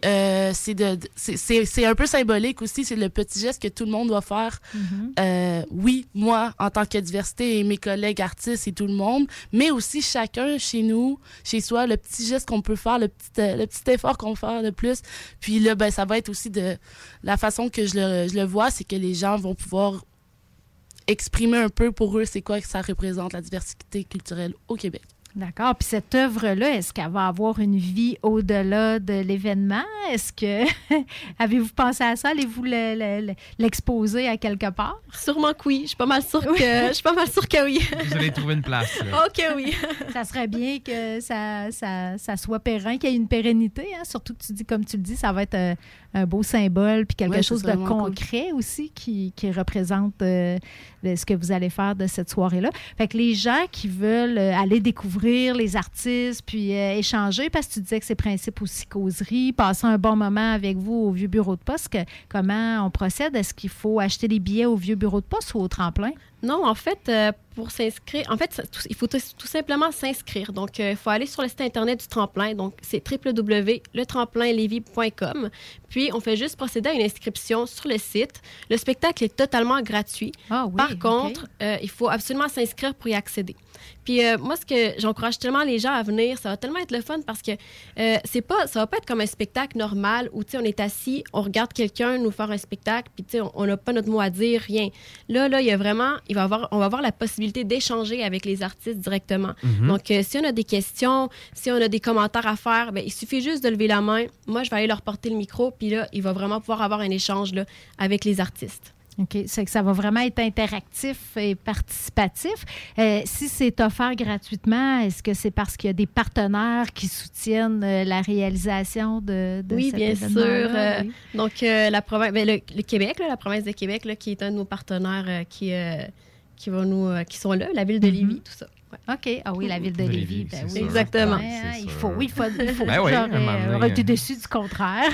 c'est un peu symbolique aussi, c'est le petit geste que tout le monde doit faire. Oui, moi, en tant que diversité, et mes collègues artistes et tout le monde, mais aussi chacun chez nous, chez soi, le petit geste qu'on peut faire, le petit effort qu'on peut faire de plus. Puis là, ça va être aussi de la façon que je le vois, c'est que les gens vont pouvoir exprimer un peu pour eux c'est quoi que ça représente, la diversité culturelle au Québec. D'accord. Puis cette œuvre-là, est-ce qu'elle va avoir une vie au-delà de l'événement? Est-ce que... Avez-vous pensé à ça? Allez-vous l'exposer à quelque part? Sûrement que oui. Je suis pas mal sûre que oui. Vous allez trouver une place. Là. OK, oui. Ça serait bien que ça soit périn, qu'il y ait une pérennité. Hein? Surtout que comme tu le dis, ça va être un beau symbole puis quelque chose de concret aussi qui représente ce que vous allez faire de cette soirée-là. Fait que les gens qui veulent aller découvrir les artistes puis échanger, parce que tu disais que c'est principe aussi causerie, passer un bon moment avec vous au vieux bureau de poste, comment on procède? Est-ce qu'il faut acheter les billets au vieux bureau de poste ou au tremplin? Non, en fait, pour s'inscrire, il faut tout simplement s'inscrire. Donc, il faut aller sur le site Internet du tremplin. Donc, c'est www.letremplainlevy.com. Puis, on fait juste procéder à une inscription sur le site. Le spectacle est totalement gratuit. Ah, oui, Par contre, il faut absolument s'inscrire pour y accéder. Puis moi, ce que j'encourage tellement les gens à venir, ça va tellement être le fun parce que ça va pas être comme un spectacle normal où, tu sais, on est assis, on regarde quelqu'un nous faire un spectacle, puis, tu sais, on n'a pas notre mot à dire, rien. Là, il y a vraiment, on va avoir la possibilité d'échanger avec les artistes directement. Donc, si on a des questions, si on a des commentaires à faire, il suffit juste de lever la main. Moi, je vais aller leur porter le micro, puis là, il va vraiment pouvoir avoir un échange là, avec les artistes. OK. C'est que ça va vraiment être interactif et participatif. Si c'est offert gratuitement, est-ce que c'est parce qu'il y a des partenaires qui soutiennent la réalisation de oui, cet bien événement-là? sûr. Oui. Donc, la province, le Québec, la province de Québec, là, qui est un de nos partenaires qui sont là, la ville de Lévis, tout ça. Ouais. OK. Ah oui, la ville de Lévis. Ben oui, exactement. Il faut. Ben oui, j'aurais été déçu du contraire.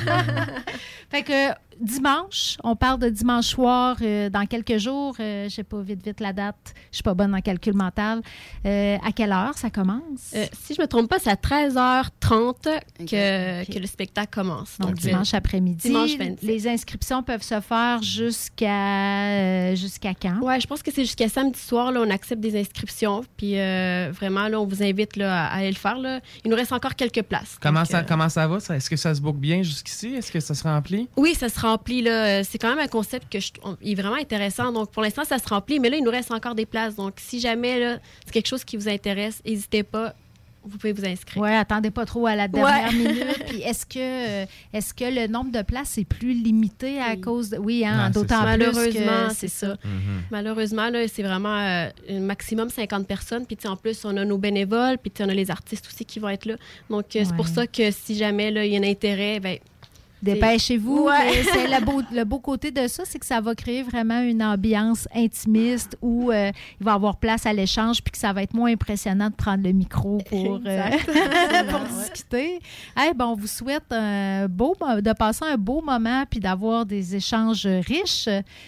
Fait que dimanche, on parle de dimanche soir dans quelques jours. Je sais pas vite la date. Je suis pas bonne en calcul mental. À quelle heure ça commence? Si je me trompe pas, c'est à 13h30 que le spectacle commence. Donc dimanche après-midi. Dimanche 26. Les inscriptions peuvent se faire jusqu'à quand? Oui, je pense que c'est jusqu'à samedi soir. Là, on accepte des inscriptions. Puis vraiment, là, on vous invite là, à aller le faire. Là. Il nous reste encore quelques places. Comment ça va? Est-ce que ça se book bien jusqu'ici? Est-ce que ça se remplit? Oui, ça se remplit. Là. C'est quand même un concept qui est vraiment intéressant. Donc, pour l'instant, ça se remplit. Mais là, il nous reste encore des places. Donc, si jamais là, c'est quelque chose qui vous intéresse, n'hésitez pas. Vous pouvez vous inscrire. Oui, attendez pas trop à la dernière minute. Puis est-ce que le nombre de places est plus limité à cause de... Oui, hein, d'autant plus malheureusement, que c'est ça. Malheureusement, là, c'est vraiment un maximum 50 personnes. Puis en plus, on a nos bénévoles, puis on a les artistes aussi qui vont être là. Donc, c'est pour ça que si jamais là, il y a un intérêt, bien... Dépêchez-vous. Ouais. C'est le beau côté de ça, c'est que ça va créer vraiment une ambiance intimiste où il va y avoir place à l'échange puis que ça va être moins impressionnant de prendre le micro pour discuter. On vous souhaite de passer un beau moment puis d'avoir des échanges riches.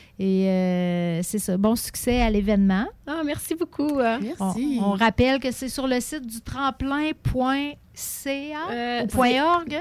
Et c'est ça. Bon succès à l'événement. Ah, merci beaucoup. Merci. On rappelle que c'est sur le site du tremplin.ca ou .org.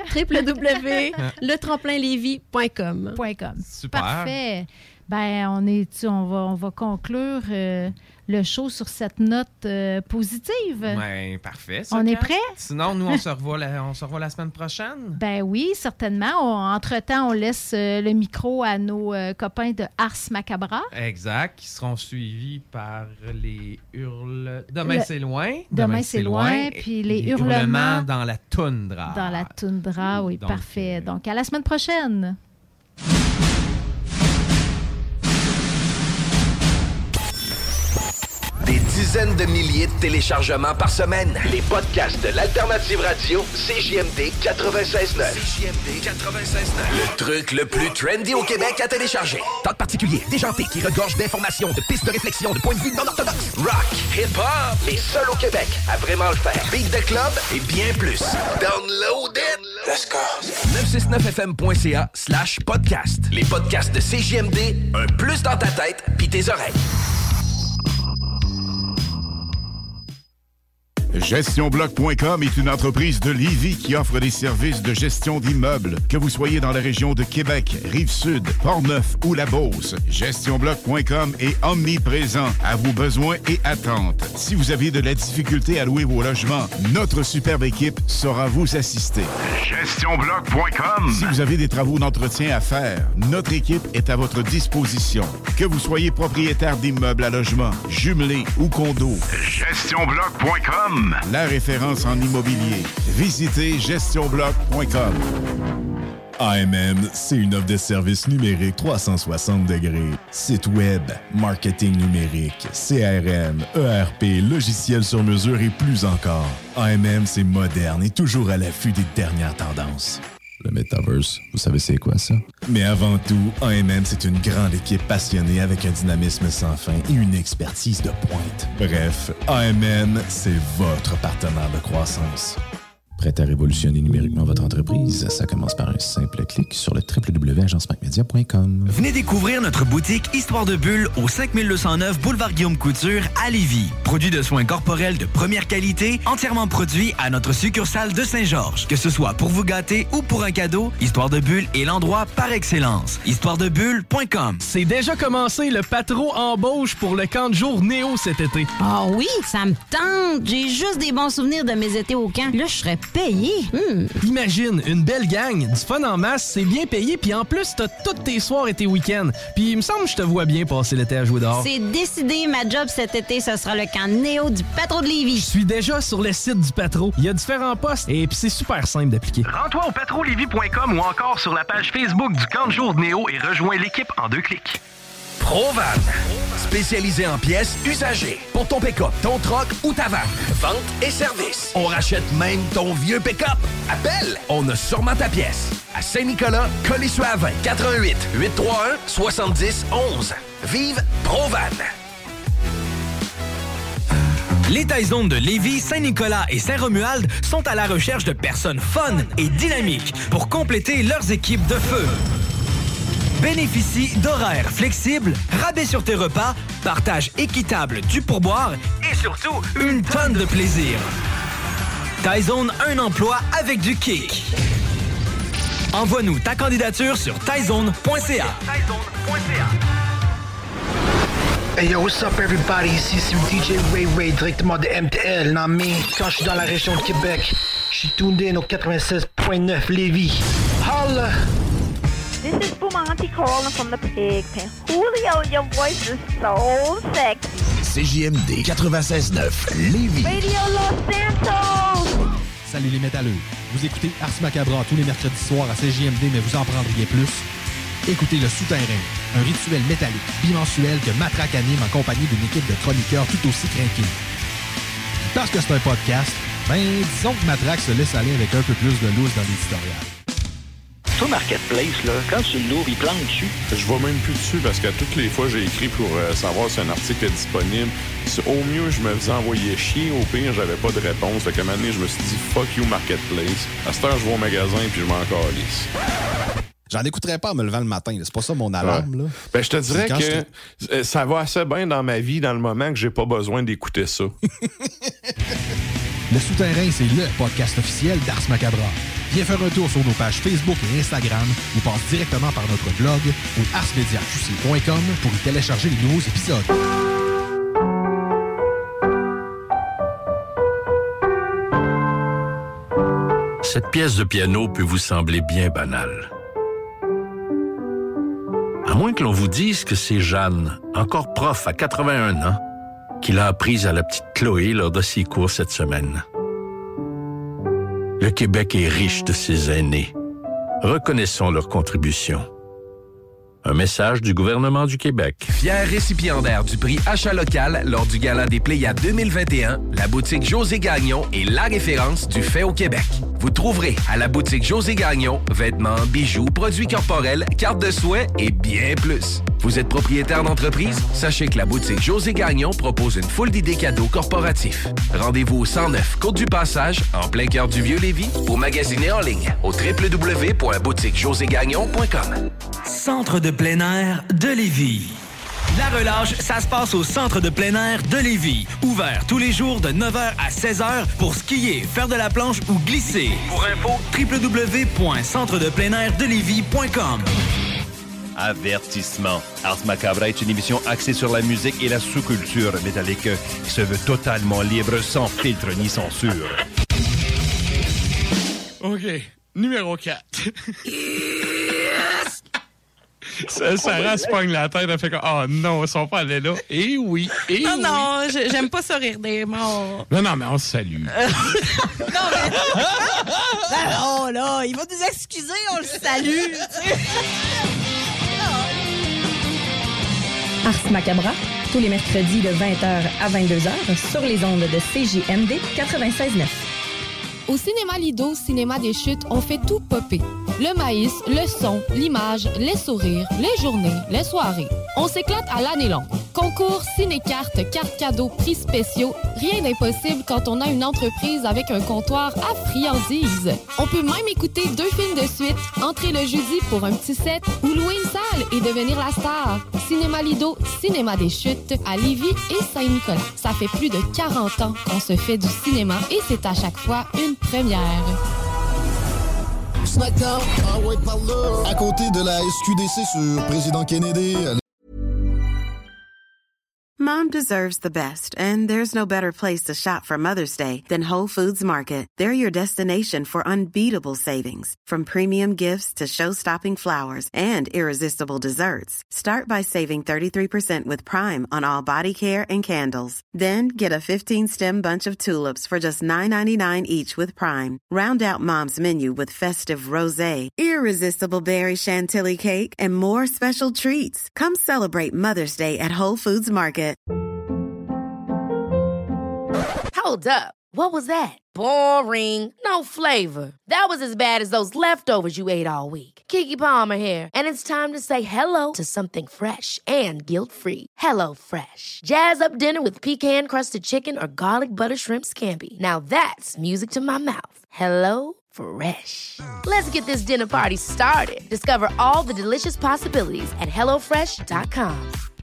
www.letremplainlevy.com. Super. Parfait. On va conclure le show sur cette note positive. Ben, parfait. On est prêt? Sinon, nous, on se revoit la semaine prochaine. Ben oui, certainement. Entre-temps, on laisse le micro à nos copains de Ars Macabra. Exact, qui seront suivis par les Demain, c'est loin. Demain, c'est loin. Puis les hurlements dans la toundra. Dans la toundra, oui, donc, parfait. Donc, à la semaine prochaine. Des dizaines de milliers de téléchargements par semaine. Les podcasts de l'Alternative Radio, CJMD 96.9. CJMD 96.9. Le truc le plus trendy au Québec à télécharger. Talk particulier, déjanté, qui regorge d'informations, de pistes de réflexion, de points de vue non orthodoxes. Rock, hip-hop, les seuls au Québec à vraiment le faire. Beat de club et bien plus. Download it! Let's go! 969fm.ca/podcast. Les podcasts de CJMD, un plus dans ta tête pis tes oreilles. GestionBloc.com est une entreprise de Lévis qui offre des services de gestion d'immeubles. Que vous soyez dans la région de Québec, Rive-Sud, Port-Neuf ou La Beauce, GestionBloc.com est omniprésent à vos besoins et attentes. Si vous avez de la difficulté à louer vos logements, notre superbe équipe saura vous assister. GestionBloc.com. Si vous avez des travaux d'entretien à faire, notre équipe est à votre disposition. Que vous soyez propriétaire d'immeubles à logement, jumelés ou condos, GestionBloc.com. La référence en immobilier. Visitez gestionbloc.com. AMM, c'est une offre de services numériques 360 degrés. Site web, marketing numérique, CRM, ERP, logiciel sur mesure et plus encore. AMM, c'est moderne et toujours à l'affût des dernières tendances. Le Metaverse, vous savez c'est quoi ça? Mais avant tout, AMM, c'est une grande équipe passionnée avec un dynamisme sans fin et une expertise de pointe. Bref, AMM, c'est votre partenaire de croissance. Prêt à révolutionner numériquement votre entreprise? Ça commence par un simple clic sur le www.agencemacmedia.com. Venez découvrir notre boutique Histoire de Bulle au 5209 Boulevard Guillaume Couture à Lévis. Produit de soins corporels de première qualité, entièrement produit à notre succursale de Saint-Georges. Que ce soit pour vous gâter ou pour un cadeau, Histoire de Bulle est l'endroit par excellence. Histoiredebulle.com. C'est déjà commencé le patro embauche pour le camp de jour Néo cet été. Ah oui, ça me tente. J'ai juste des bons souvenirs de mes étés au camp. Là, je serais payé. Imagine, une belle gang, du fun en masse, c'est bien payé, puis en plus, t'as tous tes soirs et tes week-ends. Puis il me semble que je te vois bien passer l'été à jouer dehors. C'est décidé, ma job cet été, ce sera le camp Néo du Patro de Lévis. Je suis déjà sur le site du Patro. Il y a différents postes et puis c'est super simple d'appliquer. Rends-toi au patrolévis.com ou encore sur la page Facebook du camp de jour Néo et rejoins l'équipe en 2 clics. Provan, spécialisé en pièces usagées. Pour ton pick-up, ton troc ou ta vanne. Vente et service. On rachète même ton vieux pick-up. Appelle, on a sûrement ta pièce. À Saint-Nicolas, Colissois-20, 88 831 70 11. Vive Provan. Les Taizones de Lévis, Saint-Nicolas et Saint-Romuald sont à la recherche de personnes fun et dynamiques pour compléter leurs équipes de feu. Bénéficie d'horaires flexibles, rabais sur tes repas, partage équitable du pourboire et surtout une tonne de plaisir. Taizone, un emploi avec du kick. Envoie-nous ta candidature sur taizone.ca. Hey yo, what's up everybody? Ici c'est DJ Ray directement de MTL. Non mais quand je suis dans la région de Québec, je suis tuned in au 96.9 Lévis. Holla! This is Bumanti calling from the pig pen. Julio, your voice is so sexy. CJMD 96.9 Lévis. Radio Los Santos! Salut les métalleux. Vous écoutez Ars Macabra tous les mercredis soirs à CJMD, mais vous en prendriez plus? Écoutez Le Souterrain, un rituel métallique bimensuel que Matraque anime en compagnie d'une équipe de chroniqueurs tout aussi craqués. Parce que c'est un podcast, disons que Matraque se laisse aller avec un peu plus de loose dans l'éditorial. Toi, Marketplace, là, quand tu l'ouvres, il plante dessus. Je vais même plus dessus parce que toutes les fois, j'ai écrit pour savoir si un article est disponible. Au mieux, je me faisais envoyer chier. Au pire, j'avais pas de réponse. Fait qu'à un moment donné, je me suis dit « Fuck you, Marketplace ». À cette heure, je vais au magasin puis je m'en calisse. J'en écouterais pas en me levant le matin. C'est pas ça mon alarme. Là. Ben, je te dirais que ça va assez bien dans ma vie dans le moment que j'ai pas besoin d'écouter ça. Le Souterrain, c'est le podcast officiel d'Ars Macabra. Viens faire un tour sur nos pages Facebook et Instagram ou passe directement par notre blog au arsmediaqc.com pour y télécharger les nouveaux épisodes. Cette pièce de piano peut vous sembler bien banale. À moins que l'on vous dise que c'est Jeanne, encore prof à 81 ans, qui l'a apprise à la petite Chloé lors de ses cours cette semaine. Le Québec est riche de ses aînés. Reconnaissons leur contribution. Un message du gouvernement du Québec. Fier récipiendaire du prix Achat local lors du Gala des Pléiades 2021, la boutique José Gagnon est la référence du fait au Québec. Vous trouverez à la boutique José Gagnon vêtements, bijoux, produits corporels, cartes de souhait et bien plus. Vous êtes propriétaire d'entreprise? Sachez que la boutique José Gagnon propose une foule d'idées cadeaux corporatifs. Rendez-vous au 109 Côte-du-Passage, en plein cœur du Vieux-Lévis, ou magasinez en ligne au www.boutiquejoségagnon.com. Centre de plein air de Lévis. La relâche, ça se passe au Centre de plein air de Lévis. Ouvert tous les jours de 9h à 16h pour skier, faire de la planche ou glisser. Pour info, www.centredepleinairdelévis.com. Avertissement. Ars Macabra est une émission axée sur la musique et la sous-culture métallique qui se veut totalement libre, sans filtre ni censure. OK. Numéro 4. Sarah se pogne la tête, elle fait comme « Oh non, ils sont pas allés là. » Eh oui, eh oui. Non, j'aime pas ça rire des morts. Non, mais on se salue. Non, mais... non, là, il va nous excuser, on le salue. Ars Macabra, tous les mercredis de 20h à 22h sur les ondes de CJMD 96.9. Au Cinéma Lido, Cinéma des Chutes, on fait tout popper. Le maïs, le son, l'image, les sourires, les journées, les soirées. On s'éclate à l'année longue. Concours, ciné-cartes, cartes cadeaux, prix spéciaux. Rien d'impossible quand on a une entreprise avec un comptoir à friandises. On peut même écouter 2 films de suite, entrer le jeudi pour un petit set ou louer une salle et devenir la star. Cinéma Lido, Cinéma des Chutes, à Lévis et Saint-Nicolas. Ça fait plus de 40 ans qu'on se fait du cinéma et c'est à chaque fois une première. À côté de la SQDC sur Président Kennedy. Mom deserves the best, and there's no better place to shop for Mother's Day than Whole Foods Market. They're your destination for unbeatable savings, from premium gifts to show-stopping flowers and irresistible desserts. Start by saving 33% with Prime on all body care and candles. Then get a 15-stem bunch of tulips for just $9.99 each with Prime. Round out Mom's menu with festive rosé, irresistible berry chantilly cake, and more special treats. Come celebrate Mother's Day at Whole Foods Market. Hold up. What was that? Boring. No flavor. That was as bad as those leftovers you ate all week. Keke Palmer here, and it's time to say hello to something fresh and guilt-free. Hello Fresh. Jazz up dinner with pecan-crusted chicken or garlic butter shrimp scampi. Now that's music to my mouth. Hello Fresh. Let's get this dinner party started. Discover all the delicious possibilities at HelloFresh.com.